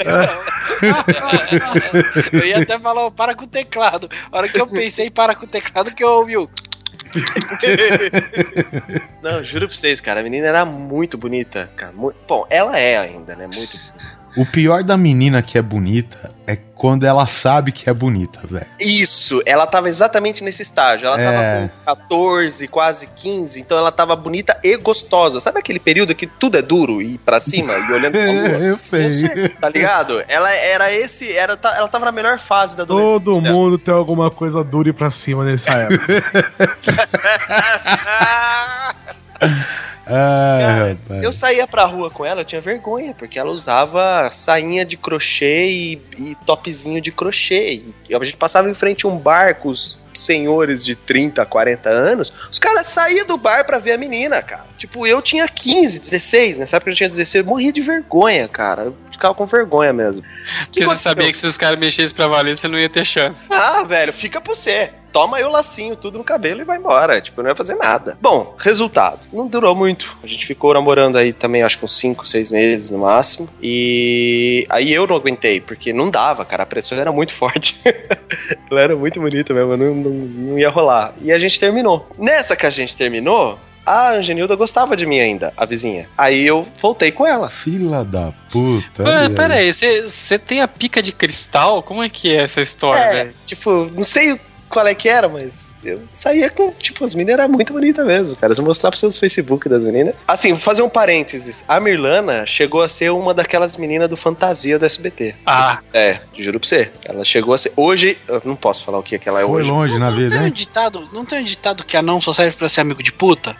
eu não. Eu ia até falar, para com o teclado. A hora que eu pensei, para com o teclado, que eu ouvi o... Não, juro pra vocês, cara, a menina era muito bonita, cara. Muito... Bom, ela é ainda, né? Muito bonita. O pior da menina que é bonita é quando ela sabe que é bonita, velho. Isso, ela tava exatamente nesse estágio. Ela É. tava com catorze, quase quinze, então ela tava bonita e gostosa. Sabe aquele período que tudo é duro e pra cima e olhando pra lua? Eu sei. Tá ligado? Ela era esse, era, ela tava na melhor fase da adolescência. Todo mundo tem alguma coisa dura e pra cima nessa época. Ai, rapaz. Eu saía pra rua com ela, eu tinha vergonha, porque ela usava sainha de crochê e, e topzinho de crochê. E a gente passava em frente a um bar com os senhores de trinta, quarenta anos, os caras saíam do bar pra ver a menina, cara. Tipo, eu tinha quinze, dezesseis, nessa época eu tinha dezesseis, eu morria de vergonha, cara. Eu ficava com vergonha mesmo. Porque você sabia que se os caras mexessem pra valer, você não ia ter chance. Ah, velho, fica pra você. Toma aí o lacinho, tudo no cabelo e vai embora. Tipo, não ia fazer nada. Bom, resultado. Não durou muito. A gente ficou namorando aí também, acho que uns cinco, seis meses no máximo. E aí eu não aguentei, porque não dava, cara. A pressão era muito forte. Ela era muito bonita mesmo, não, não, não ia rolar. E a gente terminou. Nessa que a gente terminou, a Angenilda gostava de mim ainda, a vizinha. Aí eu voltei com ela. Fila da puta. Pera, velho. pera aí, você tem a pica de cristal? Como é que é essa história, É, velho? tipo, não sei qual é que era, mas eu saía com, tipo, as meninas eram muito bonitas mesmo, cara. Eu vou mostrar pros seus Facebook das meninas. Assim, vou fazer um parênteses. A Mirlana chegou a ser uma daquelas meninas do Fantasia do S B T. Ah, É, juro pra você. Ela chegou a ser... Hoje, eu não posso falar o que, é que ela é Foi hoje. longe na Não vida, tem um hein? ditado, não tem um ditado que anão só serve pra ser amigo de puta?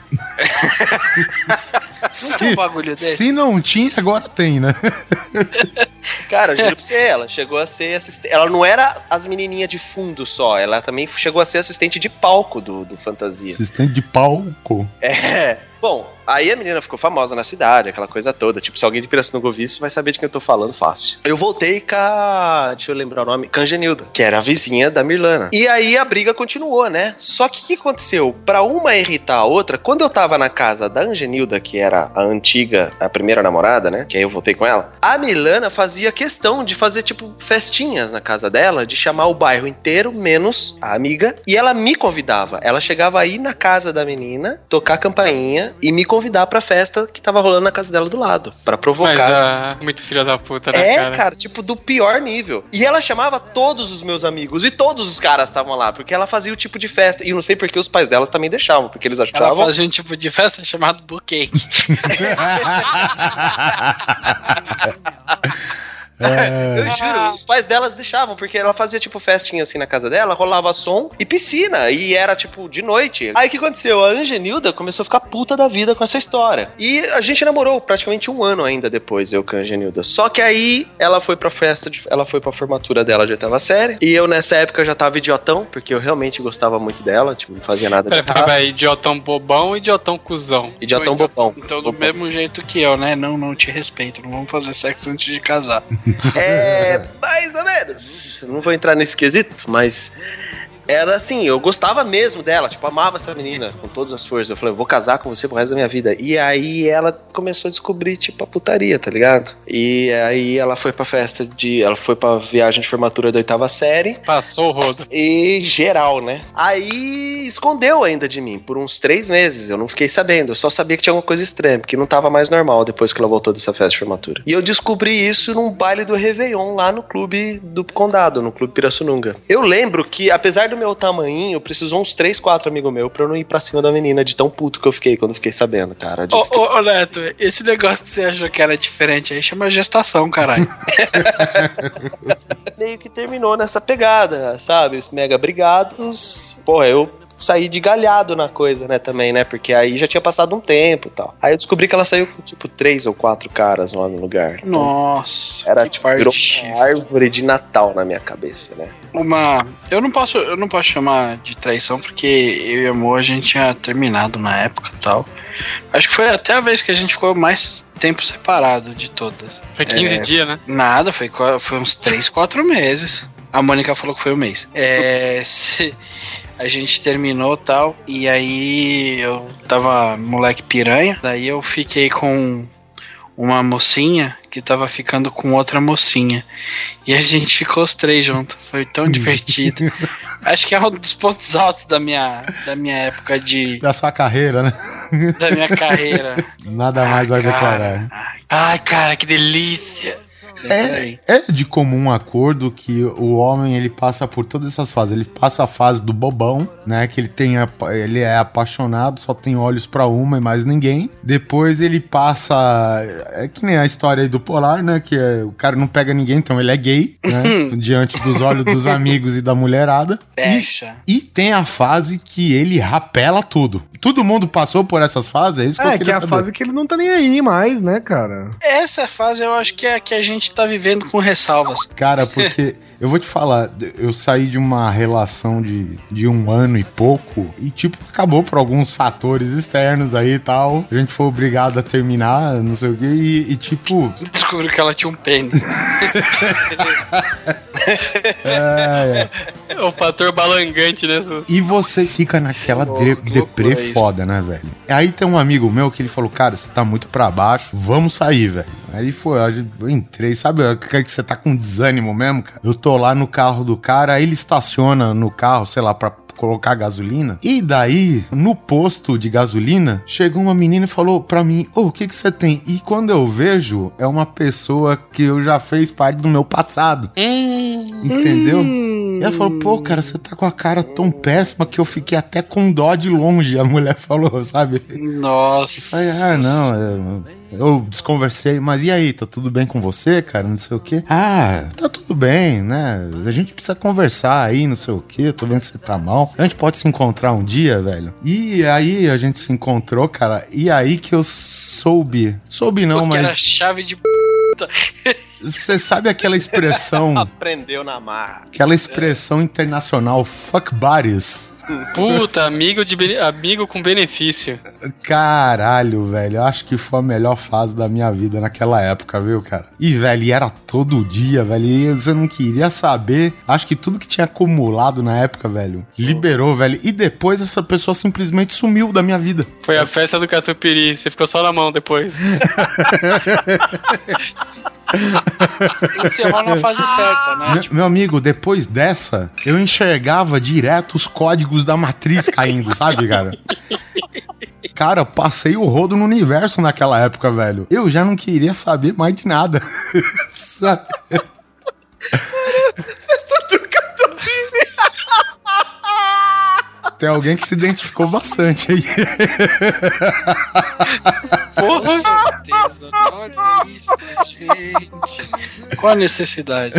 Não tem um bagulho desse? Se não tinha, agora tem, né? Cara, eu juro pra você, ela chegou a ser assistente... Ela não era as menininhas de fundo só, ela também chegou a ser assistente de palco do, do Fantasia. Assistente de palco. É. Bom, aí a menina ficou famosa na cidade, aquela coisa toda. Tipo, se alguém de Pirassununga ouvir isso, vai saber de quem eu tô falando fácil. Eu voltei com a... Deixa eu lembrar o nome. Com a Angenilda, que era a vizinha da Mirlana. E aí a briga continuou, né? Só que o que aconteceu? Pra uma irritar a outra, quando eu tava na casa da Angenilda, que era a antiga, a primeira namorada, né? Que aí eu voltei com ela. A Mirlana fazia questão de fazer, tipo, festinhas na casa dela, de chamar o bairro inteiro, menos a amiga. E ela me convidava. Ela chegava aí na casa da menina, tocar campainha e me convidar pra festa que tava rolando na casa dela do lado, pra provocar. mas ah, muito filha da puta, né, É, cara? cara, tipo, do pior nível. E ela chamava todos os meus amigos, e todos os caras estavam lá, porque ela fazia o tipo de festa. E eu não sei porque os pais delas também deixavam, porque eles Ela achavam... fazia um tipo de festa chamado bucake. É, Eu juro, os pais delas deixavam, porque ela fazia, tipo, festinha assim na casa dela, rolava som e piscina, e era, tipo, de noite. Aí o que aconteceu? A Angenilda começou a ficar puta da vida com essa história. E a gente namorou praticamente um ano ainda depois, eu com a Angenilda. Só que aí ela foi pra festa, de, ela foi pra formatura dela de oitava série, e eu nessa época já tava idiotão, porque eu realmente gostava muito dela, tipo, não fazia nada de Pera, pera, errado. pera, idiotão bobão e idiotão cuzão. Idiotão bobão. Então, do Bobão. mesmo jeito que eu, né? Não, não te respeito. Não vamos fazer sexo antes de casar. É, É, mais ou menos. Não vou entrar nesse quesito, mas era assim, eu gostava mesmo dela, tipo, amava essa menina com todas as forças. Eu falei, eu vou casar com você pro resto da minha vida. E aí ela começou a descobrir, tipo, a putaria, tá ligado? E aí ela foi pra festa de... Ela foi pra viagem de formatura da oitava série. Passou o rodo. E geral, né? Aí escondeu ainda de mim por uns três meses. Eu não fiquei sabendo. Eu só sabia que tinha alguma coisa estranha, porque não tava mais normal depois que ela voltou dessa festa de formatura. E eu descobri isso num baile do Réveillon lá no clube do Condado, no clube Pirassununga. Eu lembro que, apesar do meu tamanhinho, precisou uns três, quatro amigos meus pra eu não ir pra cima da menina de tão puto que eu fiquei quando fiquei sabendo, cara. Ô, ô, ô, Neto, esse negócio que você achou que era diferente aí chama gestação, caralho. Meio que terminou nessa pegada, sabe? Os mega brigados. Porra, eu saí de galhado na coisa, né, também, né? Porque aí já tinha passado um tempo e tal. Aí eu descobri que ela saiu com, tipo, três ou quatro caras lá no lugar. Então, nossa. era, tipo, virou uma árvore de Natal na minha cabeça, né? Uma... Eu não posso, eu não posso chamar de traição, porque eu e a Mo, a gente tinha terminado na época e tal. Acho que foi até a vez que a gente ficou mais tempo separado de todas. Foi quinze é, dias, né? Nada, foi, foi uns três, quatro meses. A Mônica falou que foi um mês. É... Se... A gente terminou e tal, e aí eu tava moleque piranha, daí eu fiquei com uma mocinha que tava ficando com outra mocinha. E a gente ficou os três juntos, foi tão divertido. Acho que é um dos pontos altos da minha, da minha época de... Da sua carreira, né? Da minha carreira. Nada mais a declarar. Ai, ai, cara, que delícia! É, é de comum acordo que o homem ele passa por todas essas fases. Ele passa a fase do bobão, né? Que ele tem ele é apaixonado, só tem olhos pra uma e mais ninguém. Depois ele passa, é que nem a história aí do Polar, né? Que é, o cara não pega ninguém, então ele é gay, né? Diante dos olhos dos amigos e da mulherada. Fecha. E, e tem a fase que ele rapela tudo. Todo mundo passou por essas fases, é isso que é, eu queria que é a saber. fase que ele não tá nem aí mais, né, cara? Essa fase eu acho que é a que a gente tá vivendo com ressalvas. Cara, porque eu vou te falar, eu saí de uma relação de, de um ano e pouco e, tipo, acabou por alguns fatores externos aí e tal. A gente foi obrigado a terminar, não sei o quê, e, e tipo... Descobriu que ela tinha um pênis. é, é. O fator balangante, né? E você fica naquela de, deprê foda, né, velho? Aí tem um amigo meu que ele falou, cara, você tá muito pra baixo, vamos sair, velho. Aí foi, eu entrei, sabe, que você tá com desânimo mesmo, cara? Eu tô lá no carro do cara, aí ele estaciona no carro, sei lá, pra colocar gasolina. E daí, no posto de gasolina, chegou uma menina e falou pra mim, ô, oh, o que que você tem? E quando eu vejo, é uma pessoa que eu já fez parte do meu passado. Hum, entendeu? Hum. E ela falou, pô, cara, você tá com a cara tão péssima que eu fiquei até com dó de longe, a mulher falou, sabe? Nossa. Eu falei, ah, não, eu, eu desconversei, mas e aí, tá tudo bem com você, cara, não sei o quê? Ah, tá tudo bem, né? A gente precisa conversar aí, não sei o quê, tô vendo que você tá mal. A gente pode se encontrar um dia, velho? E aí a gente se encontrou, cara, e aí que eu soube, soube não, Porque mas... era chave de p... Você sabe aquela expressão... Aprendeu na marra. Aquela expressão internacional, fuck buddies. Puta, amigo, de bene... amigo com benefício. Caralho, velho. Eu acho que foi a melhor fase da minha vida naquela época, viu, cara? E, velho, e era todo dia, velho. E você não queria saber. Acho que tudo que tinha acumulado na época, velho, liberou, velho. E depois essa pessoa simplesmente sumiu da minha vida. Foi a festa do Catupiry. Você ficou só na mão depois. Encerrou na fase certa, né? Meu, Tipo... meu amigo, depois dessa, eu enxergava direto os códigos da matriz caindo, sabe, cara? Cara, passei o rodo no universo naquela época, velho. Eu já não queria saber mais de nada. Sabe? Festa do Catupiry. Tem alguém que se identificou bastante aí. Porra! Certeza. Olha isso, gente. Qual a necessidade?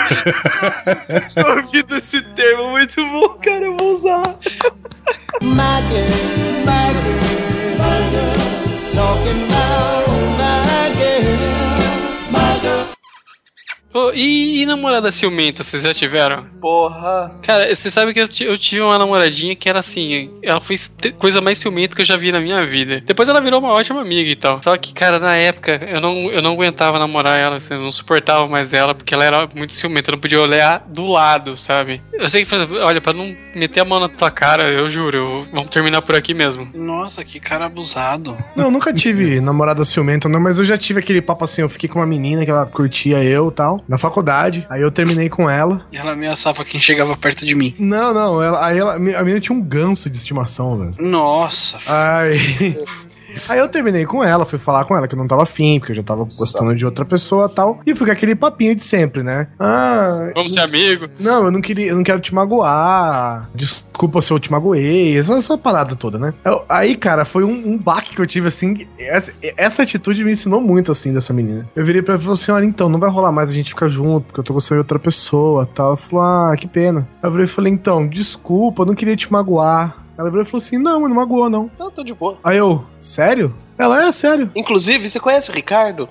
Eu ouvi desse termo muito bom, cara. Eu vou usar. My girl, my girl, my girl, talking about my girl, my girl. Ô, e, e namorada ciumenta, vocês já tiveram? Porra. Cara, você sabe que eu, t- eu tive uma namoradinha que era assim, ela foi a coisa mais ciumenta que eu já vi na minha vida. Depois ela virou uma ótima amiga e tal. Só que, cara, na época, eu não, eu não aguentava namorar ela, assim, eu não suportava mais ela, porque ela era muito ciumenta, eu não podia olhar do lado, sabe? Eu sei que, olha, pra não meter a mão na tua cara, eu juro, eu, vamos terminar por aqui mesmo. Nossa, que cara abusado. Não, eu nunca tive namorada ciumenta, não, mas eu já tive aquele papo assim, eu fiquei com uma menina que ela curtia eu e tal, na faculdade, aí eu terminei com ela. E ela ameaçava quem chegava perto de mim. Não, não, ela, aí ela, a menina tinha um ganso de estimação, velho. Nossa. Aí... Aí eu terminei com ela, fui falar com ela que eu não tava afim, porque eu já tava gostando de outra pessoa e tal. E fui com aquele papinho de sempre, né? Ah. Vamos ser amigos. Não, eu não queria, eu não quero te magoar. Desculpa se eu te magoei. Essa, essa parada toda, né? Eu, aí, cara, foi um, um baque que eu tive, assim. Essa, essa atitude me ensinou muito, assim, dessa menina. Eu virei pra ela e falei assim: olha, então, não vai rolar mais a gente ficar junto, porque eu tô gostando de outra pessoa e tal. Ela falou: ah, que pena. Aí eu virei e falei: então, desculpa, eu não queria te magoar. Ela virou e falou assim: não, mas não magoou, não. Não, tô de boa. Aí eu, sério? Ela, é sério. Inclusive, você conhece o Ricardo?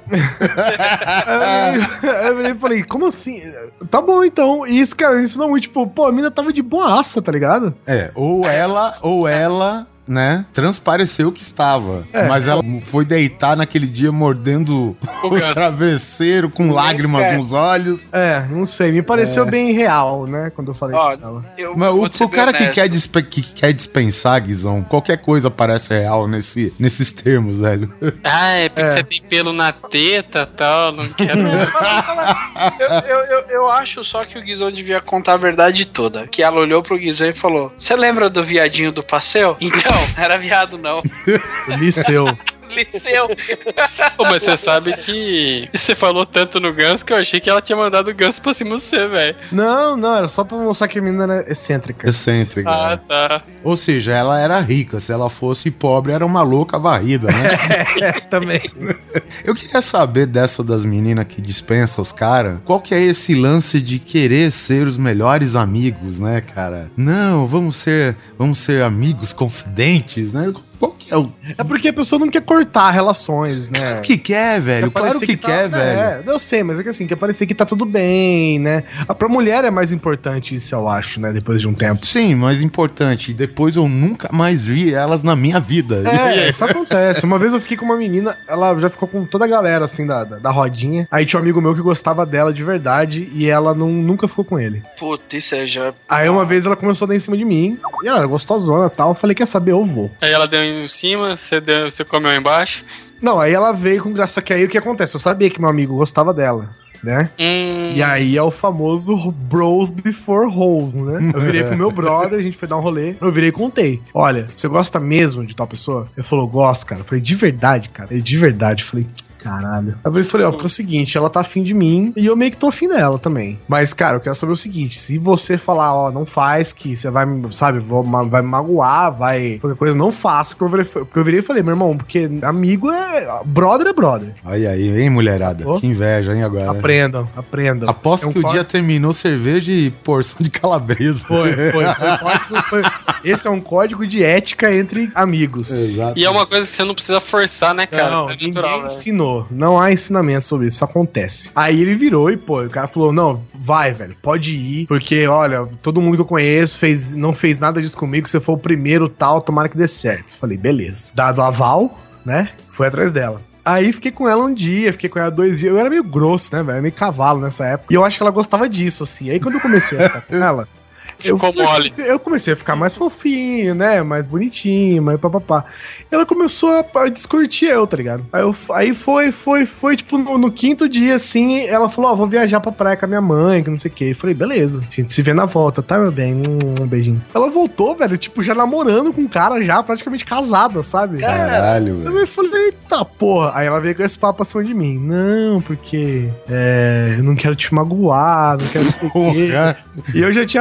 Aí eu virei e falei: como assim? Tá bom, então. E isso, cara, isso não é muito, tipo, pô, a mina tava de boaça, tá ligado? É, ou ela, ou ela... né, transpareceu que estava. É. Mas ela foi deitar naquele dia mordendo o, o travesseiro com lágrimas é. nos olhos. É, não sei, me pareceu É. bem real, né, quando eu falei Ó, com ela. eu Mas vou o, ser o cara que honesto. quer, dispe- que quer dispensar, Guizão, qualquer coisa parece real nesse, nesses termos, velho. Ah, é porque É. você tem pelo na teta e tal, não quero... eu, eu, eu, eu acho só que o Guizão devia contar a verdade toda. Que ela olhou pro Guizão e falou: você lembra do viadinho do passeio? Então, era viado não. Liceu. Liceu. Pô, mas você sabe que você falou tanto no Ganso que eu achei que ela tinha mandado o Ganso pra cima de você, velho. Não, não, era só pra mostrar que a menina era excêntrica. Excêntrica. Ah, né? tá. Ou seja, ela era rica. Se ela fosse pobre, era uma louca varrida, né? É, também. Eu queria saber dessa das meninas que dispensa os caras, qual que é esse lance de querer ser os melhores amigos, né, cara? Não, vamos ser, vamos ser amigos confidentes, né? Qual que é o... É porque a pessoa não quer cortar relações, né? O que quer, velho? Quer Claro parecer que, tá- quer, velho. É, eu sei, mas é que assim, quer parecer que tá tudo bem, né? Ah, pra mulher é mais importante isso, eu acho, né? Depois de um tempo. Sim, mas importante, depois eu nunca mais vi elas na minha vida. É, isso acontece. Uma vez eu fiquei com uma menina, ela já ficou com toda a galera, assim, da, da, da rodinha. Aí tinha um amigo meu que gostava dela de verdade e ela não, nunca ficou com ele. Puta, isso é já... Aí uma vez ela começou a dar em cima de mim, e ela era gostosona e tal. Eu falei: quer saber, eu vou. Aí ela deu em cima, você, deu, você comeu embaixo. Não, aí ela veio com graça. Só que aí o que acontece? Eu sabia que meu amigo gostava dela, né? Hum, E aí é o famoso bros before hoes, né? Eu virei pro meu brother, a gente foi dar um rolê. Eu virei e contei: olha, você gosta mesmo de tal pessoa? Ele falou: gosto, cara. Eu falei: de verdade, cara? Ele: de verdade. Eu falei: caralho. Aí eu falei: ó, porque é o seguinte, ela tá afim de mim e eu meio que tô afim dela também. Mas, cara, eu quero saber o seguinte: se você falar, ó, não faz, que você vai, sabe, vou, vai me magoar, vai. Qualquer coisa, não faça. Porque eu virei, porque eu virei e falei: meu irmão, porque amigo é. Brother é brother. Aí, aí, hein, mulherada? Oh. Que inveja, hein, agora? Aprendam, aprendam. Aposto É um que o código- dia terminou cerveja e porção de calabresa. Foi, foi, foi, código- foi. Esse é um código de ética entre amigos. Exato. E é uma coisa que você não precisa forçar, né, cara? Não, Isso é ninguém natural, né? ensinou. Não há ensinamento sobre isso, isso acontece. Aí ele virou e, pô, o cara falou: não, vai, velho, pode ir, porque, olha, todo mundo que eu conheço fez, não fez nada disso comigo, você foi o primeiro tal, tomara que dê certo. Falei: beleza. Dado o aval, né, fui atrás dela. Aí fiquei com ela um dia, fiquei com ela dois dias. Eu era meio grosso, né, velho? Meio cavalo nessa época. E eu acho que ela gostava disso, assim. Aí quando eu comecei a ficar com ela, eu, Ficou mole. eu comecei a ficar mais fofinho, né? Mais bonitinho, mais papapá. Ela começou a, a descurtir eu, tá ligado? Aí, eu, aí foi, foi, foi, tipo, no, no quinto dia, assim, ela falou: ó, oh, vou viajar pra praia com a minha mãe, que não sei o quê. Eu falei: beleza, a gente se vê na volta, tá, meu bem? Um, um beijinho. Ela voltou, velho, tipo, já namorando com um cara já praticamente casada, sabe? Caralho, velho. Eu falei: eita porra. Aí ela veio com esse papo acima de mim: não, porque é, eu não quero te magoar, não quero não sei o quê. E eu já tinha aprendido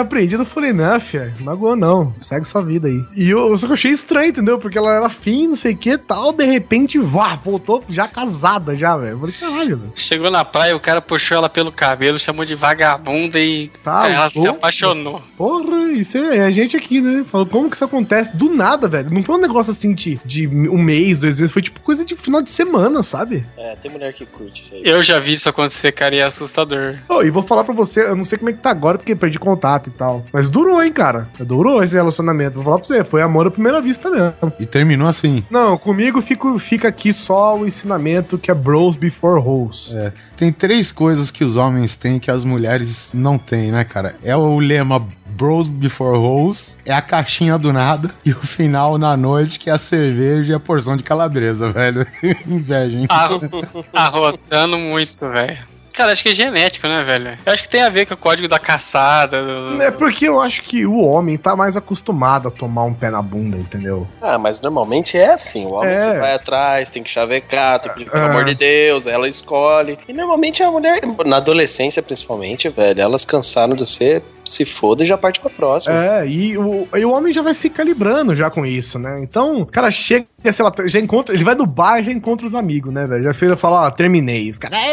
eu falei, não, fia, magoou não, segue sua vida aí. E eu, só que eu achei estranho, entendeu? Porque ela era fim, não sei o que tal, de repente, vá, voltou já casada já, velho. Eu falei, caralho, velho. Chegou na praia, o cara puxou ela pelo cabelo, chamou de vagabunda e Tá, ela pô, se apaixonou. Porra, isso é, é a gente aqui, né? Falou, como que isso acontece? Do nada, velho. Não foi um negócio assim de, de um mês, dois meses, foi tipo coisa de final de semana, sabe? É, tem mulher que curte isso aí. Eu já vi isso acontecer, cara, e é assustador. Oh, e vou falar pra você, eu não sei como é que tá agora, porque perdi contato e tal. Mas durou, hein, cara? Durou esse relacionamento. Vou falar pra você, foi amor à primeira vista mesmo. E terminou assim. Não, comigo fico, fica aqui só o ensinamento que é bros before hoes. É, tem três coisas que os homens têm que as mulheres não têm, né, cara? É o lema Bros Before Hoes, é a caixinha do nada e o final na noite, que é a cerveja e a porção de calabresa, velho. Inveja, hein? Arro- Arrotando muito, velho. Cara, acho que é genético, né, velho? Eu acho que tem a ver com o código da caçada. Do... É porque eu acho que o homem tá mais acostumado a tomar um pé na bunda, entendeu? Ah, mas normalmente é assim. O homem É. que vai atrás, tem que chavecar, tem que pedir, pelo É. amor de Deus, ela escolhe. E normalmente a mulher, na adolescência principalmente, velho, elas cansaram de você, se foda e já parte pra próxima. É, e o, e o homem já vai se calibrando já com isso, né? Então, o cara chega, sei lá, já encontra, ele vai no bar e já encontra os amigos, né, velho? Já fez, fala, ó, terminei. Os caras,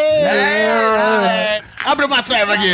É, abre uma serva aqui.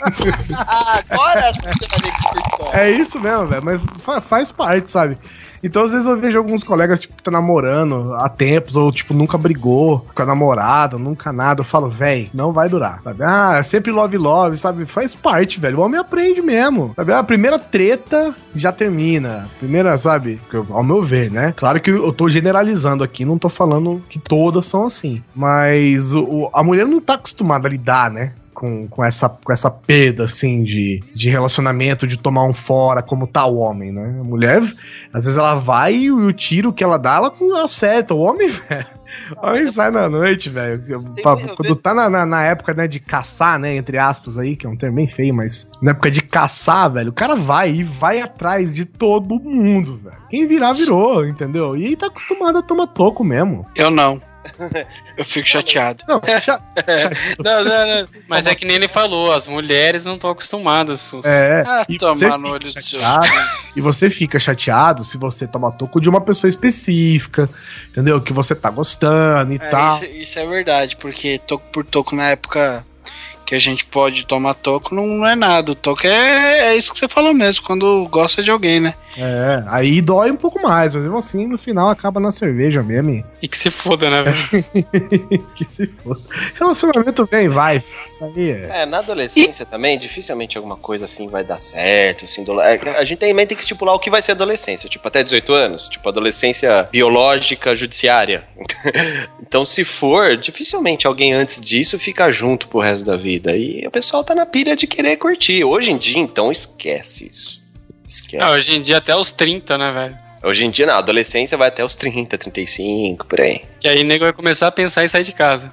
Agora você vai ver que tem é isso mesmo, velho, mas fa- faz parte, sabe? Então, às vezes eu vejo alguns colegas, tipo, que tá namorando há tempos, ou, tipo, nunca brigou com a namorada, nunca nada. Eu falo, velho, não vai durar, sabe? Ah, é sempre love, love, sabe? Faz parte, velho. O homem aprende mesmo, sabe? A primeira treta já termina. Primeira, sabe? Ao meu ver, né? Claro que eu tô generalizando aqui, não tô falando que todas são assim. Mas o, o- a mulher não tá acostumada a lidar, né? Com, com, essa, com essa perda, assim, de, de relacionamento, de tomar um fora, como tá o homem, né? A mulher, às vezes ela vai e o, o tiro que ela dá, ela acerta. O homem, velho, o homem sai na noite, velho. Pa- Quando tá na, na, na época, né, de caçar, né, entre aspas aí, que é um termo bem feio, mas na época de caçar, velho, o cara vai e vai atrás de todo mundo, velho. Quem virar, virou, entendeu? E tá acostumado a tomar toco mesmo. Eu não. Eu fico chateado. Não, cha- cha- Não, não, não. Mas é que nem ele falou, as mulheres não estão acostumadas. Sus. É, Ah, e tomar você no fica olho do seu. chateado, e você fica chateado se você toma toco de uma pessoa específica, entendeu? Que você tá gostando e É, tal. isso, isso é verdade, porque toco por toco na época que a gente pode tomar toco não, não é nada. O toco é, é isso que você falou mesmo, quando gosta de alguém, né? É, aí dói um pouco mais, mas mesmo assim, no final acaba na cerveja mesmo. e- E que se foda, né, velho? que se foda. Relacionamento vem e vai, filho. Isso aí é. É, na adolescência também, dificilmente alguma coisa assim vai dar certo, assim, do- é, a gente também tem que estipular o que vai ser adolescência, tipo, até dezoito anos, tipo, adolescência biológica, judiciária. Então, se for, dificilmente alguém antes disso fica junto pro resto da vida, e o pessoal tá na pilha de querer curtir. Hoje em dia, então, esquece isso. Esquece. Ah, hoje em dia até os trinta, né, velho? Hoje em dia, não, a adolescência vai até os trinta, trinta e cinco, por aí. E aí o nego vai começar a pensar em sair de casa.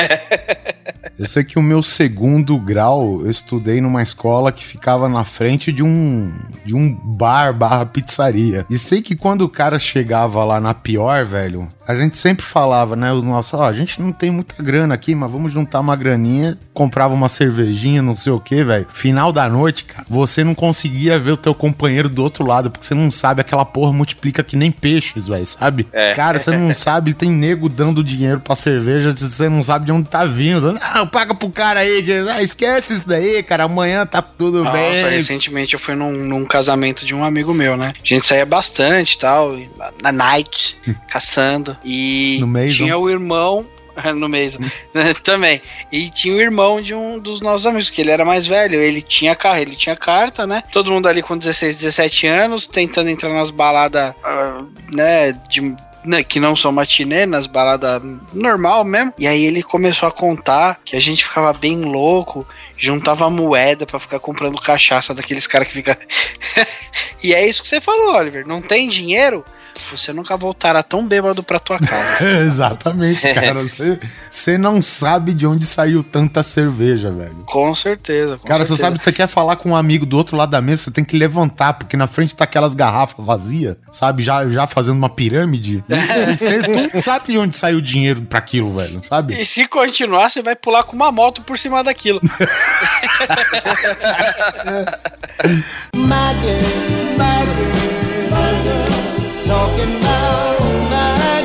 Eu sei que o meu segundo grau, eu estudei numa escola que ficava na frente de um de um bar barra pizzaria. E sei que quando o cara chegava lá na pior, velho, a gente sempre falava, né, os nossos, ó, a gente não tem muita grana aqui, mas vamos juntar uma graninha, comprava uma cervejinha, não sei o que, velho. Final da noite, cara, você não conseguia ver o teu companheiro do outro lado, porque você não sabe, aquela porra multiplica que nem peixes, velho, sabe? É. Cara, você não sabe, tem nego dando dinheiro pra cerveja, você não sabe de onde tá vindo. Não, paga pro cara aí, que, ah, esquece isso daí, cara, amanhã tá tudo Nossa, bem. recentemente eu fui num, num casamento de um amigo meu, né? A gente saía bastante e tal, e na- na night, caçando. E No mês, tinha não? o irmão. No mês também. E tinha o irmão de um dos nossos amigos, que ele era mais velho. Ele tinha carro, ele tinha carta, né? Todo mundo ali com dezesseis, dezessete anos, tentando entrar nas baladas, ah, né? De. Né, que não são matinê, nas baladas normal mesmo. E aí ele começou a contar que a gente ficava bem louco, juntava moeda pra ficar comprando cachaça daqueles caras que fica. E é isso que você falou, Oliver. Não tem dinheiro? Você nunca voltará tão bêbado pra tua casa. Exatamente, cara. Você, você não sabe de onde saiu tanta cerveja, velho. Com certeza. Com Cara, você certeza. sabe, você quer falar com um amigo do outro lado da mesa, você tem que levantar, porque na frente tá aquelas garrafas vazias, sabe? Já, já fazendo uma pirâmide. E você tu não sabe de onde saiu o dinheiro pra aquilo, velho, sabe? E se continuar, você vai pular com uma moto por cima daquilo. my girl, my girl, my girl, talking about my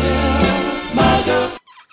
girl, my girl.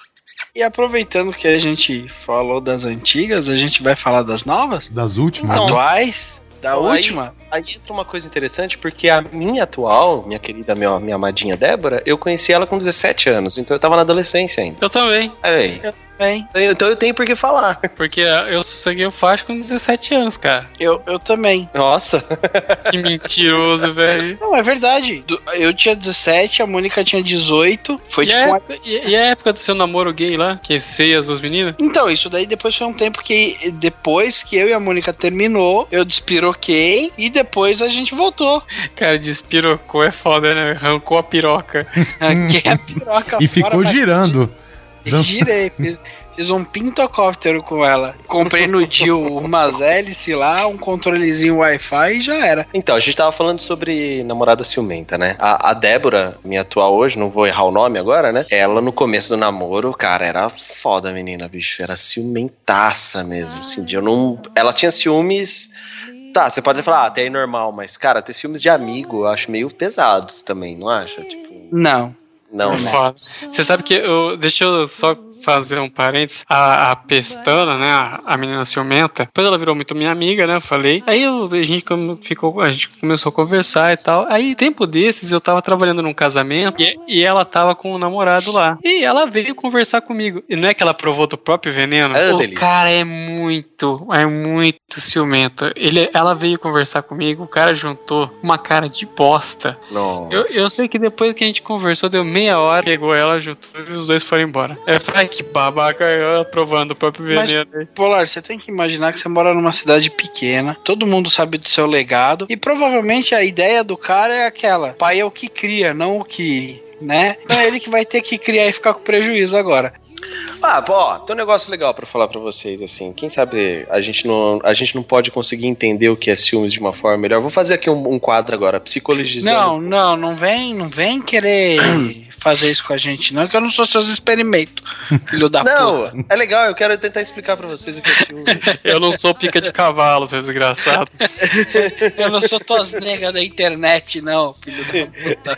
E aproveitando que a gente falou das antigas, a gente vai falar das novas? Das últimas. Então, atuais? Da Aí- última? Aí entra uma coisa interessante, porque a minha atual, minha querida, minha, minha amadinha Débora, eu conheci ela com dezessete anos, então eu tava na adolescência ainda. Eu também, Olha aí. Bem, Então, então eu tenho por que falar. porque eu sosseguei o faixa com dezessete anos, cara. eu, eu também. Nossa. Que mentiroso, velho. Não, é verdade. Do- Eu tinha dezessete, a Mônica tinha dezoito. Foi E tipo a, uma... época, e, e a época do seu namoro gay lá, que ceia as duas meninas? Então, isso daí depois foi um tempo que depois que eu e a Mônica terminou, eu despiroquei e depois a gente voltou. Cara, despirocou é foda, né? Arrancou a piroca. Aqui é a piroca E fora, ficou mas- girando. Girei, fiz, fiz um pintocóptero com ela. Comprei no Dio umas hélices lá, um controlezinho Wi-Fi e já era. Então, a gente tava falando sobre namorada ciumenta, né? A, a Débora, minha atual hoje, não vou errar o nome agora, né? Ela, no começo do namoro, cara, era foda a menina, bicho. Era ciumentaça mesmo, assim. de Eu não... Ela tinha ciúmes... Tá, você pode falar, ah, até aí normal, mas, cara, ter ciúmes de amigo eu acho meio pesado também, não acha? Tipo, Não. não, né? Foda. Você sabe que eu. Deixa eu só fazer um parênteses. A, a Pestana, né? A, a menina ciumenta. Depois ela virou muito minha amiga, né? Eu falei. Aí eu, a, gente come- ficou, a gente começou a conversar e tal. Aí, tempo desses, eu tava trabalhando num casamento e, e ela tava com o namorado lá. E ela veio conversar comigo. E não é que ela provou do próprio veneno? Ah, o delícia. cara é muito, é muito ciumento. Ele, ela veio conversar comigo, o cara juntou uma cara de bosta. Nossa. Eu, eu sei que depois que a gente conversou, deu meia hora, pegou ela, juntou e os dois foram embora. Eu falei, ai, que babaca, eu provando o próprio Mas- veneno. aí. Polar, você tem que imaginar que você mora numa cidade pequena, todo mundo sabe do seu legado, e provavelmente a ideia do cara é aquela: pai é o que cria, não o que, né? Então é ele que vai ter que criar e ficar com prejuízo agora. Ah, pô, ó, tem um negócio legal pra falar pra vocês, assim. Quem sabe a gente não, a gente não pode conseguir entender o que é ciúmes de uma forma melhor. Vou fazer aqui um, um quadro agora, psicologizando. Não, não, não vem, não vem querer fazer isso com a gente, não, que eu não sou seus experimentos, filho da Não, puta. é legal, eu quero tentar explicar pra vocês o que é ciúmes. Eu não sou pica de cavalo, seu desgraçado. Eu não sou tuas negas da internet, não, filho da puta.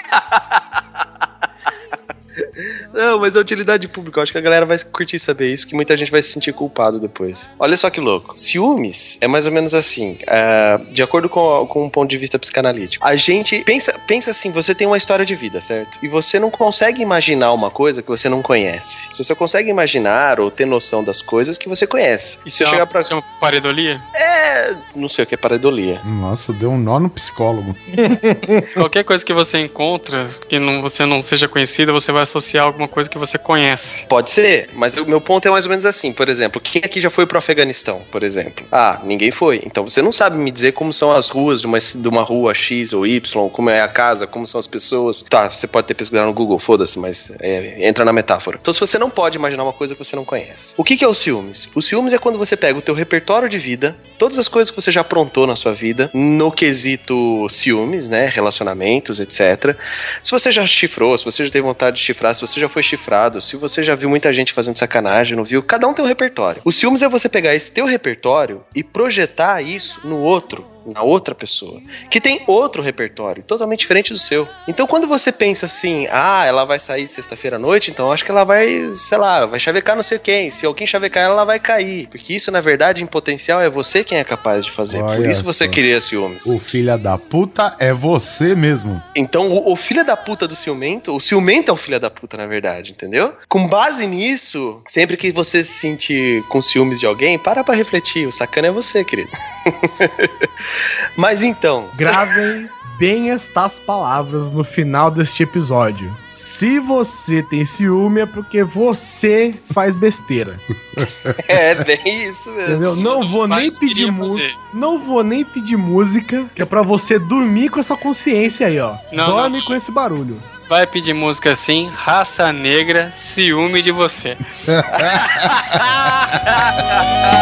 Não, mas é utilidade pública. Eu acho que a galera vai curtir saber isso, que muita gente vai se sentir culpado depois. Olha só que louco. Ciúmes é mais ou menos assim, é, de acordo com, com um ponto de vista psicanalítico. A gente pensa, pensa assim, você tem uma história de vida, certo? E você não consegue imaginar uma coisa que você não conhece. Você só consegue imaginar ou ter noção das coisas que você conhece. E se Isso eu é chegar uma, pra... isso é uma pareidolia? É... Não sei o que é pareidolia. Nossa, deu um nó no psicólogo. Qualquer coisa que você encontra, que não, você não seja conhecida, você vai associar alguma coisa que você conhece. Pode ser, mas o meu ponto é mais ou menos assim. Por exemplo, quem aqui já foi pro Afeganistão, por exemplo? Ah, ninguém foi. Então você não sabe me dizer como são as ruas de uma, de uma rua X ou Y, como é a casa, como são as pessoas. Tá, você pode ter pesquisado no Google, foda-se, mas é, entra na metáfora. Então se você não pode imaginar uma coisa que você não conhece. O que, que é o ciúmes? O ciúmes é quando você pega o teu repertório de vida, todas as coisas que você já aprontou na sua vida, no quesito ciúmes, né, relacionamentos, etcétera. Se você já chifrou, se você já teve vontade de chifrar, se você já foi chifrado, se você já viu muita gente fazendo sacanagem, não viu? Cada um tem um repertório. O ciúmes é você pegar esse teu repertório e projetar isso no outro, na outra pessoa, que tem outro repertório, totalmente diferente do seu. Então quando você pensa assim, ah, ela vai sair sexta-feira à noite, então acho que ela vai, sei lá, vai chavecar não sei quem, se alguém chavecar ela, ela vai cair, porque isso na verdade em potencial é você quem é capaz de fazer. Por Olha isso você só. cria ciúmes. O filho da puta é você mesmo. Então, o, o filho da puta do ciumento, o ciumento é o filho da puta, na verdade, entendeu? Com base nisso, sempre que você se sentir com ciúmes de alguém, para pra refletir. O sacana é você, querido. Mas então... Gravem bem estas palavras no final deste episódio. Se você tem ciúme é porque você faz besteira. É bem isso mesmo. Entendeu? Não vou nem Mas pedir queria música. fazer. Não vou nem pedir música, que é pra você dormir com essa consciência aí, ó. Não, Dorme não. com esse barulho. Vai pedir música assim, raça negra, ciúme de você.